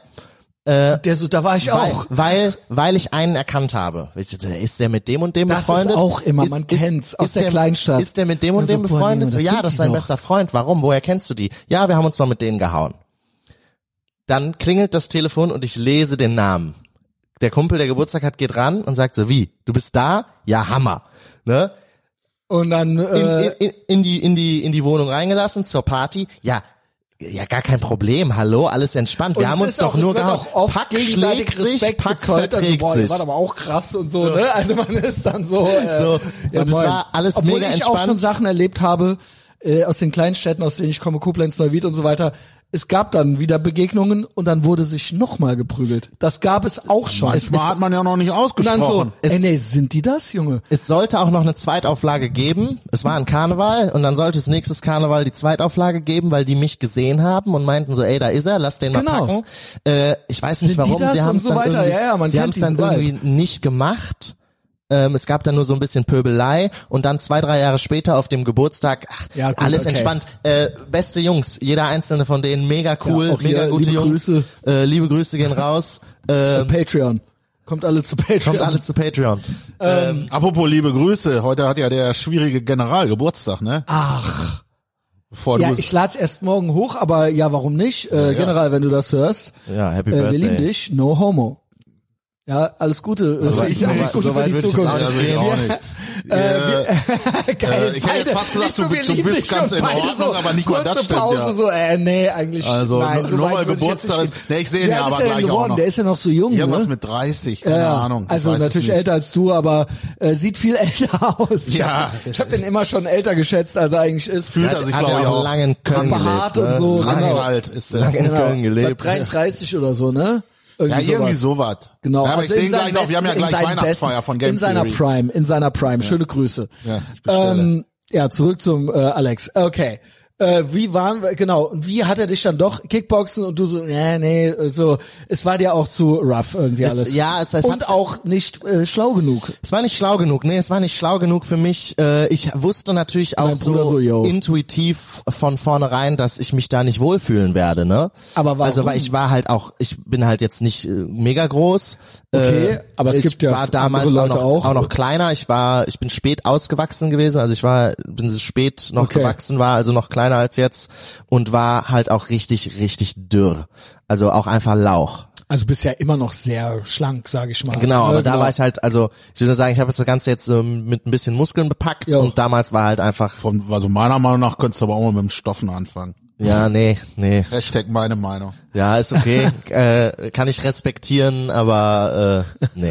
der so, da war ich Weil, auch. weil, weil ich einen erkannt habe. Ich dachte, Ist der mit dem und dem Das ist befreundet? auch immer, man kennt's aus der der, Kleinstadt. Ist der mit dem und Also, dem boah, befreundet? Junge, So, das ja, sind das die ist sein doch. bester Freund. Warum? Woher kennst du die? Ja, wir haben uns mal mit denen gehauen. Dann klingelt das Telefon und ich lese den Namen. Der Kumpel, der Geburtstag hat, geht ran und sagt so, wie? Du bist da? Ja, Hammer. Ne? Und dann, In, äh, in, in, in die, in die, in die Wohnung reingelassen zur Party. Ja. Ja, gar kein Problem. Hallo, alles entspannt. Wir und haben es uns ist doch auch, nur es wird gehauen. auch oft Pack gegenseitig schlägt sich, Respekt Pack gezollt, also, verträgt boah, sich. ihr wart aber auch krass und so, ne? Also man ist dann so, äh, So, ja, und es moin. war alles Obwohl mega ich auch entspannt. schon Sachen erlebt habe, äh, aus den kleinen Städten, aus denen ich komme, Koblenz, Neuwied und so weiter. Es gab dann wieder Begegnungen und dann wurde sich nochmal geprügelt. Das gab es auch schon. Manchmal es, hat man ja noch nicht und dann ausgesprochen. so, ey, nee, sind die das, Junge? Es sollte auch noch eine Zweitauflage geben. Es war ein Karneval und dann sollte es nächstes Karneval die Zweitauflage geben, weil die mich gesehen haben und meinten so, ey, da ist er, lass den mal Genau. packen. Äh, ich weiß nicht Sind die warum, das sie und haben es so dann weiter? irgendwie, Ja, ja, man sie kennt haben es dann diesen Vibe. irgendwie nicht gemacht. Ähm, es gab dann nur so ein bisschen Pöbelei und dann zwei, drei Jahre später auf dem Geburtstag, ach, Ja, gut, alles okay. entspannt. Äh, beste Jungs, jeder einzelne von denen, mega cool, Ja, auch mega hier, gute liebe Jungs. Grüße. Äh, liebe Grüße gehen raus. Äh, Ähm, Patreon. Kommt alle zu Patreon. kommt alle zu Patreon. Ähm, Apropos liebe Grüße, heute hat ja der schwierige General Geburtstag, ne? Ach. Bevor Ja, du ich lad's erst morgen hoch, aber ja, warum nicht? Äh, General, wenn du das hörst. ja, Happy Äh, wir Birthday. lieben dich, no homo. Ja, alles Gute. So weit- Ich- so alles weit- Gute so für weit die würde ich jetzt Zukunft. auch nicht also ich gehen. auch nicht. Äh, Geil. Äh, ich hätte jetzt fast gesagt, Nicht so, du- wir du lieben bist dich ganz schon in beide Ordnung, so. aber nicht mal Kurze das stimmt, Pause ja. so, äh, nee, eigentlich. Also, nein, nur so weil weit würde ich Geburtstag jetzt nicht ist- nee, ich sehe gehen. ihn Wie ja alt aber ist der denn gleich auch geworden? noch. Der ist ja noch so jung, Irgendwas ne? mit dreißig, keine Ja, Ahnung. Ich also weiß es natürlich nicht. älter als du, aber äh, sieht viel älter aus. Ich Ja. hab, ich habe den immer schon älter geschätzt, als er eigentlich ist. Fühlt Hat, er sich, hat glaube ja ich, auch auch. lange in Köln Behaart gelebt, und ne? so, Ganz genau. alt ist der. Lange in Köln gelebt. Bei dreiunddreißig oder so, ne? Ja, irgendwie sowas. Genau. Ja, aber also ich in sehe ihn gleich seinem noch, wir haben ja besten- in gleich seinem Weihnachtsfeier besten- von Game In seiner Theory. Prime, in seiner Prime. Schöne Grüße. Ja, ich bestelle. Ähm, ja, zurück zum äh, Alex. Okay. Äh, wie waren wir, genau, und wie hat er dich dann doch Kickboxen und du so, nee, nee, so, es war dir auch zu rough irgendwie Es- alles. ja, es- es und hat- auch nicht äh, schlau genug. Es war nicht schlau genug, nee, es war nicht schlau genug für mich. Äh, ich wusste natürlich auch Mein Bruder so, so, yo. intuitiv von vornherein, dass ich mich da nicht wohlfühlen werde, ne? Aber warum? Also, weil ich war halt auch, ich bin halt jetzt nicht äh, mega groß. Okay, äh, aber es ich gibt ja war damals andere auch Leute noch, auch. auch noch kleiner. Ich war, ich bin spät ausgewachsen gewesen, also ich war, bin so spät noch Okay. gewachsen, war also noch kleiner als jetzt und war halt auch richtig, richtig dürr. Also auch einfach Lauch. Also bist ja immer noch sehr schlank, sage ich mal. Genau, Ne, aber da genau. war ich halt, also ich würde sagen, ich habe das Ganze jetzt ähm, mit ein bisschen Muskeln bepackt Jo. und damals war halt einfach, Von, also meiner Meinung nach könntest du aber auch mal mit dem Stoffen anfangen. ja, nee, nee, Hashtag meine Meinung. ja, ist okay, äh, kann ich respektieren, aber äh, nee.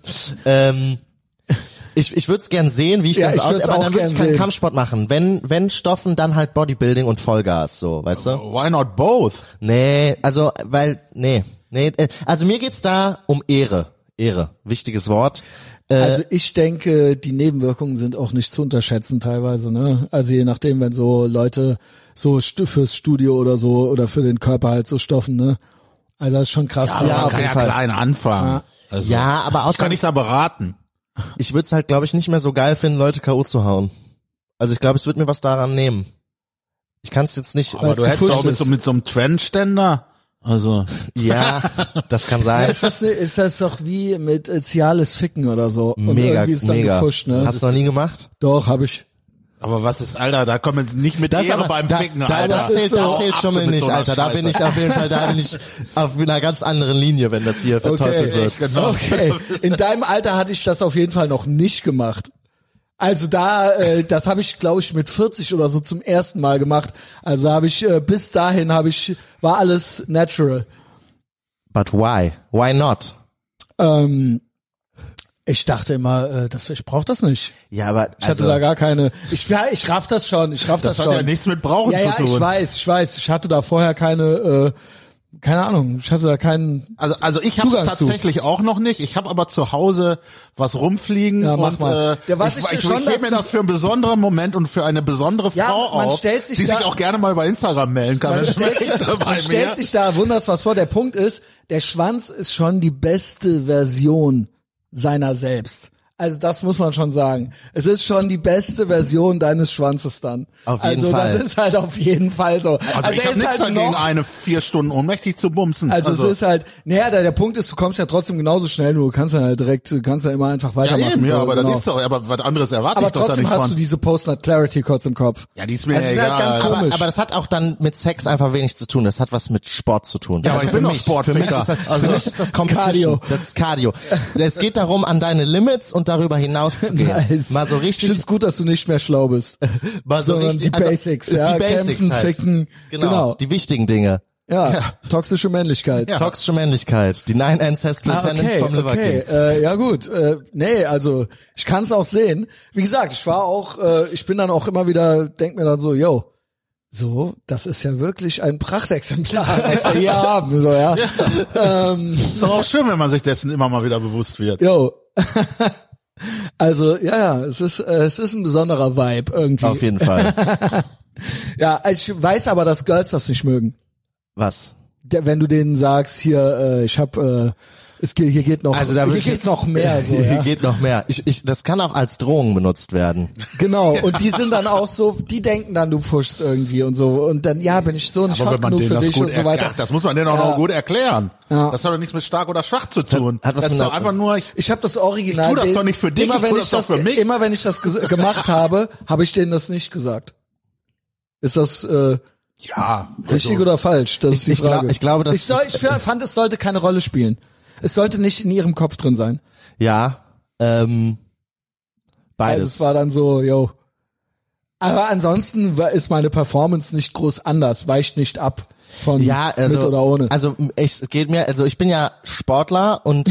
ähm, ich ich würde es gern sehen, wie ich Ja, das ich aus, würd's aber auch dann würde ich gern keinen sehen. Kampfsport machen. Wenn wenn Stoffen, dann halt Bodybuilding und Vollgas, so, weißt du? Why not both? Nee, also weil nee, nee, äh, also mir geht's da um Ehre, Ehre, wichtiges Wort. Äh, Also ich denke, die Nebenwirkungen sind auch nicht zu unterschätzen teilweise, ne? Also je nachdem, wenn so Leute so stu- fürs Studio oder so oder für den Körper halt so stoffen, ne? Also das ist schon krass. Aber Ja, man auf kann jeden ja Fall. klein anfangen. Also, ja, aber ich außer kann dich da beraten. ich würde es halt, glaube ich, nicht mehr so geil finden, Leute K O zu hauen. Also ich glaube, es wird mir was daran nehmen. Ich kann es jetzt nicht. Aber Weil's du hättest gefuscht auch mit ist. so, mit so einem Trendständer, also, Ja, das kann sein. Ist das, ist das doch wie mit äh, Cialis Ficken oder so. Und Mega, irgendwie ist dann mega. gefuscht, ne? Hast du noch nie gemacht? Doch, habe ich. aber was ist, Alter, da kommen jetzt nicht mit Ehre aber- beim da, Ficken, da, Alter. da zählt, so. da zählt schon mal Ab mit nicht, so einer Alter. Da bin ich Scheiße. auf jeden Fall, da bin ich auf einer ganz anderen Linie, wenn das hier verteufelt wird. Genau. Okay. In deinem Alter hatte ich das auf jeden Fall noch nicht gemacht. Also da, äh, das habe ich, glaube ich, mit vierzig oder so zum ersten Mal gemacht. Also habe ich äh, bis dahin habe ich war alles natural. But why? Why not? Ähm, ich dachte immer, äh, das, ich brauche das nicht. Ja, aber Ich hatte also, da gar keine. Ich ja, ich raff das schon. Ich raff das, Das hat schon. ja nichts mit Brauchen ja, zu ja, tun. ich weiß, ich weiß. Ich hatte da vorher keine, äh, keine Ahnung. Ich hatte da keinen. Also, also ich habe es Zugang zu. tatsächlich auch noch nicht. Ich habe aber zu Hause was rumfliegen Ja, mach und mal. Äh, Ja, was ich, ich ich, schon ich hebe mir dazu- das für einen besonderen Moment und für eine besondere Ja, Frau man auf, stellt sich die da- sich auch gerne mal bei Instagram melden kann. Man wenn stellt, sie möchte bei man stellt mir. sich da wunders was vor. Der Punkt ist, der Schwanz ist schon die beste Version seiner selbst. Also das muss man schon sagen. Es ist schon die beste Version deines Schwanzes dann. Auf jeden also Fall. das ist halt auf jeden Fall so. Also, ich er habe ist nichts halt dagegen, noch, eine vier Stunden ohnmächtig zu bumsen. also, es ist halt, naja, der, der Punkt ist, du kommst ja trotzdem genauso schnell, nur du kannst ja halt direkt, du kannst ja immer einfach ja, weitermachen. eben, ja, so, aber genau. das ist doch, aber was anderes erwarte aber ich doch da trotzdem nicht hast von. du diese Post-Nut-Clarity kurz im Kopf. Ja, die ist mir Also, es ist halt egal. ganz aber, komisch. aber das hat auch dann mit Sex einfach wenig zu tun. Das hat was mit Sport zu tun. Ja, aber ich für bin doch mich, für mich Sportficker. ist das, Also- für mich ist das Competition. Cardio. Das ist Cardio. Es geht darum, an deine Limits und darüber hinaus zu gehen. Nice. Mal so Ich richtig, find's gut, dass du nicht mehr schlau bist. mal so sondern richtig, die also, Basics, ist ja, die Basics kämpfen, halt. ficken, Genau, genau. die wichtigen Dinge. Ja, toxische Männlichkeit. Ja. Toxische Männlichkeit, die Nine Ancestral Ah, Tenants okay, vom Liver okay. King. Äh, ja gut, äh, nee, also ich kann es auch sehen. Wie gesagt, ich war auch, äh, ich bin dann auch immer wieder, denk mir dann so, yo, so, das ist ja wirklich ein Prachtexemplar, was wir hier haben, so, ja. Ähm, Ist doch auch schön, wenn man sich dessen immer mal wieder bewusst wird. yo. Also, ja, ja, es ist, äh, es ist ein besonderer Vibe irgendwie. Auf jeden Fall. Ja, ich weiß aber, dass Girls das nicht mögen. Was? Der, wenn du denen sagst, hier, äh, ich hab, äh, Es geht, hier geht noch, Also da hier wirklich- geht noch mehr. So, Hier ja. geht noch mehr. Ich, ich, das kann auch als Drohung benutzt werden. Genau. Und die sind dann auch so, die denken dann, du pushst irgendwie und so. Und dann, ja, bin ich so nicht Aber hot wenn man genug denen für das dich gut und so weiter. erklärt, das muss man denen auch Ja. noch gut erklären. Ja. Das hat doch nichts mit stark oder schwach zu tun. Hat was das ist mit doch einer- einfach nur, ich, Ich habe das Original. Ich tu das den- doch nicht für dich, Immer ich wenn tu ich das doch das für mich. Immer wenn ich das ges- gemacht habe, habe ich denen das nicht gesagt. Ist das äh, ja, richtig also, oder falsch? Das ist die ich glaub- Frage. ich glaube, das ich, soll, ich fand, es sollte keine Rolle spielen. Es sollte nicht in ihrem Kopf drin sein. Ja, ähm, Also beides. es war dann so, yo. Aber ansonsten war- ist meine Performance nicht groß anders, weicht nicht ab von ja, also, mit oder ohne. also ich, es geht mir, also ich bin ja Sportler und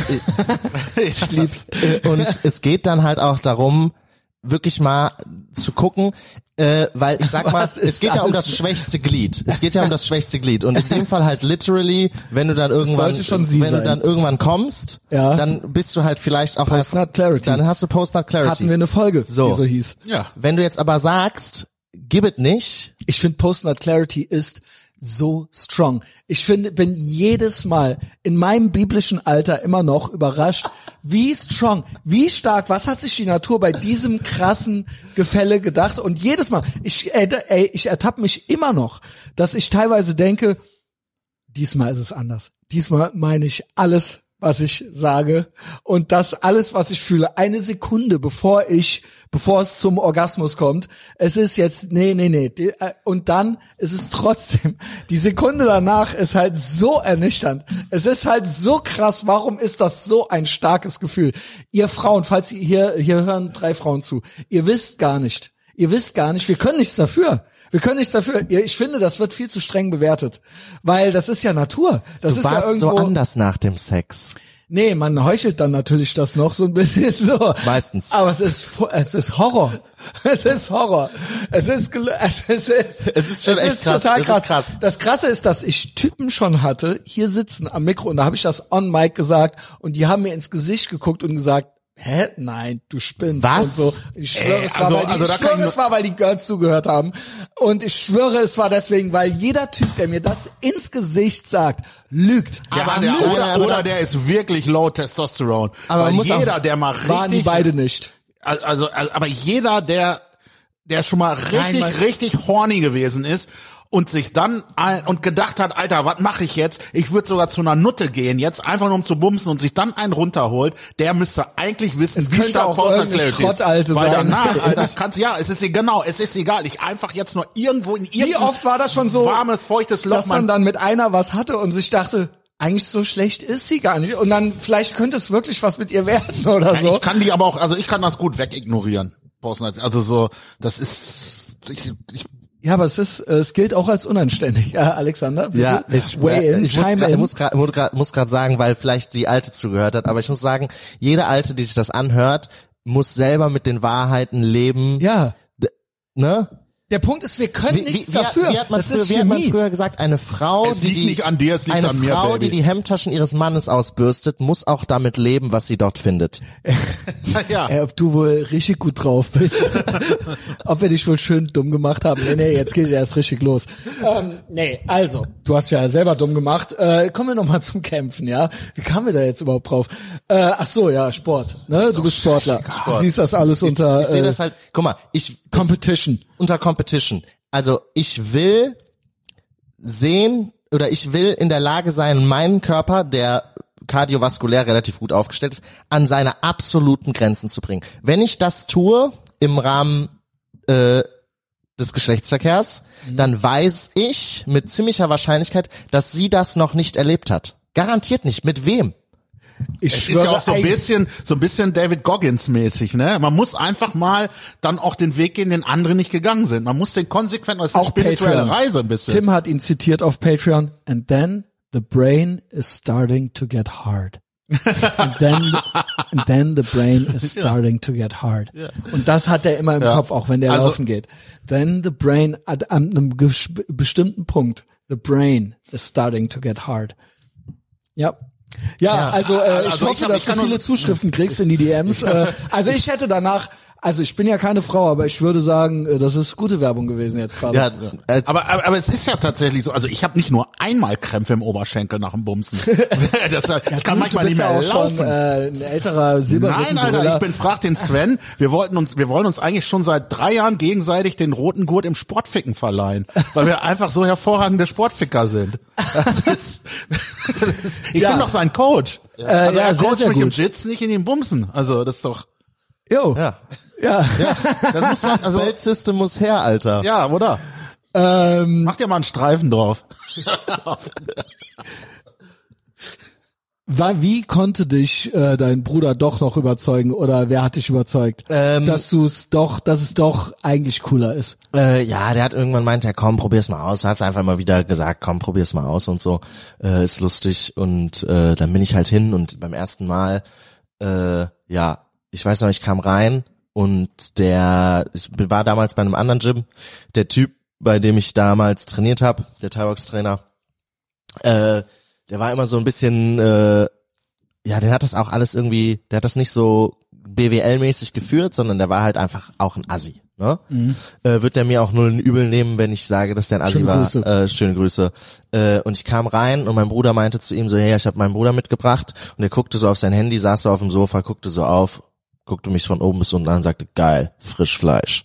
ich lieb's. und es geht dann halt auch darum, wirklich mal zu gucken, äh, weil ich sag mal, Was es ist geht ja um alles? das schwächste Glied. Es geht ja um das schwächste Glied und in dem Fall halt literally, wenn du dann irgendwann, sollte schon sie wenn sein. du dann irgendwann kommst, Ja. dann bist du halt vielleicht auch Post-Nut Clarity. Dann hast du Post-Nut Clarity. Hatten wir eine Folge, So. die so hieß. ja. Wenn du jetzt aber sagst, gib it nicht, Ich finde Post-Nut Clarity ist so strong. Ich finde, bin jedes Mal in meinem biblischen Alter immer noch überrascht, wie strong, wie stark, was hat sich die Natur bei diesem krassen Gefälle gedacht? Und jedes Mal, ich, ey, ey, ich ertappe mich immer noch, dass ich teilweise denke, diesmal ist es anders. Diesmal meine ich alles, was ich sage und das alles, was ich fühle, eine Sekunde bevor ich, bevor es zum Orgasmus kommt. Es ist jetzt, nee, nee, nee. Die, äh, und dann ist es trotzdem, die Sekunde danach ist halt so ernüchternd. Es ist halt so krass. Warum ist das so ein starkes Gefühl? Ihr Frauen, falls ihr hier, hier hören drei Frauen zu, ihr wisst gar nicht, ihr wisst gar nicht, wir können nichts dafür. Wir können nichts dafür. Ich finde, das wird viel zu streng bewertet, weil das ist ja Natur. Das du ist warst ja irgendwo. so anders nach dem Sex. Nee, man heuchelt dann natürlich das noch so ein bisschen so. Meistens. Aber es ist, es ist Horror. Es ist Horror. Es ist, gel- es ist, Es ist schon echt krass. total Es ist krass. krass. Das Krasse ist, dass ich Typen schon hatte, hier sitzen am Mikro, und da habe ich das on mic gesagt, und die haben mir ins Gesicht geguckt und gesagt, hä? Nein, du spinnst. Was? Und so. Ich schwöre, Ey, es war, also- weil die, also da ich kann schwöre, ich es war, weil die Girls zugehört haben. Und ich schwöre, es war deswegen, weil jeder Typ, der mir das ins Gesicht sagt, lügt. Ja, Aber der, lügt. oder, aber oder da- der ist wirklich low Testosteron. Aber Weil muss auch- jeder, der mal Waren die richtig, beide nicht. also, also, aber jeder, der, der schon mal richtig, Nein, man- richtig horny gewesen ist und sich dann ein, und gedacht hat, Alter, was mache ich jetzt? Ich würde sogar zu einer Nutte gehen jetzt, einfach nur um zu bumsen, und sich dann einen runterholt, der müsste eigentlich wissen, Es wie könnte stark auch Post-Nut irgendeine Clarity ist. Schrottalte Weil sein. danach, Alter, das kannst, ja, es ist genau, es ist egal. Ich einfach jetzt nur irgendwo in Wie irgendein oft war das schon so, warmes, feuchtes Loch, dass man dann mit einer was hatte und sich dachte, eigentlich so schlecht ist sie gar nicht. Und dann vielleicht könnte es wirklich was mit ihr werden oder Ja, so. ich kann die aber auch, also ich kann das gut wegignorieren. Post-Nut. Also so, das ist, ich, ich Ja, aber es ist, äh, es gilt auch als unanständig. Ja, Alexander, bitte. Ja, ich, Weigh in, ich muss chime grad, in. muss gerade muss grad, muss grad sagen, weil vielleicht die Alte zugehört hat, aber ich muss sagen, jede Alte, die sich das anhört, muss selber mit den Wahrheiten leben. Ja. Ne? Der Punkt ist, wir können Wie, nichts wie, dafür. Wie hat man, das früher, ist wie hat man Chemie. früher gesagt, eine Frau, Es die liegt die, nicht an dir, es liegt eine an mir, Frau, Baby. die die Hemdtaschen ihres Mannes ausbürstet, muss auch damit leben, was sie dort findet. ja. Ey, ob du wohl richtig gut drauf bist. Ob wir dich wohl schön dumm gemacht haben. Nee, nee, jetzt geht erst richtig los. Ähm, nee, also, du hast ja selber dumm gemacht. Äh, kommen wir nochmal zum Kämpfen, ja? Wie kamen wir da jetzt überhaupt drauf? Äh, ach so, ja, Sport. Ne? Du bist Sportler. Du siehst das alles unter Ich sehe äh, das halt, guck mal, ich Competition. unter Competition. Also ich will sehen oder ich will in der Lage sein, meinen Körper, der kardiovaskulär relativ gut aufgestellt ist, an seine absoluten Grenzen zu bringen. Wenn ich das tue im Rahmen äh, des Geschlechtsverkehrs, mhm. dann weiß ich mit ziemlicher Wahrscheinlichkeit, dass sie das noch nicht erlebt hat. Garantiert nicht. Mit wem? Ich Es ist schwöre, ja auch so ein ein- bisschen, so ein bisschen David Goggins mäßig, ne? Man muss einfach mal dann auch den Weg gehen, den andere nicht gegangen sind. Man muss den konsequent, das ist eine auch spirituelle Patreon. Reise ein bisschen. Tim hat ihn zitiert auf Patreon. And then the brain is starting to get hard. And then, and then the brain is starting to get hard. Und das hat er immer im Ja. Kopf, auch wenn der Also- laufen geht. Then the brain, at an einem ges- bestimmten Punkt, the brain is starting to get hard. Ja. Ja, Ja. also äh, ich Also ich hoffe, hab- dass ich du kann nur- viele Zuschriften kriegst in die D Ms. Äh, also ich hätte danach Also ich bin ja keine Frau, aber ich würde sagen, äh, das ist gute Werbung gewesen jetzt gerade. Ja, äh, Aber, aber, aber es ist ja tatsächlich so, also ich habe nicht nur einmal Krämpfe im Oberschenkel nach dem Bumsen. das, ich kann Gut, manchmal du bist nicht mehr ja auch laufen. schon äh, ein älterer Silberrücken. Nein, Alter, ich bin, frag den Sven, wir wollten uns, wir wollen uns eigentlich schon seit drei Jahren gegenseitig den roten Gurt im Sportficken verleihen, weil wir einfach so hervorragende Sportficker sind. Das ist, das ist, ich Ja. bin doch sein Coach. Äh, Also ja, er sehr, coacht sehr mich im gut. Jits, nicht in den Bumsen. Also das ist doch, Jo. ja. Ja. das muss man, also, Belt System muss her, Alter. ja, oder? ähm, Mach dir mal einen Streifen drauf. War, wie konnte dich äh, dein Bruder doch noch überzeugen oder wer hat dich überzeugt, Ähm, dass du es doch, dass es doch eigentlich cooler ist? Äh, ja, der hat irgendwann meint, ja komm, probier's mal aus. Hat's einfach mal wieder gesagt, komm, probier's mal aus und so. Äh, ist lustig. Und äh, dann bin ich halt hin und beim ersten Mal, äh, ja, ich weiß noch, ich kam rein und der, ich war damals bei einem anderen Gym, der Typ, bei dem ich damals trainiert habe, der Thai-Box-Trainer, äh, der war immer so ein bisschen, äh, ja, der hat das auch alles irgendwie, der hat das nicht so B W L-mäßig geführt, sondern der war halt einfach auch ein Assi. Ne? Mhm. Äh, wird der mir auch null übel nehmen, wenn ich sage, dass der ein Assi Schöne war. Grüße. Äh, schöne Grüße. Äh, und ich kam rein und mein Bruder meinte zu ihm so, hey, ich habe meinen Bruder mitgebracht. Und er guckte so auf sein Handy, saß so auf dem Sofa, guckte so auf, guckte mich von oben bis unten an und sagte, geil, Frischfleisch.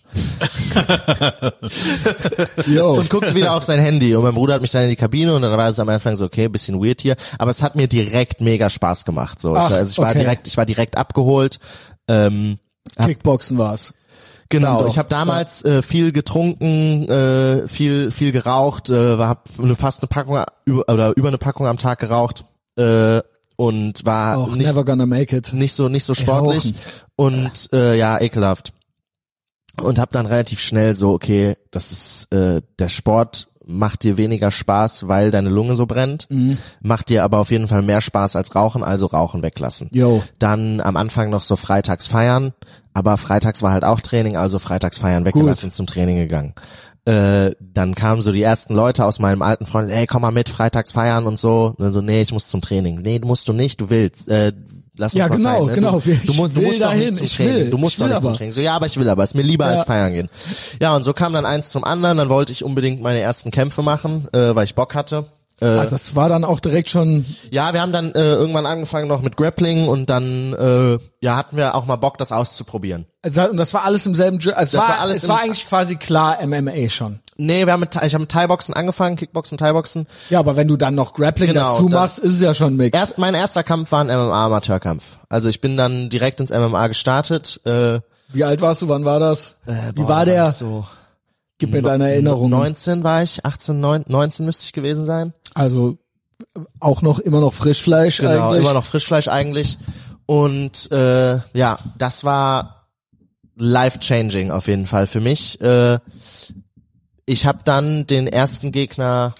Jo. Und guckte wieder auf sein Handy. Und mein Bruder hat mich dann in die Kabine und dann war es am Anfang so, okay, bisschen weird hier. Aber es hat mir direkt mega Spaß gemacht. So, Ach, ich, also ich war okay. direkt, ich war direkt abgeholt. Ähm, Kickboxen war's. Genau, Dann doch. ich habe damals äh, viel getrunken, äh, viel viel geraucht, äh, war hab eine, fast eine Packung über, oder über eine Packung am Tag geraucht äh, und war Auch nicht never gonna make it. nicht so nicht so sportlich Rauchen. und äh, ja ekelhaft und habe dann relativ schnell so okay, das ist äh, der Sport macht dir weniger Spaß, weil deine Lunge so brennt, Mhm. macht dir aber auf jeden Fall mehr Spaß als Rauchen, also Rauchen weglassen. Jo. Dann am Anfang noch so freitags feiern, aber freitags war halt auch Training, also freitags feiern weggelassen, zum Training gegangen. Äh, dann kamen so die ersten Leute aus meinem alten Freund, ey, komm mal mit, freitags feiern und so. Und dann so, nee, ich muss zum Training. Nee, musst du nicht, du willst. Äh, lass uns Ja, mal genau, feiern, ne? genau. Du, Ich du, musst, du will musst doch dahin, nicht zum ich Training. will, Du musst ich doch will nicht zum aber. Training. So, ja, aber ich will aber. Ist mir lieber Ja. als feiern gehen. Ja, und so kam dann eins zum anderen. Dann wollte ich unbedingt meine ersten Kämpfe machen, äh, weil ich Bock hatte. Also das war dann auch direkt schon, Ja, wir haben dann äh, irgendwann angefangen noch mit Grappling und dann äh, ja hatten wir auch mal Bock, das auszuprobieren. also, und das war alles im selben Gym. Also Das es war, war alles es im- war eigentlich quasi klar M M A schon. Nee, wir haben mit, ich habe mit Thai-Boxen angefangen, Kickboxen, Thai-Boxen. Ja, aber wenn du dann noch Grappling Genau, dazu dann- machst, ist es ja schon ein Mix. Erst mein erster Kampf war ein M M A-Amateurkampf. Also ich bin dann direkt ins M M A gestartet. Äh, Wie alt warst du? Wann war das? Wie boah, war da der? ich so Gib mir deine Erinnerung. neunzehn war ich, achtzehn, neun, neunzehn müsste ich gewesen sein. Also auch noch immer noch Frischfleisch Genau, eigentlich. immer noch Frischfleisch eigentlich. Und äh, ja, das war life-changing auf jeden Fall für mich. Äh, ich habe dann den ersten Gegner,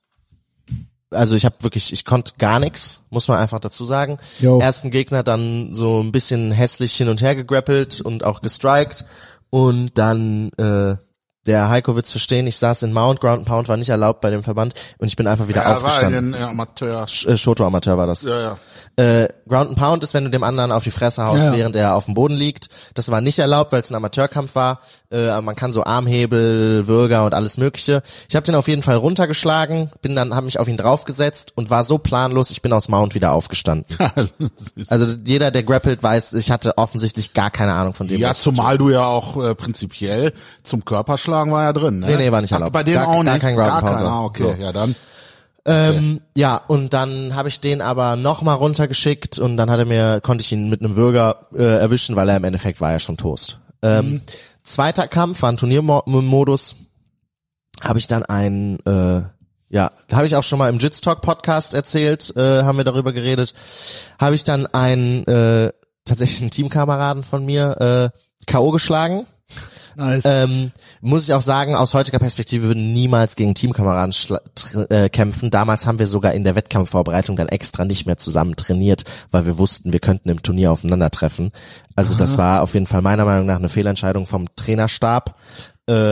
also ich habe wirklich, ich konnte gar nichts, muss man einfach dazu sagen. Jo. Ersten Gegner dann so ein bisschen hässlich hin und her gegrappelt und auch gestrikt. Und dann äh, der Heiko wird's verstehen, ich saß in Mount, Ground and Pound war nicht erlaubt bei dem Verband und ich bin einfach wieder Ja, aufgestanden. war ein Amateur. Sch- äh, Shoto-Amateur war das. Ja, ja. Äh, Ground and Pound ist, wenn du dem anderen auf die Fresse haust, Ja, ja. während er auf dem Boden liegt. Das war nicht erlaubt, weil es ein Amateurkampf war. Äh, aber man kann so Armhebel, Würger und alles Mögliche. Ich habe den auf jeden Fall runtergeschlagen, bin dann, habe mich auf ihn draufgesetzt und war so planlos, ich bin aus Mount wieder aufgestanden. Also jeder, der grappelt, weiß, ich hatte offensichtlich gar keine Ahnung von dem. Ja, was ich zumal du ja auch äh, prinzipiell zum Körperschlagen war ja drin, ne? Nee, nee, war nicht Ach, erlaubt. bei dem Gar- auch gar nicht. kein Ground gar and Pound kein. war. Ah, okay, So. ja dann. Ähm, ja, und dann habe ich den aber nochmal runtergeschickt und dann hat er mir, konnte ich ihn mit einem Würger äh, erwischen, weil er im Endeffekt war ja schon Toast. Ähm, Mhm. Zweiter Kampf war ein Turniermodus. Habe ich dann einen, äh, ja, habe ich auch schon mal im Jits Talk Podcast erzählt, äh, haben wir darüber geredet. Habe ich dann einen äh, tatsächlich einen Teamkameraden von mir äh, K O geschlagen. Nice. Ähm, muss ich auch sagen, aus heutiger Perspektive würden niemals gegen Teamkameraden schla- tr- äh, kämpfen. Damals haben wir sogar in der Wettkampfvorbereitung dann extra nicht mehr zusammen trainiert, weil wir wussten, wir könnten im Turnier aufeinandertreffen. Also das war auf jeden Fall meiner Meinung nach eine Fehlentscheidung vom Trainerstab. Äh,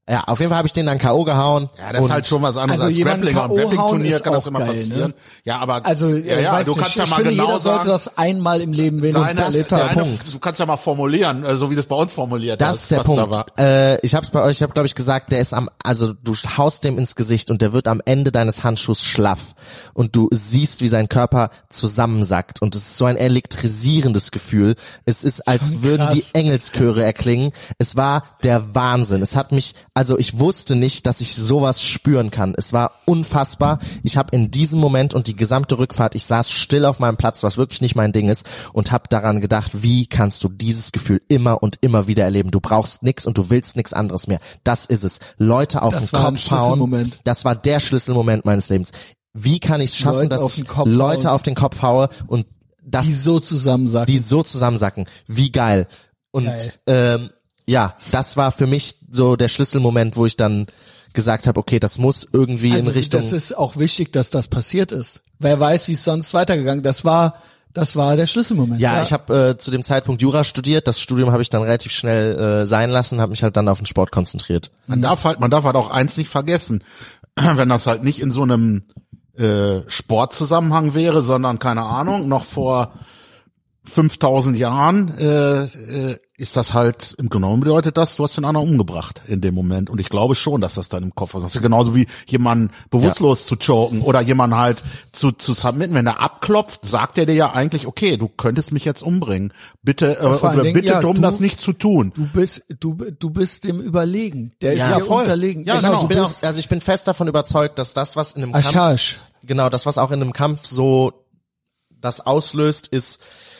Ja, auf jeden Fall habe ich den dann K O gehauen. Ja, das ist halt schon was anderes also als jemanden Grappling. Am K O hauen Grappling-Turnier ist kann das auch immer geil, passieren. ne? Ja, aber Also, ja, ja, weiß du nicht, kannst ja ich mal finde, genau jeder sollte sagen, das einmal im Leben wenigstens deine, erlebt haben. deine, du kannst ja mal formulieren, äh, so wie das bei uns formuliert Das hast, ist der was da Punkt. war. Äh, ich hab's bei euch, ich habe glaube ich gesagt, der ist am, also du haust dem ins Gesicht und der wird am Ende deines Handschuhs schlaff und du siehst, wie sein Körper zusammensackt und es ist so ein elektrisierendes Gefühl. Es ist, als Schon würden krass. die Engelschöre erklingen. Es war der Wahnsinn. Es hat mich, also ich wusste nicht, dass ich sowas spüren kann. Es war unfassbar. Ich habe in diesem Moment und die gesamte Rückfahrt, ich saß still auf meinem Platz, was wirklich nicht mein Ding ist, und habe daran gedacht, wie kannst du dieses Gefühl immer und immer wieder erleben? Du brauchst nix und du willst nix anderes mehr. Das ist es. Leute auf Das den war ein Kopf hauen. Schlüsselmoment. Das war der Schlüsselmoment meines Lebens. Wie kann ich es schaffen, Leute dass auf ich den Kopf Leute hauen. auf den Kopf haue und das Die so zusammensacken. die so zusammensacken. Wie geil. Und Geil. ähm, ja, das war für mich so der Schlüsselmoment, wo ich dann gesagt habe, okay, das muss irgendwie also in Richtung. das ist auch wichtig, dass das passiert ist. Wer weiß, wie es sonst weitergegangen. Das war, das war der Schlüsselmoment. ja, ich habe äh, zu dem Zeitpunkt Jura studiert. Das Studium habe ich dann relativ schnell äh, sein lassen, habe mich halt dann auf den Sport konzentriert. Man darf halt, man darf halt auch eins nicht vergessen, wenn das halt nicht in so einem äh, Sportzusammenhang wäre, sondern keine Ahnung, noch vor fünftausend Jahren äh, äh, ist das halt, im Grunde genommen bedeutet das, du hast den anderen umgebracht in dem Moment. Und ich glaube schon, dass das dann im Kopf ist. Das ist genauso wie jemanden bewusstlos ja. zu choken oder jemanden halt zu, zu submitten. Wenn er abklopft, sagt er dir ja eigentlich, okay, du könntest mich jetzt umbringen. Bitte, äh, vor allen oder Dingen, bitte ja, drum, du- das nicht zu tun. Du bist, du, du bist dem überlegen. Der Ja, ist dir voll. unterlegen. Ja, Genau, genau. ich bin du auch, bist also ich bin fest davon überzeugt, dass das, was in einem Kampf, archaisch. genau, das, was auch in einem Kampf so das auslöst, ist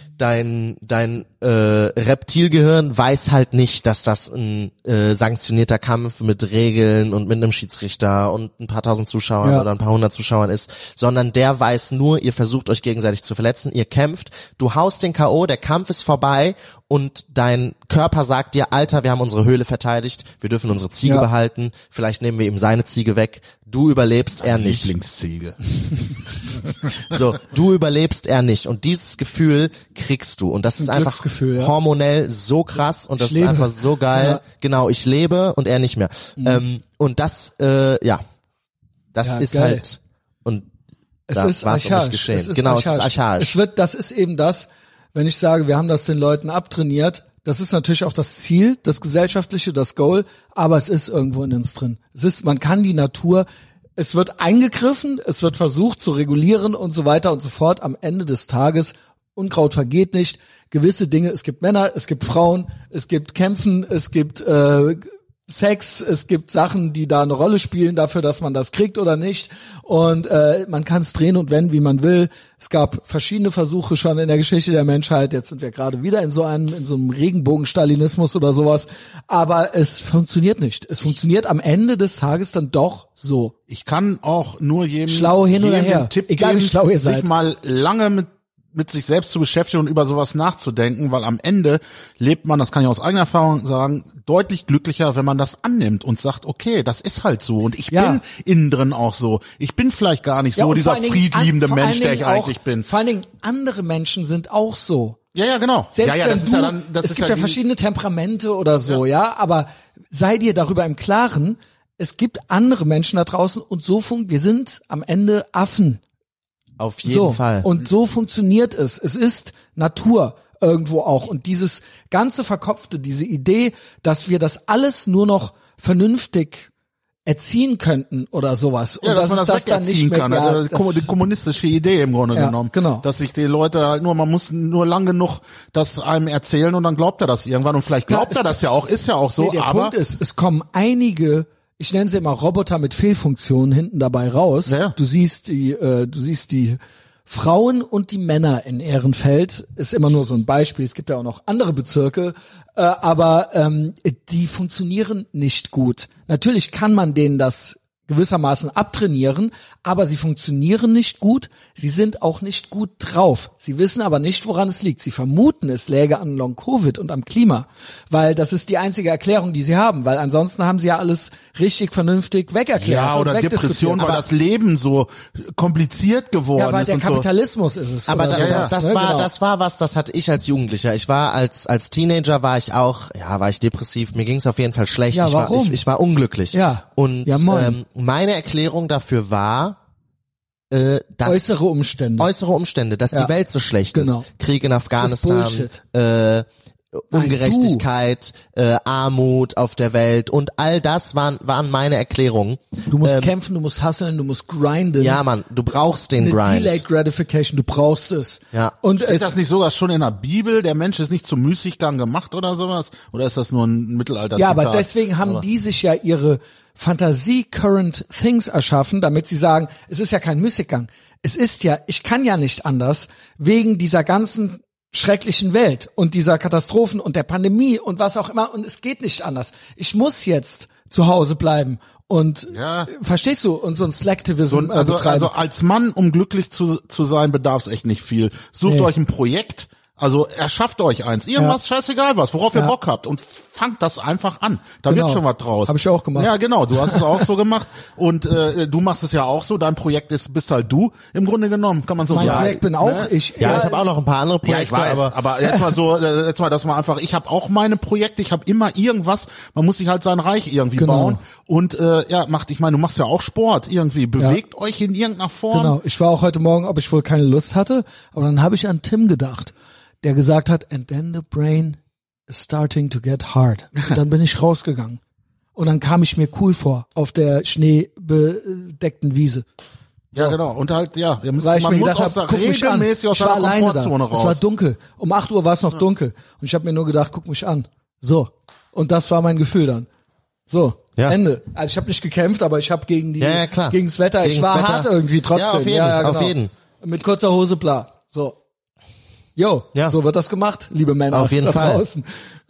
dein dein äh, Reptilgehirn weiß halt nicht, dass das ein äh, sanktionierter Kampf mit Regeln und mit einem Schiedsrichter und ein paar tausend Zuschauern Ja. oder ein paar hundert Zuschauern ist, sondern der weiß nur, ihr versucht euch gegenseitig zu verletzen, ihr kämpft, du haust den K O, der Kampf ist vorbei und dein Körper sagt dir, Alter, wir haben unsere Höhle verteidigt, wir dürfen unsere Ziege Ja. behalten, vielleicht nehmen wir ihm seine Ziege weg, du überlebst, er nicht. Lieblingsziege. So, du überlebst, er nicht. Und dieses Gefühl kriegst du. Und das ist Ein einfach Glücksgefühl, ja. hormonell so krass und das Ich ist lebe. einfach so geil. Ja. Genau, ich lebe und er nicht mehr. Ähm, und das, äh, ja, das Ja, ist geil. halt, und Es da ist war's um mich archaisch. geschehen. Es ist Genau, archaisch. es ist archaisch. Es wird, das ist eben das, wenn ich sage, wir haben das den Leuten abtrainiert. Das ist natürlich auch das Ziel, das gesellschaftliche, das Goal, aber es ist irgendwo in uns drin. Es ist, man kann die Natur, es wird eingegriffen, es wird versucht zu regulieren und so weiter und so fort. Am Ende des Tages, Unkraut vergeht nicht. Gewisse Dinge, es gibt Männer, es gibt Frauen, es gibt Kämpfen, es gibt äh, Sex, es gibt Sachen, die da eine Rolle spielen dafür, dass man das kriegt oder nicht. Und äh, man kann es drehen und wenden, wie man will. Es gab verschiedene Versuche schon in der Geschichte der Menschheit. Jetzt sind wir gerade wieder in so einem, in so einem Regenbogen-Stalinismus oder sowas. Aber es funktioniert nicht. Es funktioniert am Ende des Tages dann doch so. Ich kann auch nur jedem, Schlau hin oder jedem her. den Tipp Egal, wie geben, schlau ihr sich seid. mal lange mit mit sich selbst zu beschäftigen und über sowas nachzudenken, weil am Ende lebt man, das kann ich aus eigener Erfahrung sagen, deutlich glücklicher, wenn man das annimmt und sagt, okay, das ist halt so und ich Ja. bin innen drin auch so. Ich bin vielleicht gar nicht Ja, so und dieser vor allen Dingen friedliebende an- vor Mensch, allen der Dingen ich auch, eigentlich bin. Vor allen Dingen, andere Menschen sind auch so. Ja, ja, genau. Selbst ja, ja, wenn das du, ist ja dann, das es ist gibt ja ja die- verschiedene Temperamente oder so, ja. aber sei dir darüber im Klaren, es gibt andere Menschen da draußen und so funkt, wir sind am Ende Affen. Auf jeden so. Fall. Und so funktioniert es. Es ist Natur irgendwo auch. Und dieses ganze Verkopfte, diese Idee, dass wir das alles nur noch vernünftig erziehen könnten oder sowas. Ja, und dass man es das, dann nicht wegerziehen mehr, kann. ja, Also die das- kommu- die kommunistische Idee im Grunde Ja, genommen. genau. Dass sich die Leute halt nur, man muss nur lang genug das einem erzählen und dann glaubt er das irgendwann. Und vielleicht Ja, glaubt es- er das ja auch, ist ja auch so, Nee, der aber Punkt ist, es kommen einige, ich nenne sie immer Roboter mit Fehlfunktionen hinten dabei raus. Ja, ja. Du siehst die, äh, du siehst die Frauen und die Männer in Ehrenfeld, ist immer nur so ein Beispiel. Es gibt ja auch noch andere Bezirke, äh, aber ähm, die funktionieren nicht gut. Natürlich kann man denen das gewissermaßen abtrainieren, aber sie funktionieren nicht gut, sie sind auch nicht gut drauf. Sie wissen aber nicht, woran es liegt. Sie vermuten, es läge an Long-Covid und am Klima, weil das ist die einzige Erklärung, die sie haben, weil ansonsten haben sie ja alles richtig vernünftig wegerklärt Ja, und oder Depression, weil aber, das Leben so kompliziert geworden ja, weil ist der und Kapitalismus ist es. Aber oder das, sowas, das, das ne? war, Genau. das war was, das hatte ich als Jugendlicher. Ich war als als Teenager war ich auch, ja, war ich depressiv. Mir ging es auf jeden Fall schlecht. Ja, ich war, warum? ich, ich war unglücklich. Ja. Und Ja, moin. ähm, meine Erklärung dafür war, äh, dass Äußere Umstände. äußere Umstände, dass Ja. die Welt so schlecht Genau. ist. Krieg in Afghanistan, Bullshit. äh, Ungerechtigkeit, äh, Armut auf der Welt und all das waren waren meine Erklärungen. Du musst ähm, kämpfen, du musst hustlen, du musst grinden. Ja, Mann, du brauchst den eine Grind. Delayed Gratification, du brauchst es. Ja. Und Ist es, das nicht sogar schon in der Bibel? Der Mensch ist nicht zum Müßiggang gemacht oder sowas? Oder ist das nur ein Mittelalter-Zitat? ja, aber deswegen haben Aber- die sich ja ihre Fantasie-Current Things erschaffen, damit sie sagen, es ist ja kein Müßiggang. Es ist ja, ich kann ja nicht anders, wegen dieser ganzen schrecklichen Welt und dieser Katastrophen und der Pandemie und was auch immer, und es geht nicht anders. Ich muss jetzt zu Hause bleiben und Ja. verstehst du, und so ein Slacktivism So ein, also, äh, betreiben. also als Mann, um glücklich zu, zu sein, bedarf es echt nicht viel. Sucht Nee. euch ein Projekt, also erschafft euch eins. Irgendwas, scheißegal was, worauf Ja. ihr Bock habt und fangt das einfach an. Da Genau. wird schon was draus. Hab ich auch gemacht. Ja, genau, du hast es auch so gemacht und äh, du machst es ja auch so. Dein Projekt ist, bist halt du im Grunde genommen, kann man so mein sagen. Projekt bin auch Ne? ich. Ja, ich habe auch noch ein paar andere Ja, Projekte, ich weiß, aber aber, jetzt mal so, äh, jetzt mal, dass man einfach, ich habe auch meine Projekte, ich habe immer irgendwas, man muss sich halt sein Reich irgendwie Genau. bauen und äh, ja, macht, ich meine, du machst ja auch Sport irgendwie, bewegt euch in irgendeiner Form. Genau, ich war auch heute Morgen, ob ich wohl keine Lust hatte, aber dann habe ich an Tim gedacht, der gesagt hat, and then the brain is starting to get hard. Und dann bin ich rausgegangen. Und dann kam ich mir cool vor auf der schneebedeckten Wiese. Ja, genau. Und halt, ja, ihr müsst, Weil ich man mir muss gedacht aus der, habe, guck mich an. regelmäßig aus Ich war seiner alleine da. Komfortzone raus. Es war dunkel. Um acht Uhr war es noch dunkel. Und ich habe mir nur gedacht, guck mich an. So. Und das war mein Gefühl dann. So. Ja. Ende. Also ich habe nicht gekämpft, aber ich habe gegen die Ja, ja, klar. gegen das Wetter. ich Gegen's war Wetter. hart irgendwie trotzdem. Ja, auf jeden, ja, ja, auf genau. jeden. Mit kurzer Hose, bla. So. Jo, Ja. so wird das gemacht, liebe Männer Auf jeden da Fall. draußen.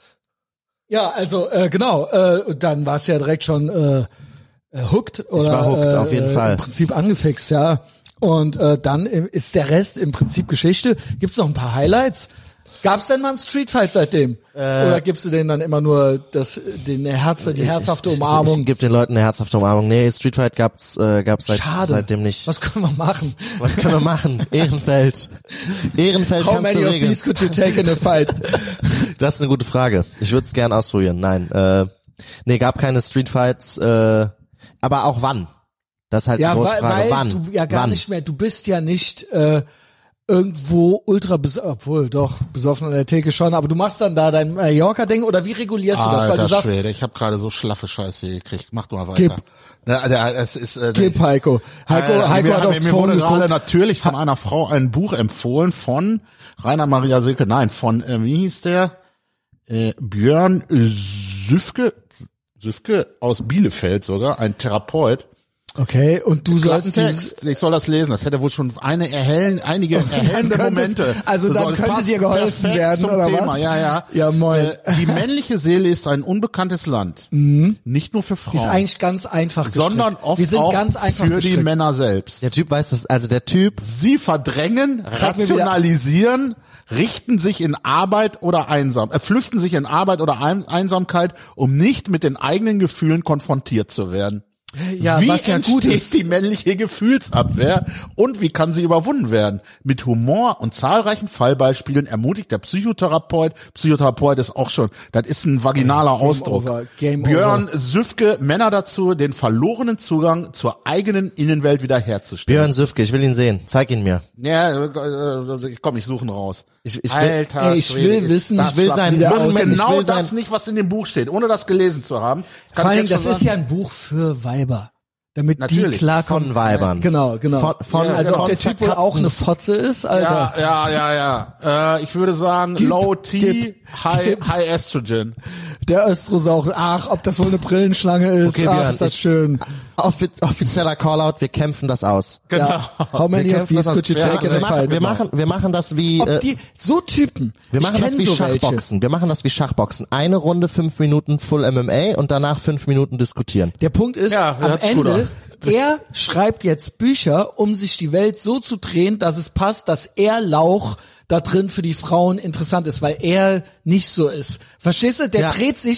Ja, also äh, genau, äh, dann war es ja direkt schon äh, äh, hooked oder war hooked, äh, auf jeden äh, Fall. im Prinzip angefixt, ja. Und äh, dann ist der Rest im Prinzip Geschichte. Gibt's noch ein paar Highlights? Gab's denn mal einen Streetfight seitdem? Äh, Oder gibst du denen dann immer nur das, den Herz, die herzhafte ich, Umarmung? Ich, ich gebe den Leuten eine herzhafte Umarmung. Nee, Street Fight gab's äh, gab's seit, Schade. seitdem nicht. Was können wir machen? Was können wir machen? Ehrenfeld. Ehrenfeld How kannst many du of regeln. these could you take in a fight? Das ist eine gute Frage. Ich würde es gern ausprobieren. Nein, äh, nee, gab keine Street Fights. Äh, aber auch wann? Das ist halt Ja, die große weil, Frage. weil wann? du ja gar wann? nicht mehr, du bist ja nicht äh, irgendwo ultra besoffen, obwohl doch, besoffen an der Theke schon, aber du machst dann da dein Mallorca-Ding oder wie regulierst du das? Weil Alter du sagst, Schwede, ich habe gerade so schlaffe Scheiße gekriegt. Mach du mal weiter. Gib. Ja, der, es ist, äh, gib Heiko. Heiko, Äh, Heiko mir, hat mir, aufs mir Phone wurde gerade geguckt. natürlich von einer Frau ein Buch empfohlen von Rainer Maria Silke, nein, von, äh, wie hieß der? Äh, Björn Süfke, Süfke aus Bielefeld sogar, ein Therapeut. Okay, und du sollst dieses, Klappentext, ich soll das lesen, das hätte wohl schon eine erhellen, einige erhellende Dann könnte es- Momente. also Das dann soll- könnte passt dir geholfen perfekt werden, zum oder Thema. was? Ja, ja. Ja, moin. Äh, die männliche Seele ist ein unbekanntes Land. Nicht nur für die ist Frauen, eigentlich ganz einfach gestrickt. sondern oft Wir sind auch ganz einfach für die gestrickt. Männer selbst. Der Typ weiß das, also der Typ, Sie verdrängen, Zeig mir wieder- rationalisieren, richten sich in Arbeit oder einsam, äh, flüchten sich in Arbeit oder Ein Einsamkeit, um nicht mit den eigenen Gefühlen konfrontiert zu werden. Ja, wie was ja gut entsteht ist. die männliche Gefühlsabwehr und wie kann sie überwunden werden? Mit Humor und zahlreichen Fallbeispielen ermutigt der Psychotherapeut, Psychotherapeut ist auch schon, das ist ein vaginaler Game Ausdruck. over, Game Björn Süfke, Männer dazu, den verlorenen Zugang zur eigenen Innenwelt wiederherzustellen. Björn Süfke, ich will ihn sehen. Zeig ihn mir. Ja, äh, komm, ich suche ihn raus. Ich, ich will, Alter, Ey, ich Schwede, will ist wissen, das ich will schwach. sein- Und wie der aussieht. genau Ich will das sein- nicht, was in dem Buch steht, ohne das gelesen zu haben. Kann Vor allem, ich jetzt das schon ist sagen. ja ein Buch für Weiber. Damit Natürlich, die klarkommen. von Weibern. Genau, genau. Von- von- also von ob der Typ wohl auch eine Fotze ist, Alter. Ja, ja, ja, ja. Äh, ich würde sagen, Gib, Low T, gib, High, gib. High Estrogen. Der Östrosauch. Ach, ob das wohl eine Brillenschlange ist. Okay, Ach, Björn, ist das ich- schön. Offi offizieller Callout, wir kämpfen das aus. Genau. Ja. How many Wir of kämpfen these das could you aus. take wir, in a wir, machen, fight? wir, machen, wir machen das wie, Ob äh, die, so Typen. wir machen ich das kenn wie so welche. Schachboxen. Wir machen das wie Schachboxen. Eine Runde, fünf Minuten Full M M A und danach fünf Minuten diskutieren. Der Punkt ist, Ja, am hört sich gut Ende, er schreibt jetzt Bücher, um sich die Welt so zu drehen, dass es passt, dass er Lauch da drin für die Frauen interessant ist, weil er nicht so ist. Verstehst du? Der Ja. dreht sich Ja.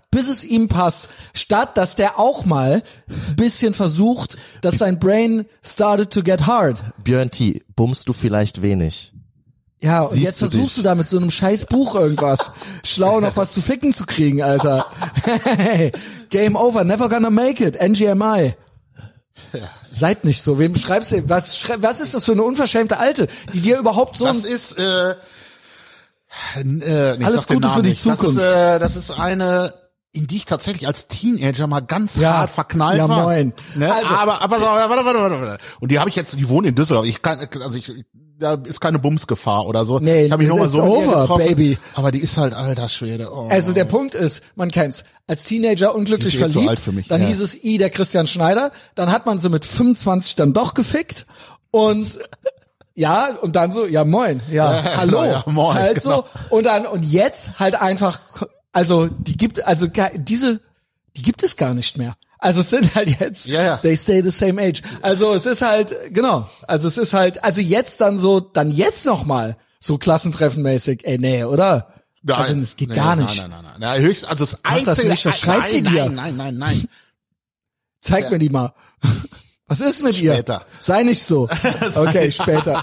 bis es ihm passt, statt dass der auch mal ein bisschen versucht, dass sein Brain started to get hard. Björn T., bummst du vielleicht wenig? Ja, und Siehst jetzt du versuchst dich? du da mit so einem scheiß Buch irgendwas schlau noch was zu ficken zu kriegen, Alter. Hey, Game over, never gonna make it, N G M I. Ja. Seid nicht so, wem schreibst du, was, schrei, was ist das für eine unverschämte Alte, die dir überhaupt so... Das ist, äh, äh nee, Alles Gute für die nicht. Zukunft. Das ist, äh, das ist eine, in die ich tatsächlich als Teenager mal ganz Ja. hart verknallt Ja, war. moin. Ne? Also- aber, aber so, warte, warte, warte, warte. Und die habe ich jetzt, die wohnen in Düsseldorf. Ich kann, also ich, da ist keine Bumsgefahr oder so. Nee, ich habe mich nur mal it's so mit ihr over, getroffen. baby. Aber die ist halt alter Schwede. Oh. Also der Punkt ist, man kennt's, als Teenager unglücklich Die ist eh zu verliebt, alt für mich, dann ja. hieß es I, der Christian Schneider, dann hat man sie mit fünfundzwanzig dann doch gefickt und ja, und dann so, ja moin, ja, Ja, hallo, genau, ja, moin, halt genau. so und dann und jetzt halt einfach, also die gibt, also ge- diese, die gibt es gar nicht mehr. Also es sind halt jetzt, Ja, ja. they stay the same age. Also es ist halt, genau, also es ist halt, also jetzt dann so, dann jetzt noch mal so Klassentreffenmäßig, ey nee, oder? Nein, Also es geht nee, gar nein, nicht. Nein, nein, nein, nein. Ja, höchst, also das Mach das einzige, nicht, was schreibt nein, die dir? Nein, nein, nein, nein. Zeig Ja. mir die mal. Was ist mit ihr? Später. Sei nicht so. Okay, später.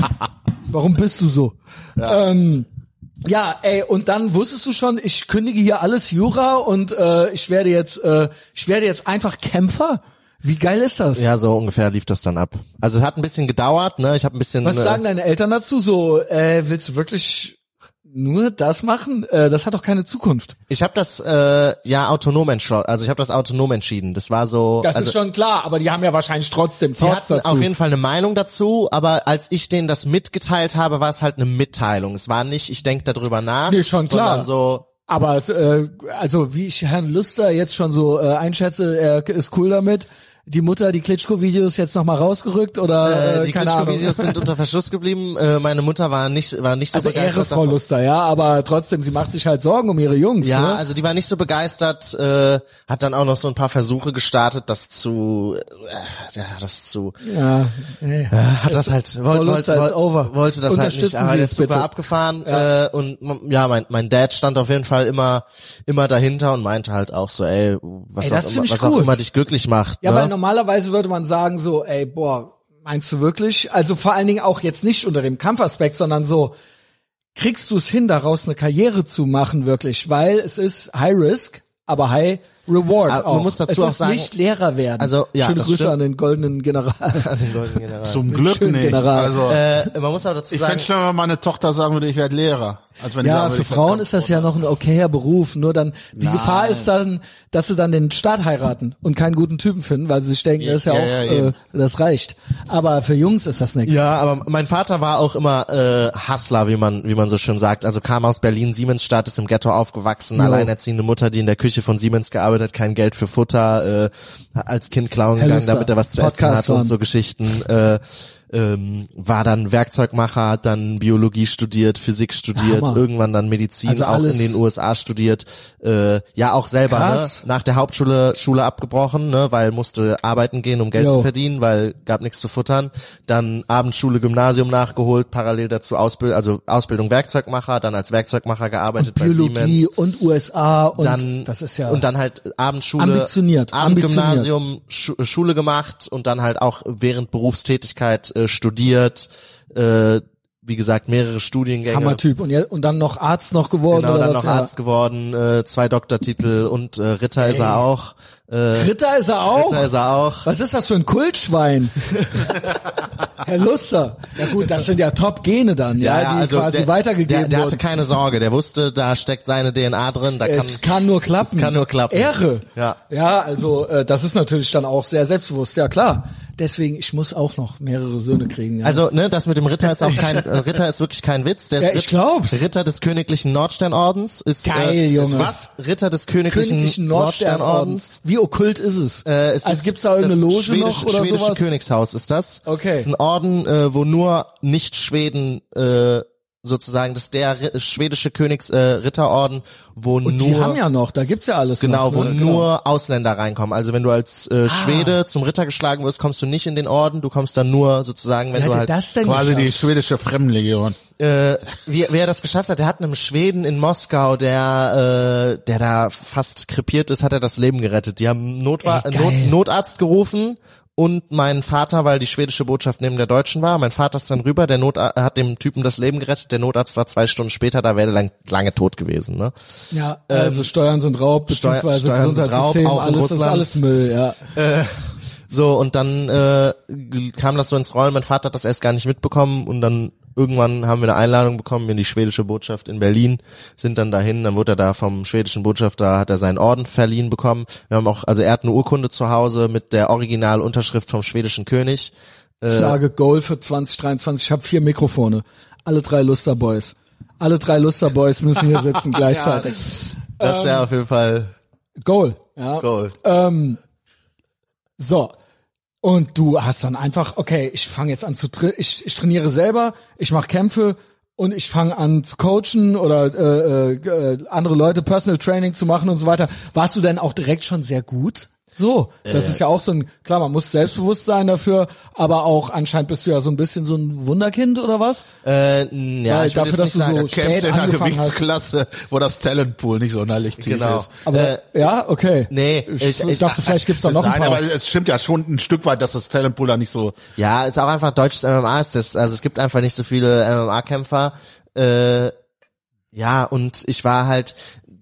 Warum bist du so? Ja. Ähm, ja, ey, und dann wusstest du schon, ich kündige hier alles Jura und äh, ich werde jetzt, äh, ich werde jetzt einfach Kämpfer. Wie geil ist das? Ja, so ungefähr lief das dann ab. Also es hat ein bisschen gedauert, ne? Ich habe ein bisschen. Was äh, sagen deine Eltern dazu? So, äh, willst du wirklich nur das machen? Äh, das hat doch keine Zukunft. Ich habe das äh, ja autonom entschlossen. Also ich habe das autonom entschieden. Das war so. Das also, ist schon klar, aber die haben ja wahrscheinlich trotzdem Die Thoughts hatten dazu. auf jeden Fall eine Meinung dazu, aber als ich denen das mitgeteilt habe, war es halt eine Mitteilung. Es war nicht, ich denke darüber nach. Nee, schon klar. sondern so. Aber äh, also wie ich Herrn Luster jetzt schon so äh, einschätze, er ist cool damit. Die Mutter, die Klitschko-Videos jetzt noch mal rausgerückt oder Äh, die keine Ahnung. Klitschko-Videos sind unter Verschluss geblieben. Äh, meine Mutter war nicht, war nicht so Also begeistert Ehre, Frau davon. Luster, ja, aber trotzdem, sie macht sich halt Sorgen um ihre Jungs. Ja, ne? also die war nicht so begeistert, äh, hat dann auch noch so ein paar Versuche gestartet, das zu, äh, ja, das zu, ja, nee. äh, hat das halt, wollte, Luster, wollte, it's over. wollte das halt nicht, Unterstützen aber Sie der es ist super bitte. abgefahren, äh, und m- ja, mein, mein Dad stand auf jeden Fall immer, immer dahinter und meinte halt auch so, ey, was, Ey, das auch, find immer, ich was auch gut. immer dich glücklich macht, Ja, ne? weil normalerweise würde man sagen so, ey, boah, meinst du wirklich? Also vor allen Dingen auch jetzt nicht unter dem Kampfaspekt, sondern so, kriegst du es hin, daraus eine Karriere zu machen wirklich? Weil es ist High Risk, aber High Reward Aber auch. man muss dazu es auch ist sagen- nicht Lehrer werden. Also, ja, Schöne das Grüße stimmt. an den goldenen General. An den goldenen General. Zum Glück schönen nicht. General. Also, äh, man muss aber dazu ich sagen, fände schlimmer, wenn meine Tochter sagen würde, ich werde Lehrer. Als wenn die Ja, sagen würde, für ich Frauen werd ist das ja noch ein okayer Beruf. Nur dann, die Nein. Gefahr ist dann, dass sie dann den Staat heiraten und keinen guten Typen finden, weil sie sich denken, Ja, das ist ja, ja, auch, ja, äh, eben. das reicht. Aber für Jungs ist das nichts. ja, aber mein Vater war auch immer äh, Hustler, wie man wie man so schön sagt. Also kam aus Berlin, Siemensstadt, ist im Ghetto aufgewachsen, Jo. alleinerziehende Mutter, die in der Küche von Siemens gearbeitet hat, kein Geld für Futter, äh, als Kind klauen Herr gegangen, Lüster, damit er was zu essen Podcast hat und waren. so Geschichten. Äh, ähm, war dann Werkzeugmacher, hat dann Biologie studiert, Physik studiert, Hammer. irgendwann dann Medizin, Also auch alles- in den U S A studiert, äh, ja auch selber, Krass. ne, nach der Hauptschule Schule abgebrochen, ne, weil musste arbeiten gehen, um Geld Jo. zu verdienen, weil gab nichts zu futtern, dann Abendschule, Gymnasium nachgeholt, parallel dazu Ausbildung, also Ausbildung Werkzeugmacher, dann als Werkzeugmacher gearbeitet bei Biologie Siemens. und U S A und Dann, das ist ja und dann halt Abendschule, Ambitioniert, Abendgymnasium, Schu Schule gemacht und dann halt auch während Berufstätigkeit äh, studiert, äh, wie gesagt, mehrere Studiengänge. Hammertyp. Und, ja, und dann noch Arzt noch geworden Genau, oder dann was? noch Ja. Arzt geworden, äh, zwei Doktortitel und äh, Ritter ist er auch. Äh, Ritter ist er auch? Ritter ist er auch. Was ist das für ein Kultschwein? Herr Luster. Ja gut, das sind ja Top-Gene dann, ja, die quasi also der, weitergegeben der, der hatte wurden. keine Sorge, der wusste, da steckt seine D N A drin, da kann, Es kann nur klappen. es kann nur klappen. Ehre. Ja. Ja, also äh, das ist natürlich dann auch sehr selbstbewusst, ja klar. Deswegen, ich muss auch noch mehrere Söhne kriegen. Ja. Also, ne, das mit dem Ritter ist auch kein, äh, Ritter ist wirklich kein Witz. Der ist Ja, ich Ritt- glaub's. Ritter des Königlichen Nordsternordens ist, Geil, äh, Junge. Ist was? Ritter des Königlichen, Königlichen Nordsternordens. Wie okkult ist es? Äh, es also ist gibt's da irgendeine das Loge schwedische, noch oder schwedische sowas? Königshaus ist das. Okay. Das ist ein Orden, äh, wo nur Nicht-Schweden, äh, sozusagen, das ist der Ri- schwedische Königs, äh, Ritterorden, wo Und nur die haben ja noch, da gibt's ja alles Genau, noch. wo ne? nur Ausländer reinkommen. Also wenn du als Ah. äh, Schwede zum Ritter geschlagen wirst, kommst du nicht in den Orden, du kommst dann nur sozusagen, wenn Wer du hätte halt das denn quasi die geschafft? schwedische Fremdenlegion. äh, wie, wie er das geschafft hat, der hat einem Schweden in Moskau, der äh, der da fast krepiert ist, hat er das Leben gerettet. Die haben Notwa- Ey, Not, Notarzt gerufen und mein Vater, weil die schwedische Botschaft neben der deutschen war, mein Vater ist dann rüber, der Notarzt hat dem Typen das Leben gerettet, der Notarzt war zwei Stunden später, da wäre er lang, lange tot gewesen. Ne? Ja, also ähm, Steuern sind Raub, beziehungsweise Steuern sind Raub, Gesundheitssystem, auch in alles, das ist Russland. alles Müll, ja. Äh, so, und dann äh, kam das so ins Rollen, mein Vater hat das erst gar nicht mitbekommen und dann irgendwann haben wir eine Einladung bekommen in die schwedische Botschaft in Berlin, sind dann dahin, dann wurde er da vom schwedischen Botschafter, hat er seinen Orden verliehen bekommen. Wir haben auch, also er hat eine Urkunde zu Hause mit der Originalunterschrift vom schwedischen König. Ich sage Goal für zwanzig dreiundzwanzig, ich habe vier Mikrofone, alle drei Luster Boys. Alle drei Luster Boys müssen hier sitzen gleichzeitig. Ja, das ist ja auf jeden Fall Goal, ja. Goal. Ähm, so. Und du hast dann einfach, okay, ich fange jetzt an zu tra- ich, ich trainiere selber, ich mache Kämpfe und ich fange an zu coachen oder äh, äh, andere Leute Personal Training zu machen und so weiter. Warst du denn auch direkt schon sehr gut? So, das äh. ist ja auch so ein, klar, man muss selbstbewusst sein dafür, aber auch anscheinend bist du ja so ein bisschen so ein Wunderkind oder was? Äh, ja, Weil ich will dafür, jetzt dass nicht du sagen, so Kämpft spät in einer angefangen hast. Gewichtsklasse, wo das Talentpool nicht sonderlich tief Genau. ist. Aber Äh, ja, okay. nee, ich, ich- ich- dachte, vielleicht gibt's da noch ein Nein, paar. aber es stimmt ja schon ein Stück weit, dass das Talentpool da nicht so. Ja, ist auch einfach deutsches M M A ist das, also es gibt einfach nicht so viele M M A-Kämpfer. Äh, ja, und ich war halt,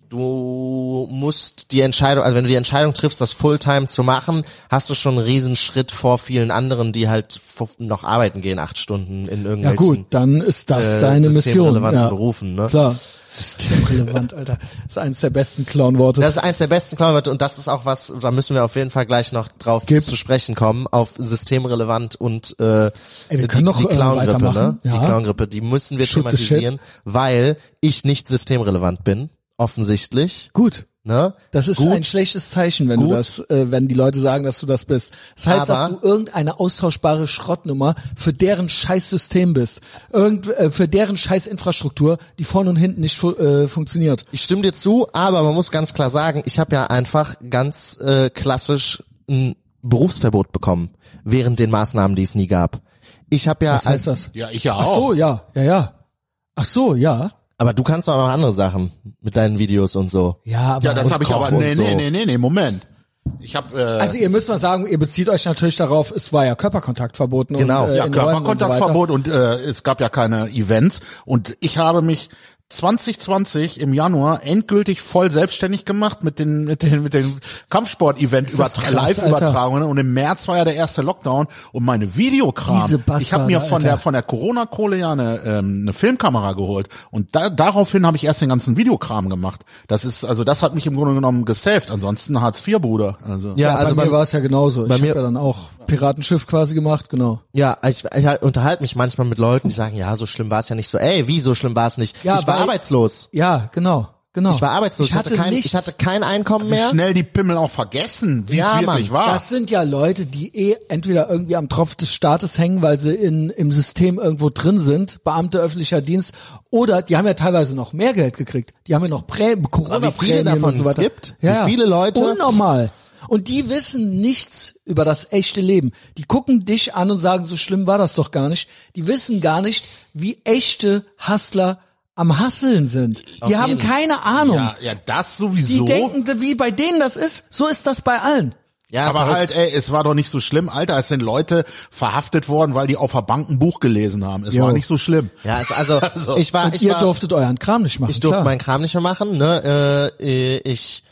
du musst die Entscheidung, also wenn du die Entscheidung triffst, das Fulltime zu machen, hast du schon einen riesen Schritt vor vielen anderen, die halt noch arbeiten gehen, acht Stunden in Ja irgendwelchen gut, dann ist das äh, deine Mission. systemrelevanten Ja. Berufen. Ne? Klar. Systemrelevant, Alter. Das ist eines der besten Clownworte. Das ist eins der besten Clownwörter und das ist auch was, da müssen wir auf jeden Fall gleich noch drauf Gib. zu sprechen kommen, auf systemrelevant und äh, Ey, wir die, können noch, die äh, Clowngrippe, ne? weitermachen. Ja. Die Clowngrippe, die müssen wir Shoot the thematisieren, weil ich nicht systemrelevant bin, offensichtlich. Gut. Ne? Das ist Gut. ein schlechtes Zeichen, wenn Gut. du das, äh, wenn die Leute sagen, dass du das bist. Das heißt, Aber- dass du irgendeine austauschbare Schrottnummer für deren Scheißsystem bist. Irgend, äh, für deren Scheißinfrastruktur, die vorne und hinten nicht fu äh, funktioniert. Ich stimme dir zu, aber man muss ganz klar sagen, ich habe ja einfach ganz äh, klassisch ein Berufsverbot bekommen während den Maßnahmen, die es nie gab. Ich habe ja Was heißt als das? Ja, ich ja Ach auch. so, ja, ja, ja. Ach so, ja. aber du kannst auch noch andere Sachen mit deinen Videos und so. Ja, aber Ja, das und habe ich Koch aber. und Nee, so. nee, nee, nee, nee, Moment. Ich habe äh, also ihr müsst mal sagen, ihr bezieht euch natürlich darauf, es war ja Körperkontakt verboten. Genau. Und, äh, ja, in Räumen und so Körperkontaktverbot und, äh, es gab ja keine Events und ich habe mich zwanzig zwanzig im Januar endgültig voll selbstständig gemacht mit den mit den mit den Kampfsport-Event das krass, Live-Übertragungen und im März war ja der erste Lockdown und meine Videokram. Diese Bastarde, ich habe mir von der Alter. von der Corona-Kohle ja eine ähm, eine Filmkamera geholt und da, daraufhin habe ich erst den ganzen Videokram gemacht. Das ist also das hat mich im Grunde genommen gesaved. Ansonsten Hartz vier Bruder. Also Ja, Ja, also bei mir bei- war es ja genauso. bei Ich mir- habe ja dann auch Piratenschiff quasi gemacht, genau. Ja, ich, ich halt unterhalte mich manchmal mit Leuten, die sagen, ja, so schlimm war es ja nicht so. Ey, wie so schlimm war es nicht? Ja, ich war weil- arbeitslos. Ja, genau, genau. Ich war arbeitslos. Ich, hatte, kein, nichts. ich hatte kein Einkommen wie mehr. schnell die Pimmel auch vergessen, wie Ja, es wirklich Mann, war. Das sind ja Leute, die eh entweder irgendwie am Tropf des Staates hängen, weil sie in, im System irgendwo drin sind, Beamte öffentlicher Dienst, oder die haben ja teilweise noch mehr Geld gekriegt. Die haben ja noch Prä Corona-Prämien davon und so weiter. es gibt, Ja, wie viele Leute- Unnormal. Und die wissen nichts über das echte Leben. Die gucken dich an und sagen, so schlimm war das doch gar nicht. Die wissen gar nicht, wie echte Hustler am Hasseln sind. Die haben jeden. keine Ahnung. Ja, ja, das Die sowieso. denken, wie bei denen das ist, so ist das bei allen. Ja, Aber verrückt. halt, ey, es war doch nicht so schlimm, Alter. Es sind Leute verhaftet worden, weil die auf der Bank ein Buch gelesen haben. Es Jo. war nicht so schlimm. Ja, es, also, Also, ich war, Und ich ihr war, durftet euren Kram nicht machen. ich durfte klar. meinen Kram nicht mehr machen, ne, äh, ich,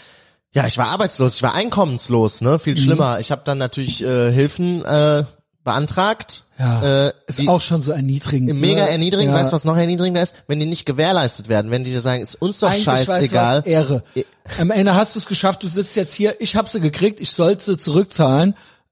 ja, ich war arbeitslos, ich war einkommenslos, ne, Mhm. viel schlimmer. Ich habe dann natürlich äh, Hilfen äh, beantragt. Ja, äh, ist die, auch schon so erniedrigend. mega ne? erniedrigend. Ja. Weißt du, was noch erniedrigender ist? Wenn die nicht gewährleistet werden, wenn die dir sagen, ist uns doch Eigentlich weißt du scheißegal. was, Ehre. Am Ende hast du es geschafft, du sitzt jetzt hier, ich habe sie gekriegt, ich sollte sie zurückzahlen.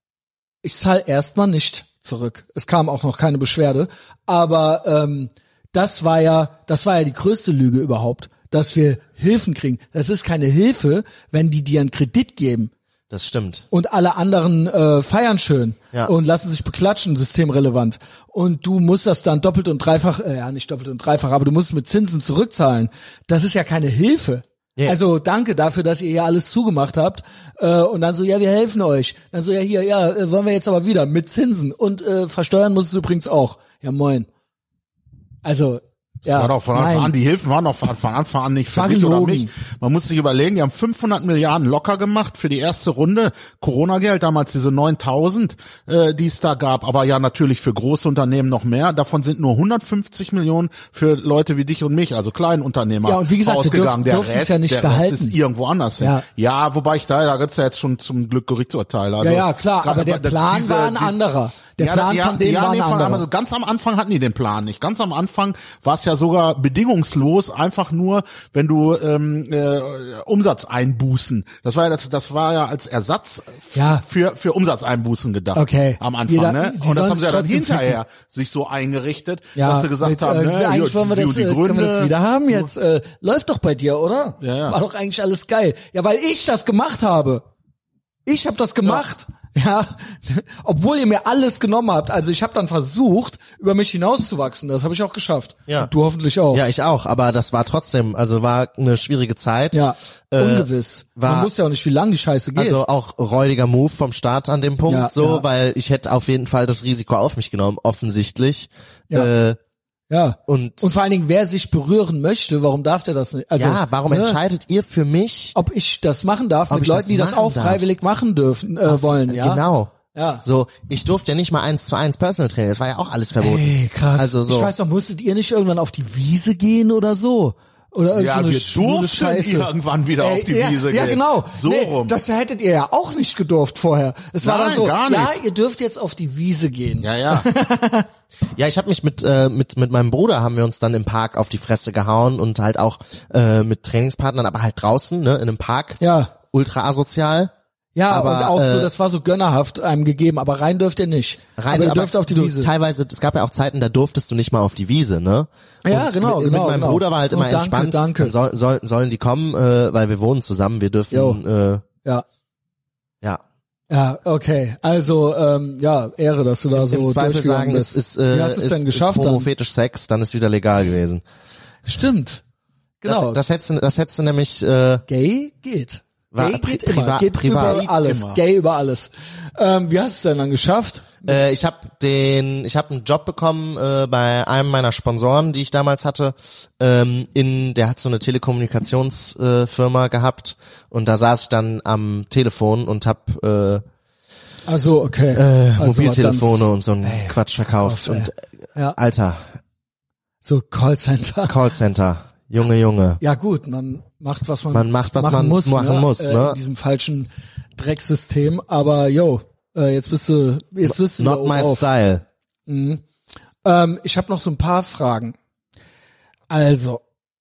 Ich zahle erstmal nicht zurück. Es kam auch noch keine Beschwerde, aber ähm, das war ja, das war ja die größte Lüge überhaupt, dass wir Hilfen kriegen. Das ist keine Hilfe, wenn die dir einen Kredit geben. Das stimmt. Und alle anderen äh, feiern schön Ja. und lassen sich beklatschen, systemrelevant. Und du musst das dann doppelt und dreifach, äh, ja nicht doppelt und dreifach, aber du musst es mit Zinsen zurückzahlen. Das ist ja keine Hilfe. Nee. Also danke dafür, dass ihr hier alles zugemacht habt. Äh, und dann so, ja, wir helfen euch. Dann so, ja, hier, ja, äh, wollen wir jetzt aber wieder mit Zinsen. Und äh, versteuern muss es übrigens auch. Ja, moin. Also, ja. War doch von Anfang nein. an, die Hilfen waren doch von von Anfang an nicht für war dich oder gelogen. mich. Man muss sich überlegen, die haben fünfhundert Milliarden locker gemacht für die erste Runde. Corona-Geld, damals diese neuntausend, äh, die es da gab. Aber ja, natürlich für große Unternehmen noch mehr. Davon sind nur hundertfünfzig Millionen für Leute wie dich und mich, also Kleinunternehmer, Ja, und wie gesagt, wir ausgegangen. dürfen- Der dürfen es Rest, ja nicht der Rest behalten. ist irgendwo anders hin. Ja. Ja, wobei ich da, da gibt's ja jetzt schon zum Glück Gerichtsurteile. Also, Ja, ja, klar, aber der Plan diese- war ein die- anderer. Der ja, Plan ja, von denen ja, war nee, ein von, anderer. also ganz am Anfang hatten die den Plan nicht. Ganz am Anfang war es ja sogar bedingungslos, einfach nur, wenn du ähm, äh, Umsatzeinbußen. Das war ja das, das war ja als Ersatz f- Ja. für für Umsatzeinbußen gedacht. Okay. Am Anfang, Jeder- ne? die Und das sollen haben sie ja sich dann trotzdem hinterher sich so eingerichtet, Ja, dass sie gesagt mit, haben, äh, ne, eigentlich ja, wollen wir die, das, die äh, Gründe. können wir das wieder haben jetzt. Äh, läuft doch bei dir, oder? Ja, ja. War doch eigentlich alles geil. Ja, weil ich das gemacht habe. Ich habe das gemacht. Ja, obwohl ihr mir alles genommen habt. Also ich habe dann versucht, über mich hinauszuwachsen. Das habe ich auch geschafft. Ja. Und du hoffentlich auch. Ja, ich auch, aber das war trotzdem, also war eine schwierige Zeit. Ja, Äh, ungewiss. war- Man wusste ja auch nicht, wie lange die Scheiße geht. Also auch räudiger Move vom Staat an dem Punkt, Ja, so, ja. weil ich hätte auf jeden Fall das Risiko auf mich genommen, offensichtlich. Ja. Äh, ja. und, Und vor allen Dingen, wer sich berühren möchte, warum darf der das nicht? Also, ja, warum ne, entscheidet ihr für mich? ob ich das machen darf Ob mit ich Leuten, das die das machen auch darf? freiwillig machen dürfen äh, wollen, ja? Genau. Ja. So, ich durfte ja nicht mal eins zu eins Personal Training, das war ja auch alles verboten. Ey, krass. Also so. Ich weiß noch, musstet ihr nicht irgendwann auf die Wiese gehen oder so? Oder irgend Ja, so eine wir schwule durften Scheiße. irgendwann wieder auf die ja, Wiese Ja, gehen. genau. So nee, rum. Das hättet ihr ja auch nicht gedurft vorher. Es war Nein, dann so, gar ja, nicht. ihr dürft jetzt auf die Wiese gehen. Ja, ja. Ja, ich habe mich mit äh, mit mit meinem Bruder haben wir uns dann im Park auf die Fresse gehauen und halt auch äh, mit Trainingspartnern, aber halt draußen, ne, in einem Park. Ja. Ultra asozial. Ja, Aber, und auch so, äh, das war so gönnerhaft einem gegeben, aber rein dürft ihr nicht. Rein, aber ihr aber dürft auf die du, Wiese. Teilweise, es gab ja auch Zeiten, da durftest du nicht mal auf die Wiese, ne? Ja, Und genau, mit, genau, Mit meinem genau. Bruder war halt Oh, immer danke, entspannt. danke. Dann soll, soll, sollen die kommen, äh, weil wir wohnen zusammen, wir dürfen, Jo. äh, Ja. ja. Ja, okay. Also, ähm, ja, Ehre, dass du da so Im Zweifel durchgegangen sagen, bist. es ist, äh, Wie hast du es ist, denn geschafft ist dann? homofetisch Sex, dann ist wieder legal gewesen. Stimmt. Genau. Das, das hättest du, das hättest du nämlich, äh, Gay geht. War- Gay pri- geht immer. privat- Geht privat über alles. immer. Gay über alles. Ähm, wie hast du es denn dann geschafft? Äh, ich habe den, ich habe einen Job bekommen äh, bei einem meiner Sponsoren, die ich damals hatte. Ähm, in, der hat so eine Telekommunikationsfirma äh, Firma gehabt und da saß ich dann am Telefon und habe Ach so, okay. äh, äh, Also Mobiltelefone ganz- und so einen Quatsch verkauft. auf, ey. Und Ja, Alter, so Callcenter. Callcenter, Junge, Junge. Ja gut, man macht, was man, Man macht, was machen man muss, machen ne? muss, äh, ne? In diesem falschen Drecksystem. Aber yo, äh, jetzt bist du, jetzt bist du wieder Not oben my auf. style. Ähm, ich habe noch so ein paar Fragen. Also,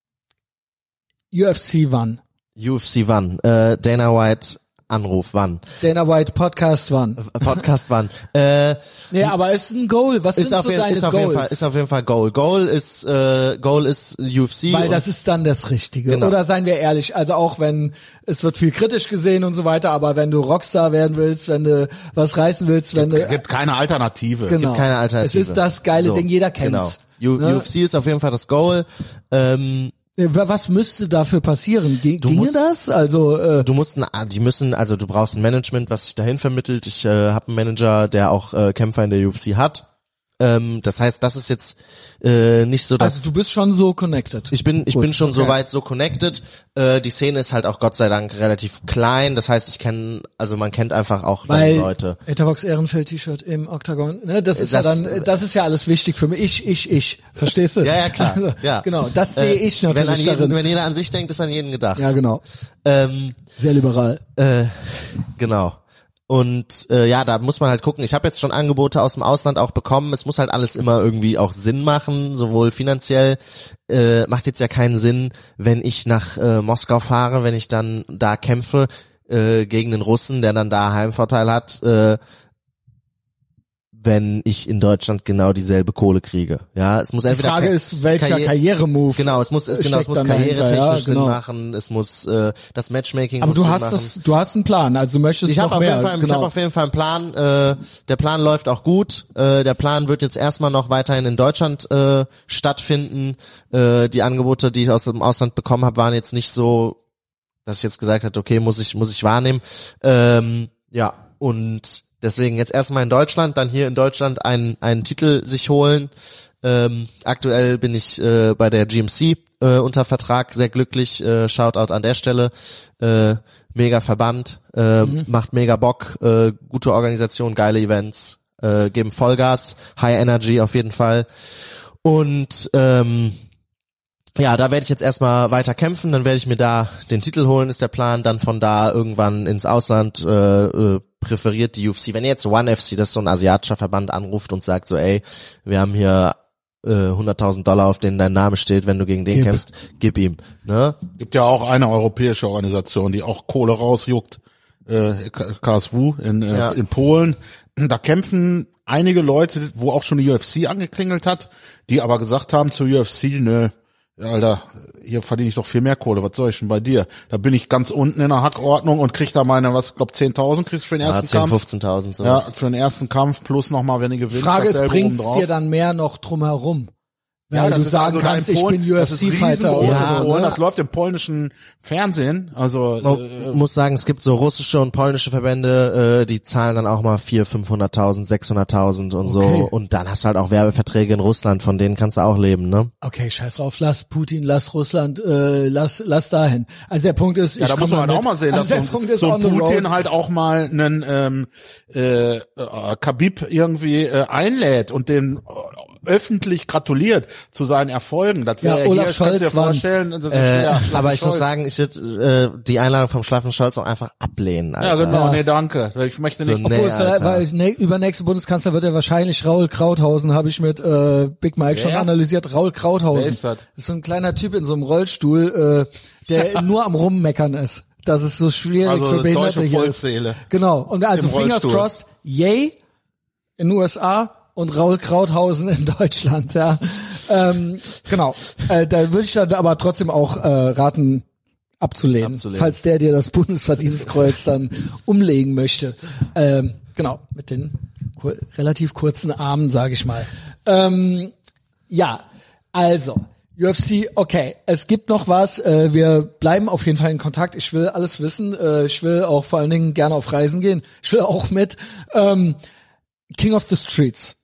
U F C wann? U F C wann? Äh, Dana White Anruf wann? Dana White Podcast wann? Podcast wann? Äh, Nee, aber ist ein Goal. Was ist sind auf, so jeden, deine ist auf Goals? jeden Fall, ist auf jeden Fall Goal. Goal ist, äh, Goal ist U F C. Weil und- das ist dann das Richtige. Genau. Oder seien wir ehrlich, also auch wenn, es wird viel kritisch gesehen und so weiter, aber wenn du Rockstar werden willst, wenn du was reißen willst, wenn du, Gibt keine Alternative. genau. keine Alternative. Es ist das geile So, Ding, jeder kennt's. Genau. U- Ne? U F C ist auf jeden Fall das Goal. Ähm, Was müsste dafür passieren? Ge ginge musst- das? Also, äh, du musst, ein, die müssen, also du brauchst ein Management, was sich dahin vermittelt. Ich äh, habe einen Manager, der auch äh, Kämpfer in der U F C hat. Ähm, das heißt, das ist jetzt äh, nicht so, dass also du bist schon so connected. ich bin, ich Gut, bin schon okay. soweit so connected. Äh, die Szene ist halt auch Gott sei Dank relativ klein. Das heißt, ich kenne, also man kennt einfach auch dann Weil Leute. Etavox Ehrenfeld-T-Shirt im Oktagon, ne, das ist Das- ja dann, das ist ja alles wichtig für mich. Ich, ich, ich. Verstehst du? Ja, ja, klar. Also, Ja. Genau, das sehe Äh, ich wenn, an natürlich jeden, darin. wenn jeder an sich denkt, ist an jeden gedacht. Ja, genau. Ähm, Sehr liberal. Äh, genau. Und äh, ja, da muss man halt gucken. Ich habe jetzt schon Angebote aus dem Ausland auch bekommen. Es muss halt alles immer irgendwie auch Sinn machen, sowohl finanziell. Äh, macht jetzt ja keinen Sinn, wenn ich nach äh, Moskau fahre, wenn ich dann da kämpfe äh, gegen den Russen, der dann da Heimvorteil hat, äh, wenn ich in Deutschland genau dieselbe Kohle kriege. Ja, es muss Die entweder Frage Ka- ist, welcher Karriere- Karrieremove Genau, es muss, es, genau, es steckt muss dann dahinter, karrieretechnisch ja, genau. Sinn machen, es muss äh, das Matchmaking Aber muss du Sinn hast machen. das, du hast einen Plan, also du möchtest Ich noch habe auf, mehr. jeden Fall, ich genau. hab auf jeden Fall einen Plan. Äh, der Plan läuft auch gut. Äh, der Plan wird jetzt erstmal noch weiterhin in Deutschland äh, stattfinden. Äh, die Angebote, die ich aus dem Ausland bekommen habe, waren jetzt nicht so, dass ich jetzt gesagt habe, okay, muss ich muss ich wahrnehmen. Ähm, ja, und deswegen jetzt erstmal in Deutschland, dann hier in Deutschland einen einen Titel sich holen. Ähm, aktuell bin ich äh, bei der G M C äh, unter Vertrag, sehr glücklich. Äh, Shoutout an der Stelle. Äh, mega Verband, äh, mhm. macht mega Bock, äh, gute Organisation, geile Events, äh, geben Vollgas, High Energy auf jeden Fall. Und ähm, ja, da werde ich jetzt erstmal weiter kämpfen, dann werde ich mir da den Titel holen, ist der Plan, dann von da irgendwann ins Ausland, äh, äh, präferiert die U F C. Wenn jetzt One F C, das ist so ein asiatischer Verband, anruft und sagt so, ey, wir haben hier äh, hunderttausend Dollar, auf denen dein Name steht, wenn du gegen den Gib. kämpfst, gib ihm. Ne? Gibt ja auch eine europäische Organisation, die auch Kohle rausjuckt, äh, K S W in, äh, Ja. in Polen. Da kämpfen einige Leute, wo auch schon die U F C angeklingelt hat, die aber gesagt haben zur U F C, nö, Alter, hier verdiene ich doch viel mehr Kohle, was soll ich denn bei dir? Da bin ich ganz unten in der Hackordnung und krieg da meine, was, glaub zehntausend kriegst du für den Ja, ersten zehn, Kampf. fünfzehntausend Ja, sowas. für den ersten Kampf plus nochmal, wenn du Die gewinnst, Frage ist, dasselbe bringt's obendrauf. dir dann mehr noch drumherum? Ja, Weil das du ist sagen also da in kannst, ich Polen, bin U F das ist C-Fighter riesengroß oder Ja, so. und Ne? das läuft im polnischen Fernsehen, also Man äh, muss sagen, es gibt so russische und polnische Verbände, äh, die zahlen dann auch mal vier, fünfhunderttausend, sechshunderttausend und so. Okay. Und dann hast du halt auch Werbeverträge in Russland, von denen kannst du auch leben, ne? Okay, scheiß drauf, lass Putin, lass Russland, äh, lass lass dahin. Also der Punkt ist, ja, ich da muss komm man halt mit. auch mal sehen, also dass der so, Punkt ist so on the Putin road. halt auch mal einen ähm, äh, äh, Khabib irgendwie äh, einlädt und den öffentlich gratuliert zu seinen Erfolgen. Das wäre Ja, Olaf hier, Scholz kannst du dir war- vorstellen, das ist Äh, ja, aber ich Scholz. muss sagen, ich würde äh, die Einladung vom Schlaffen Scholz auch einfach ablehnen, Alter. Ja, genau, Ja. nee, danke. Ich möchte So nicht. Nee, Obwohl, vielleicht, Alter. weil ne, über nächste Bundeskanzler wird er wahrscheinlich Raul Krauthausen, habe ich mit äh, Big Mike schon Wer? analysiert. Raul Krauthausen. Wer ist das? ist so ein kleiner Typ in so einem Rollstuhl, äh, der nur am Rummeckern ist. Das ist so schwierig Also für Behinderte deutsche hier ist. Volksseele. Genau. Und also Im Fingers Rollstuhl. crossed, yay in den U S A und Raul Krauthausen in Deutschland, ja. ähm, genau. Äh, da würde ich dann aber trotzdem auch äh, raten, abzulehnen, Abzulehnen. falls der dir das Bundesverdienstkreuz dann umlegen möchte. Ähm, genau, mit den kur relativ kurzen Armen, sage ich mal. Ähm, ja, also U F C, okay, es gibt noch was, äh, wir bleiben auf jeden Fall in Kontakt, ich will alles wissen, äh, ich will auch vor allen Dingen gerne auf Reisen gehen, ich will auch mit. Ähm, King of the Streets.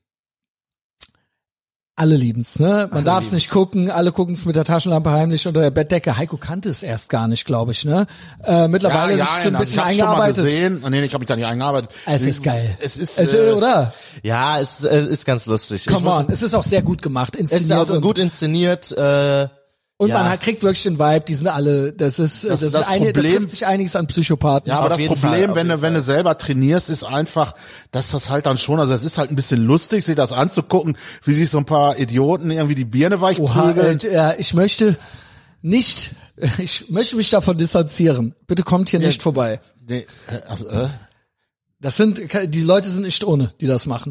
Alle lieben's, ne? Man darf es nicht gucken, alle gucken's mit der Taschenlampe heimlich unter der Bettdecke. Heiko kannte es erst gar nicht, glaube ich, ne? Äh, mittlerweile ist es schon ein bisschen ich hab's eingearbeitet. schon mal gesehen. Nee, ich habe mich da nicht eingearbeitet. Es ist geil. Es ist, es, äh, oder? Ja, es äh, ist ganz lustig. Ich Come muss, on, es ist auch sehr gut gemacht, es ist inszeniert auch und, gut inszeniert. Äh, und ja. man hat, kriegt wirklich den Vibe, die sind alle, das ist, das, Das- das, das eine, da Problem- trifft sich einiges an Psychopathen. Ja, aber Auf das jeden Problem, Fall, auf wenn jeden du, wenn du selber trainierst, ist einfach, dass das halt dann schon, also es ist halt ein bisschen lustig, sich das anzugucken, wie sich so ein paar Idioten irgendwie die Birne weich Oha, prügeln. äh, ja, ich möchte nicht, ich möchte mich davon distanzieren. Bitte kommt hier nicht vorbei. Nee, äh, also, äh, Das sind, die Leute sind nicht ohne, die das machen.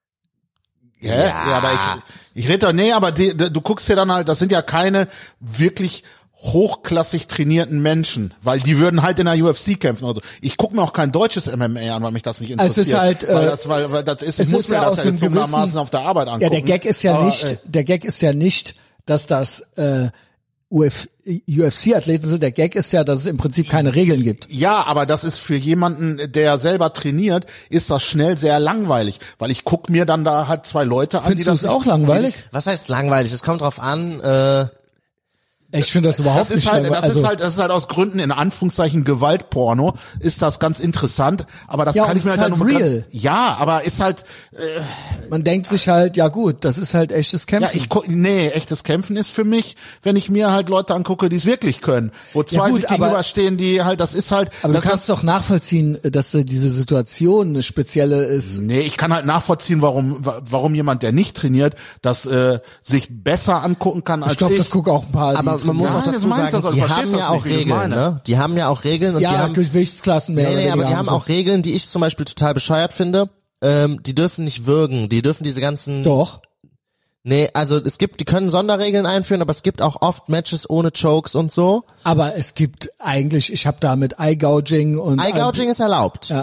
ja, ja, aber ich, ich rede doch, nee, aber die, die, du guckst dir dann halt, das sind ja keine wirklich hochklassig trainierten Menschen, weil die würden halt in der U F C kämpfen. Also ich gucke mir auch kein deutsches M M A an, weil mich das nicht Es ist interessiert. halt, äh, weil das, weil, weil das ist, es ich muss ist mir ja das aus ja einem gezwungenermaßen gewissen- auf der Arbeit angucken. Ja, der Gag ist ja Aber, nicht, äh, der Gag ist ja nicht, dass das äh, U F C-Athleten sind. Der Gag ist ja, dass es im Prinzip keine Regeln gibt. Ja, aber das ist für jemanden, der selber trainiert, ist das schnell sehr langweilig, weil ich guck mir dann da halt zwei Leute an, Findest die du das es auch langweilig? was heißt langweilig? Es kommt drauf an. Äh, Ich finde das überhaupt Das ist nicht halt, das langweilig. Also, ist halt, das ist halt aus Gründen in Anführungszeichen Gewaltporno, ist das ganz interessant, aber das Ja, kann und ich mir es halt ist dann halt nur real. ganz, ja, aber ist halt, man denkt sich halt, ja gut, das ist halt echtes ja, Kämpfen. ich guck, nee, echtes Kämpfen ist für mich, wenn ich mir halt Leute angucke, die es wirklich können, wo zwei gut, sich aber- gegenüberstehen, die halt, das ist halt, aber du das kannst doch nachvollziehen, dass äh, diese Situation eine spezielle ist. Nee, ich kann halt nachvollziehen, warum warum jemand, der nicht trainiert, das äh, sich besser angucken kann als Ich glaube, ich. das gucken auch ein paar. aber die man muss Ja, auch das dazu meine ich sagen, das, also die verstehst haben das ja nicht, auch wie ich das Regeln, meine. ne? Die haben ja auch Regeln und die ja, haben Gewichtsklassen mehr Nee, oder nee, aber weniger die haben so. auch Regeln, die ich zum Beispiel total bescheuert finde. Ähm, die dürfen nicht würgen, die dürfen diese ganzen... Doch. Nee, also es gibt, die können Sonderregeln einführen, aber es gibt auch oft Matches ohne Chokes und so. Aber es gibt eigentlich, ich habe da mit Eye-Gouging und Eye-Gouging ist erlaubt. Ja.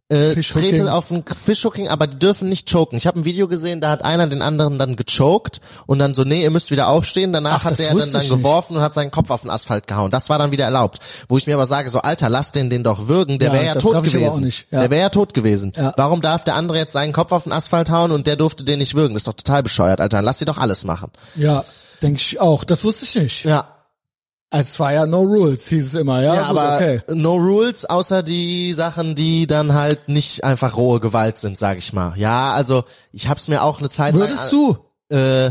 Äh, Fishhooking. trete auf ein Fishhooking, aber die dürfen nicht choken. Ich habe ein Video gesehen, da hat einer den anderen dann gechoked und dann so, nee, ihr müsst wieder aufstehen. Danach Ach, hat das der dann, wusste dann ich geworfen und hat seinen Kopf auf den Asphalt gehauen. Das war dann wieder erlaubt. Wo ich mir aber sage, so Alter, lass den den doch würgen, der Ja, wäre ja das tot raff ich aber gewesen. auch nicht, ja. Der wäre ja tot gewesen. Ja. Warum darf der andere jetzt seinen Kopf auf den Asphalt hauen und der durfte den nicht würgen? Das ist doch total bescheuert, Alter. Dann lass die doch alles machen. Ja, denke ich auch. Das wusste ich nicht. Ja. Also es war ja no rules, hieß es immer, ja. Ja, Gut, aber okay. no rules, außer die Sachen, die dann halt nicht einfach rohe Gewalt sind, sag ich mal. Ja, also ich hab's mir auch eine Zeit Würdest lang... du? Äh,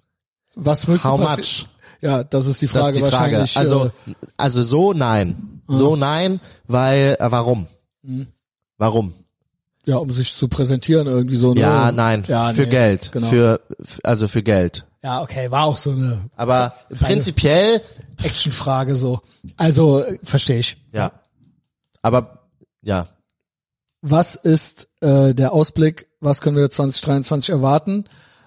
Was müsste how passi- much? Ja, das ist die Frage, Das ist die Frage. wahrscheinlich. Also, äh, also so nein. So nein, weil, äh, warum? Mhm. Warum? ja, um sich zu präsentieren irgendwie so. Ne? Ja, nein, ja, für nee, Geld. Genau. Für, f- also für Geld. ja, okay, war auch so eine Aber prinzipiell, Actionfrage so. Also, äh, verstehe ich. ja. Aber, ja. Was ist äh, der Ausblick? Was können wir zwanzig dreiundzwanzig erwarten?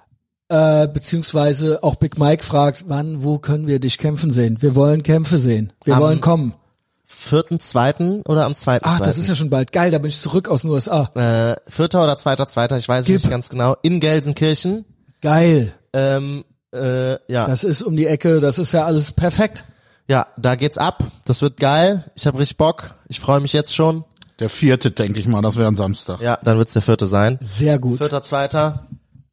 Äh, beziehungsweise auch Big Mike fragt, wann, wo können wir dich kämpfen sehen? Wir wollen Kämpfe sehen. Wir Am wollen kommen. Vierten, zweiten oder am zweiten, Ach, zweiten? das ist ja schon bald. Geil, da bin ich zurück aus den U S A. Äh, vierter oder zweiter, zweiter, ich weiß es Gib. nicht ganz genau. In Gelsenkirchen. Geil. Ähm, äh, ja. Das ist um die Ecke, das ist ja alles perfekt. Ja, da geht's ab. Das wird geil. Ich habe richtig Bock. Ich freue mich jetzt schon. Der vierte, denke ich mal, das wäre ein Samstag. Ja, dann wird's der vierte sein. Sehr gut. Vierter, zweiter.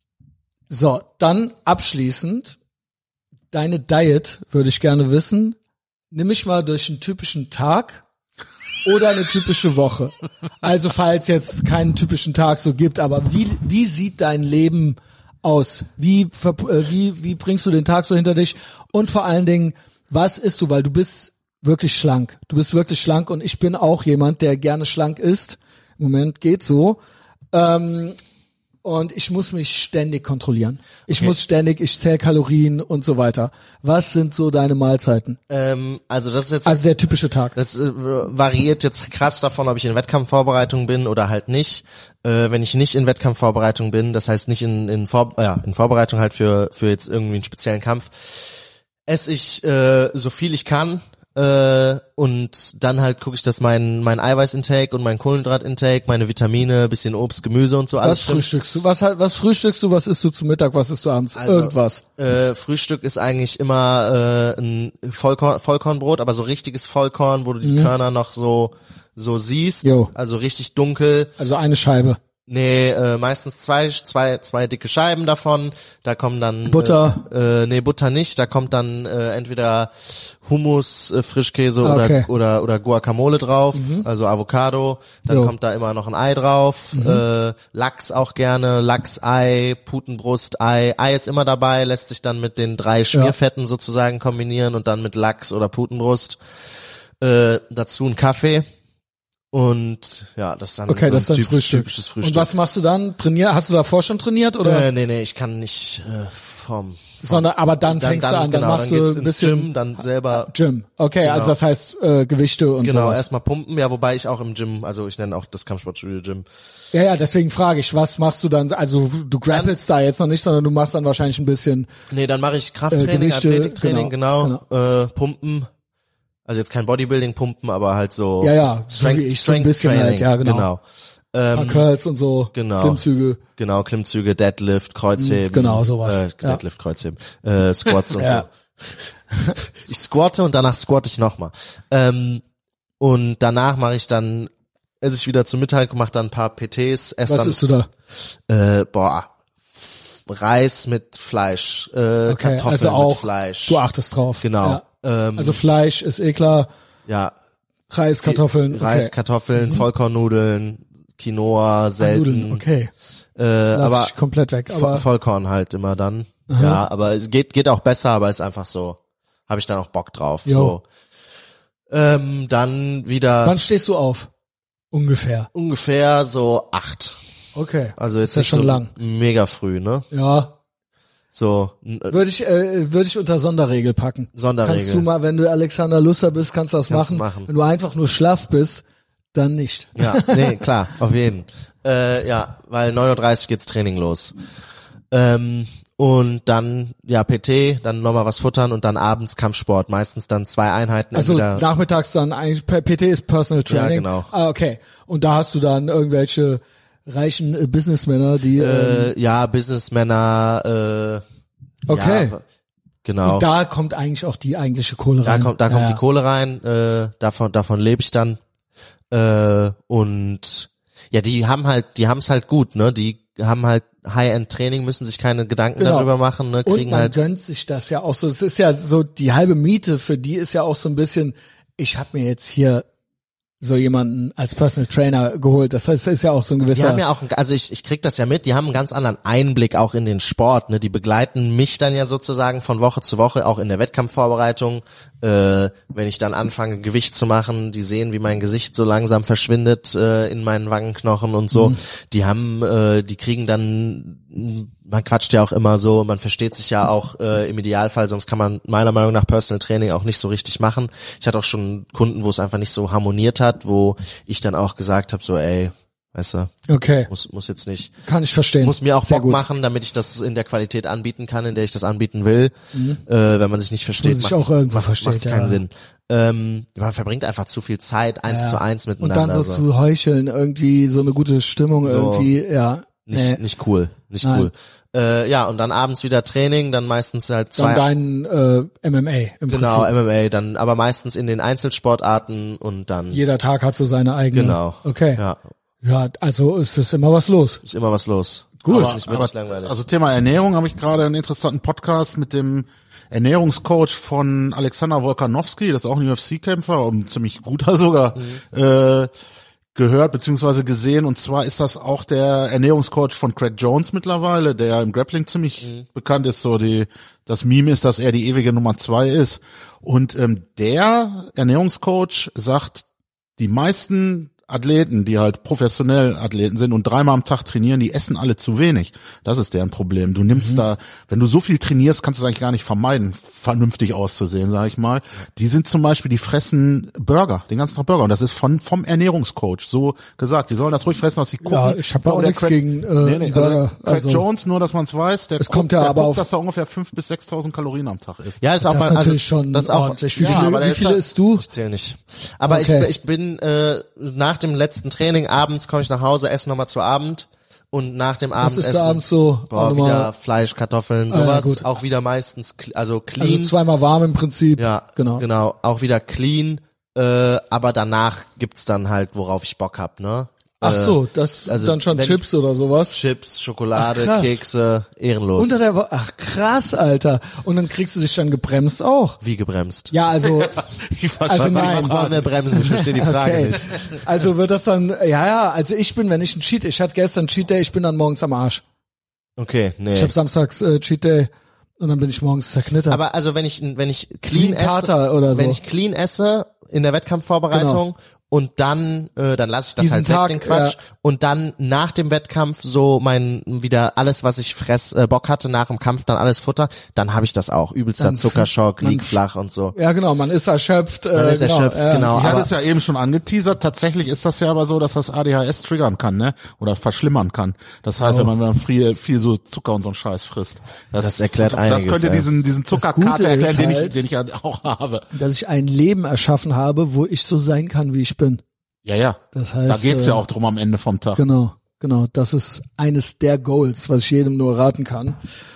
So, dann abschließend, deine Diet würde ich gerne wissen. Nimm mich mal durch einen typischen Tag oder eine typische Woche. Also falls jetzt keinen typischen Tag so gibt, aber wie, wie sieht dein Leben aus? Wie, ver- äh, wie, wie bringst du den Tag so hinter dich? Und vor allen Dingen, was isst du? Weil du bist wirklich schlank. Du bist wirklich schlank und ich bin auch jemand, der gerne schlank isst. Im Moment geht so. Ähm, und ich muss mich ständig kontrollieren. Ich Okay. muss ständig, ich zähle Kalorien und so weiter. Was sind so deine Mahlzeiten? Ähm, also das ist jetzt, Also der typische Tag. das äh, variiert jetzt krass davon, ob ich in Wettkampfvorbereitung bin oder halt nicht. Äh, wenn ich nicht in Wettkampfvorbereitung bin, das heißt nicht in in, Vor ja, in Vorbereitung halt für für jetzt irgendwie einen speziellen Kampf, esse ich äh, so viel ich kann. Äh, und dann halt gucke ich, dass mein mein Eiweißintake und mein Kohlenhydratintake, meine Vitamine, bisschen Obst, Gemüse und so alles Was stimmt. frühstückst du? Was, was frühstückst du? Was isst du zu Mittag? Was isst du abends? Also, Irgendwas. Äh, Frühstück ist eigentlich immer äh, ein Vollkorn, Vollkornbrot, aber so richtiges Vollkorn, wo du die Körner noch so so siehst, Mhm. Jo. also richtig dunkel. Also eine Scheibe. Nee, äh, meistens zwei, zwei, zwei dicke Scheiben davon. Da kommen dann Butter? Äh, äh, nee, Butter nicht. Da kommt dann äh, entweder Hummus, äh, Frischkäse Ah, okay. oder oder oder Guacamole drauf, also Avocado. Dann Jo. kommt da immer noch ein Ei drauf. Äh, Lachs auch gerne, Lachsei, Putenbrust, Ei. Ei ist immer dabei, lässt sich dann mit den drei Schmierfetten sozusagen kombinieren und dann mit Lachs oder Putenbrust. Äh, dazu ein Kaffee. Und ja, das ist dann Okay, so das ist ein dann typ- Frühstück. typisches Frühstück. Und was machst du dann? Trainier? Hast du davor schon trainiert oder? Äh, nee, nee, ich kann nicht äh, vom, vom Sondern, aber dann, dann, fängst dann, du an, dann genau, machst dann du geht's ein ins bisschen Gym, dann selber Gym. Okay, also das heißt äh, Gewichte und genau sowas. erstmal pumpen, ja, wobei ich auch im Gym, also ich nenne auch das Kampfsportstudio Gym. Ja, ja, deswegen frage ich, was machst du dann? Also du grappelst da jetzt noch nicht, sondern du machst dann wahrscheinlich ein bisschen. Nee, dann mache ich Krafttraining, Äh, Gewichte, Athletiktraining, genau, genau, Äh, Pumpen. Also jetzt kein Bodybuilding pumpen, aber halt so Ja, ja, so Strength, wie ich, so ein Strength bisschen Training, halt, ja, genau. Genau. Ein paar Curls und so, genau. Klimmzüge. Genau, Klimmzüge, Deadlift, Kreuzheben. Genau, sowas. Äh, Ja. Deadlift, Kreuzheben. Äh, Squats und Ja. so. Ich squatte und danach squatte ich nochmal. Ähm, und danach mache ich dann, esse ich wieder zu Mittag, mache dann ein paar P Ts, esse Was dann, isst du da? äh, boah, F- Reis mit Fleisch, äh, Okay, Kartoffeln also auch, mit Fleisch. du achtest drauf. Genau. Ja. Ähm, Also Fleisch ist eh klar, ja, Reis, Kartoffeln, okay. Reis, Kartoffeln, Vollkornnudeln, Quinoa, selten. Nudeln, okay. Äh, Lass aber ich komplett weg. Vo- Aber Vollkorn halt immer dann. Ja, aber es geht geht auch besser, aber ist einfach so. Habe ich dann auch Bock drauf. Jo. So. Ähm, dann wieder wann stehst du auf? Ungefähr. ungefähr so acht. Okay. Also jetzt Ist ja nicht schon so lang. mega früh, ne? Ja. So n- äh, Würde ich, äh, würde ich unter Sonderregel packen. Sonderregel. Kannst du mal, wenn du Alexander Lusser bist, kannst du das Kannst du machen. machen. Wenn du einfach nur schlaff bist, dann nicht. Ja, nee, klar, auf jeden. Äh, ja, weil neun Uhr dreißig geht's Training los. Ähm, und dann ja P T, dann nochmal was futtern und dann abends Kampfsport, meistens dann zwei Einheiten. Also entweder nachmittags dann eigentlich, P T ist Personal Training. Ja, genau. Ah, okay. Und da hast du dann irgendwelche reichen äh, Businessmänner, die ähm, äh, ja Businessmänner. Äh, okay. Ja, genau. Und da kommt eigentlich auch die eigentliche Kohle Da rein. kommt, da kommt ja. die Kohle rein, äh, davon, davon lebe ich dann. Äh, und ja, die haben halt, die haben es halt gut, ne? Die haben halt High-End-Training, müssen sich keine Gedanken Genau. darüber machen, ne? Und Kriegen man halt. gönnt sich das ja auch so. Es ist ja so, die halbe Miete für die ist ja auch so ein bisschen, ich habe mir jetzt hier so jemanden als Personal Trainer geholt. Das heißt, es ist ja auch so ein Die gewisser... haben ja auch, ein- also ich, ich krieg das ja mit, die haben einen ganz anderen Einblick auch in den Sport, ne? Die begleiten mich dann ja sozusagen von Woche zu Woche, auch in der Wettkampfvorbereitung. Äh, wenn ich dann anfange, Gewicht zu machen, die sehen, wie mein Gesicht so langsam verschwindet äh, in meinen Wangenknochen und so. Mhm. Die haben, äh, die kriegen dann, man quatscht ja auch immer so, man versteht sich ja auch äh, im Idealfall, sonst kann man meiner Meinung nach Personal Training auch nicht so richtig machen. Ich hatte auch schon Kunden, wo es einfach nicht so harmoniert hat, wo ich dann auch gesagt habe, so ey, weißt du, okay. muss muss jetzt nicht, Kann ich verstehen. muss mir auch Sehr Bock gut. machen, damit ich das in der Qualität anbieten kann, in der ich das anbieten will. Mhm. Äh, wenn man sich nicht versteht, sich macht's, auch irgendwo macht, versteht, macht's ja. keinen Sinn. Ähm, man verbringt einfach zu viel Zeit, eins Ja. zu eins Und miteinander. dann so, zu heucheln, irgendwie so eine gute Stimmung So. irgendwie, ja. nicht, Nee. nicht cool, nicht Nein. cool. Äh, ja, und dann abends wieder Training, dann meistens halt zwei. Dann dein äh, M M A im Genau, Prinzip. M M A, dann aber meistens in den Einzelsportarten und dann Jeder Tag hat so seine eigene. genau. Okay. Ja, Ja, also ist es immer was los. ist immer was los. Gut. Aber, nicht Aber, wirklich langweilig. also Thema Ernährung habe ich gerade einen interessanten Podcast mit dem Ernährungscoach von Alexander Volkanovski, das ist auch ein U F C-Kämpfer, ein ziemlich guter sogar, mhm. äh, gehört beziehungsweise gesehen. Und zwar ist das auch der Ernährungscoach von Craig Jones mittlerweile, der im Grappling ziemlich mhm. bekannt ist. So die das Meme ist, dass er die ewige Nummer zwei ist. Und ähm, der Ernährungscoach sagt, die meisten Athleten, die halt professionell Athleten sind und dreimal am Tag trainieren, die essen alle zu wenig. Das ist deren Problem. Du nimmst mhm. da, wenn du so viel trainierst, kannst du es eigentlich gar nicht vermeiden, vernünftig auszusehen, sag ich mal. Die sind zum Beispiel, die fressen Burger, den ganzen Tag Burger. Und das ist von vom Ernährungscoach so gesagt. Die sollen das ruhig fressen, was sie gucken. Ja, ich habe auch der nichts Craig, gegen äh, nee, nee, Burger. also Craig Also, Jones, nur dass man es weiß, der Es guckt, kommt ja der aber guckt, auf- dass da ungefähr fünftausend bis sechstausend Kalorien am Tag ist. Ja, ist auch das mal, ist natürlich also, schon das ist auch, ordentlich. Wie ja, viele, aber der wie ist viele ja- isst du? Ich zähle nicht. Aber Okay. ich, ich bin äh, nach dem letzten Training abends komme ich nach Hause, esse nochmal zu Abend und nach dem Was ist Abendessen da abends so? boah, Warte mal. wieder Fleisch, Kartoffeln, Ah, ja, sowas. gut. Auch wieder meistens cl- also clean. Also zweimal warm im Prinzip. ja, genau. genau. Auch wieder clean. Äh, aber danach gibt's dann halt, worauf ich Bock hab, ne? Ach Äh, so, das also dann schon wenn Chips oder sowas. Chips, Schokolade, Ach, krass. Kekse, ehrenlos. Unter der Wo- Ach krass, Alter. Und dann kriegst du dich dann gebremst auch. Wie gebremst? Ja, also Ich verstehe Also nicht, nein. was Was wollen wir bremsen? Ich verstehe die Frage okay. nicht. Also wird das dann, ja, ja, also ich bin, wenn ich ein Cheat, ich hatte gestern Cheat Day, ich bin dann morgens am Arsch. Okay, nee. Ich habe samstags äh, Cheat Day und dann bin ich morgens zerknittert. Aber also wenn ich wenn ich Clean clean esse, Kater oder so. wenn ich clean esse in der Wettkampfvorbereitung und dann äh, dann lasse ich das Diesen halt Tag, weg, den Quatsch, ja. und dann nach dem Wettkampf so mein wieder alles, was ich fress äh, Bock hatte nach dem Kampf, dann alles Futter, dann habe ich das auch übelster Dann Zuckerschock, man lieg flach und so. Ja, genau, man ist erschöpft. Man äh, ist genau, erschöpft, ja. genau. Ich hatte aber- es ja eben schon angeteasert. Tatsächlich ist das ja aber so, dass das A D H S triggern kann, ne? Oder verschlimmern kann. Das heißt, Oh. wenn man dann viel, viel so Zucker und so einen Scheiß frisst. Das erklärt Das einiges, könnte ey. diesen, diesen Gute Zuckerkater erklären, ist den ich, halt- den ich ja auch habe. Dass ich ein Leben erschaffen habe, wo ich so sein kann, wie ich bin. Ja, ja. Das heißt, Da geht's äh, ja auch drum am Ende vom Tag. Genau, genau. Das ist eines der Goals, was ich jedem nur raten kann.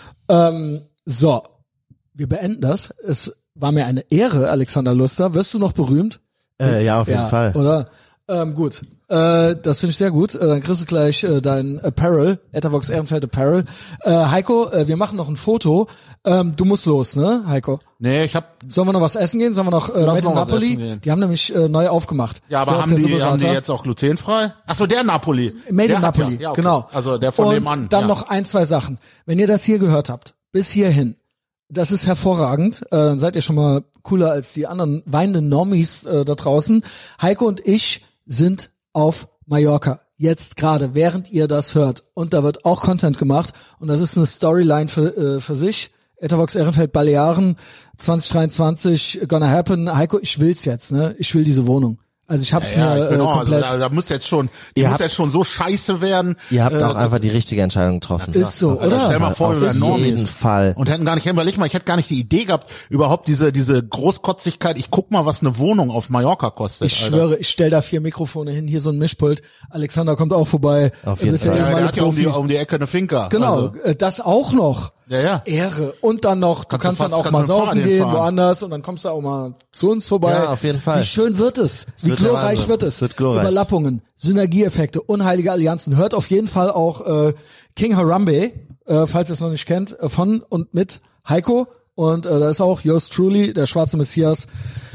Ähm, so, wir beenden das. Es war mir eine Ehre, Alexander Luster. Wirst du noch berühmt? Äh, ja, auf jeden ja, Fall. Oder? Ähm, gut. Äh, das finde ich sehr gut. Äh, dann kriegst du gleich äh, dein Apparel, Etavox Ehrenfeld Apparel. Äh, Heiko, äh, wir machen noch ein Foto. Ähm, du musst los, ne, Heiko? Nee, ich hab, Sollen wir noch was essen gehen? Sollen wir noch äh, Lass Made in noch was Napoli? essen gehen. Die haben nämlich äh, neu aufgemacht. ja, aber Hier auf haben der die, haben die Supergata. jetzt auch glutenfrei? Ach so, der Napoli. Made der in hat Napoli, ja, ja, okay. genau. Also der von und nebenan. dann ja. noch ein, zwei Sachen. Wenn ihr das hier gehört habt, bis hierhin, das ist hervorragend. Äh, dann seid ihr schon mal cooler als die anderen weinenden Normies äh, da draußen. Heiko und ich sind auf Mallorca. Jetzt gerade, während ihr das hört. Und da wird auch Content gemacht. Und das ist eine Storyline für, äh, für sich. Etavox Ehrenfeld Balearen zwanzig dreiundzwanzig, gonna happen. Heiko, ich will's jetzt, ne? Ich will diese Wohnung. Also ich hab's Ja, mir genau, äh, also komplett... da, da muss jetzt schon, die Ihr muss habt- jetzt schon so scheiße werden. Ihr habt äh, auch einfach die richtige Entscheidung getroffen. ist so, Alter, oder? stell mal vor, Auf wir wären jeden Normies. Fall. Und hätten gar nicht, überleg mal, ich hätte gar nicht die Idee gehabt, überhaupt diese, diese Großkotzigkeit, ich guck mal, was eine Wohnung auf Mallorca kostet. Ich Alter. schwöre, ich stell da vier Mikrofone hin, hier so ein Mischpult. Alexander kommt auch vorbei. Auf Du jeden bist Fall. Ja, Ja, eh der mal hat ja um die, Profi. um die Ecke eine Finca. Genau, Also, äh, das auch noch. ja, ja. Ehre. Und dann noch, du Kannst du kannst, fast- dann auch kannst mal du mit dem saufen Fahrrad gehen, hinfahren. woanders, und dann kommst du auch mal zu uns vorbei. Ja, auf jeden Fall. Wie schön wird es? Wie wird der glorreich Wahnsinn. wird es? Es wird glorreich. Überlappungen, Synergieeffekte, unheilige Allianzen. Hört auf jeden Fall auch äh, King Harambe, äh, falls ihr es noch nicht kennt, äh, von und mit Heiko. Und äh, da ist auch yours truly, der schwarze Messias,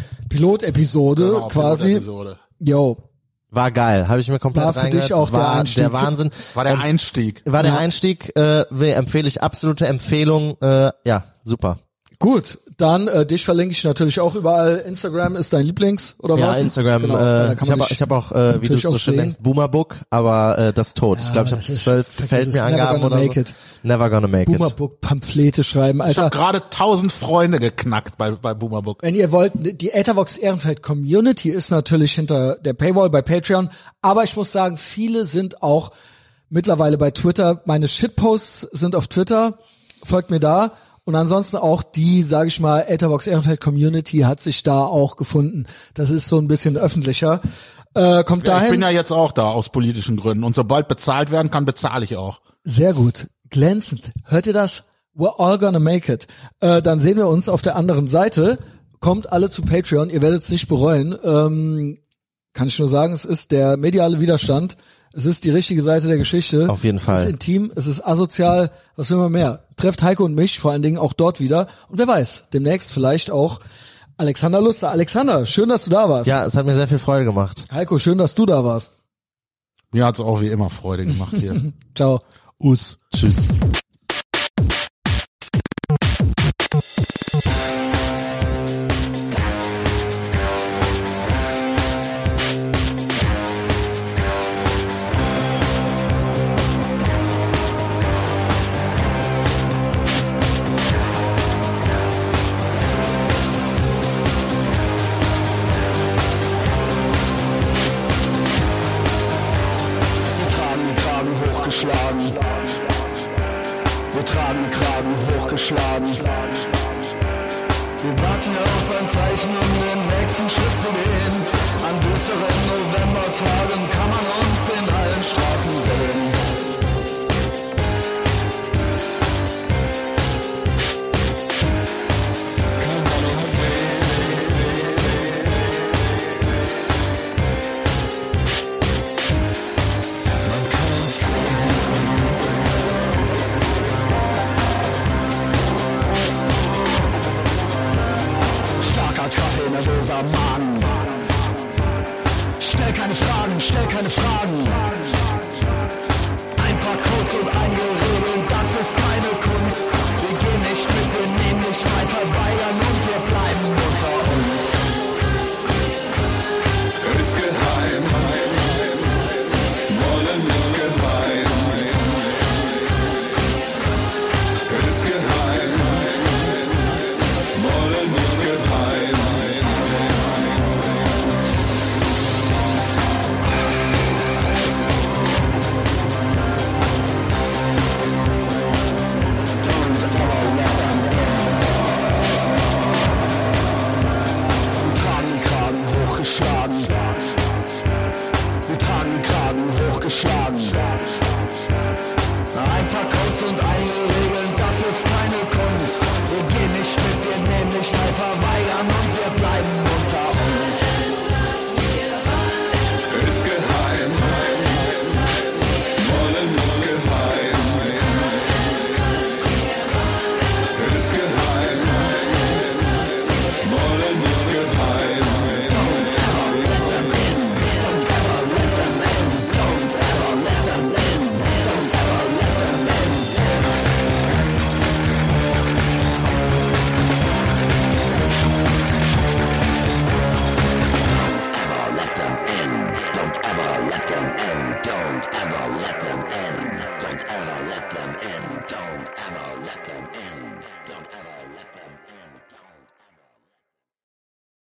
Pilotepisode Genau, quasi. Pilotepisode. Yo, War geil, habe ich mir komplett War für reingehört. dich auch der war Einstieg? der Wahnsinn. War der Einstieg. War der Einstieg, äh, empfehle ich, absolute Empfehlung. Äh, ja, super. gut. Dann äh, dich verlinke ich natürlich auch überall. Instagram ist dein Lieblings oder Ja, was? Instagram. Genau, weil da äh, kann ich man habe dich ich hab auch, äh, wie du natürlich es so auch schön sehen. nennst, Boomerbook, aber äh, das ist tot. Ich glaube, ich habe das ist- zwölf vergiss Feld es. mir Never Angaben gonna oder make so. it. Never gonna make it. Boomerbook Pamphlete schreiben, Ich Alter. habe gerade tausend Freunde geknackt bei, bei Boomerbook. Wenn ihr wollt, die Ethervox Ehrenfeld Community ist natürlich hinter der Paywall bei Patreon, aber ich muss sagen, viele sind auch mittlerweile bei Twitter. Meine Shitposts sind auf Twitter, folgt mir da. Und ansonsten auch die, sage ich mal, Ethervox Ehrenfeld Community hat sich da auch gefunden. Das ist so ein bisschen öffentlicher. Äh, kommt Ja, dahin. ich bin ja jetzt auch da aus politischen Gründen. Und sobald bezahlt werden kann, bezahle ich auch. Sehr gut. Glänzend. Hört ihr das? We're all gonna make it. Äh, dann sehen wir uns auf der anderen Seite. Kommt alle zu Patreon. Ihr werdet es nicht bereuen. Ähm, kann ich nur sagen, es ist der mediale Widerstand. Es ist die richtige Seite der Geschichte. Auf jeden Fall. Es ist intim, es ist asozial. Was will man mehr? Trefft Heiko und mich vor allen Dingen auch dort wieder. Und wer weiß, demnächst vielleicht auch Alexander Luster. Alexander, schön, dass du da warst. Ja, es hat mir sehr viel Freude gemacht. Heiko, schön, dass du da warst. Mir hat's auch wie immer Freude gemacht hier. Ciao. Us. Tschüss. Wir tragen den Kragen hochgeschlagen. Wir tragen den Kragen hochgeschlagen. Wir warten auf ein Zeichen, um den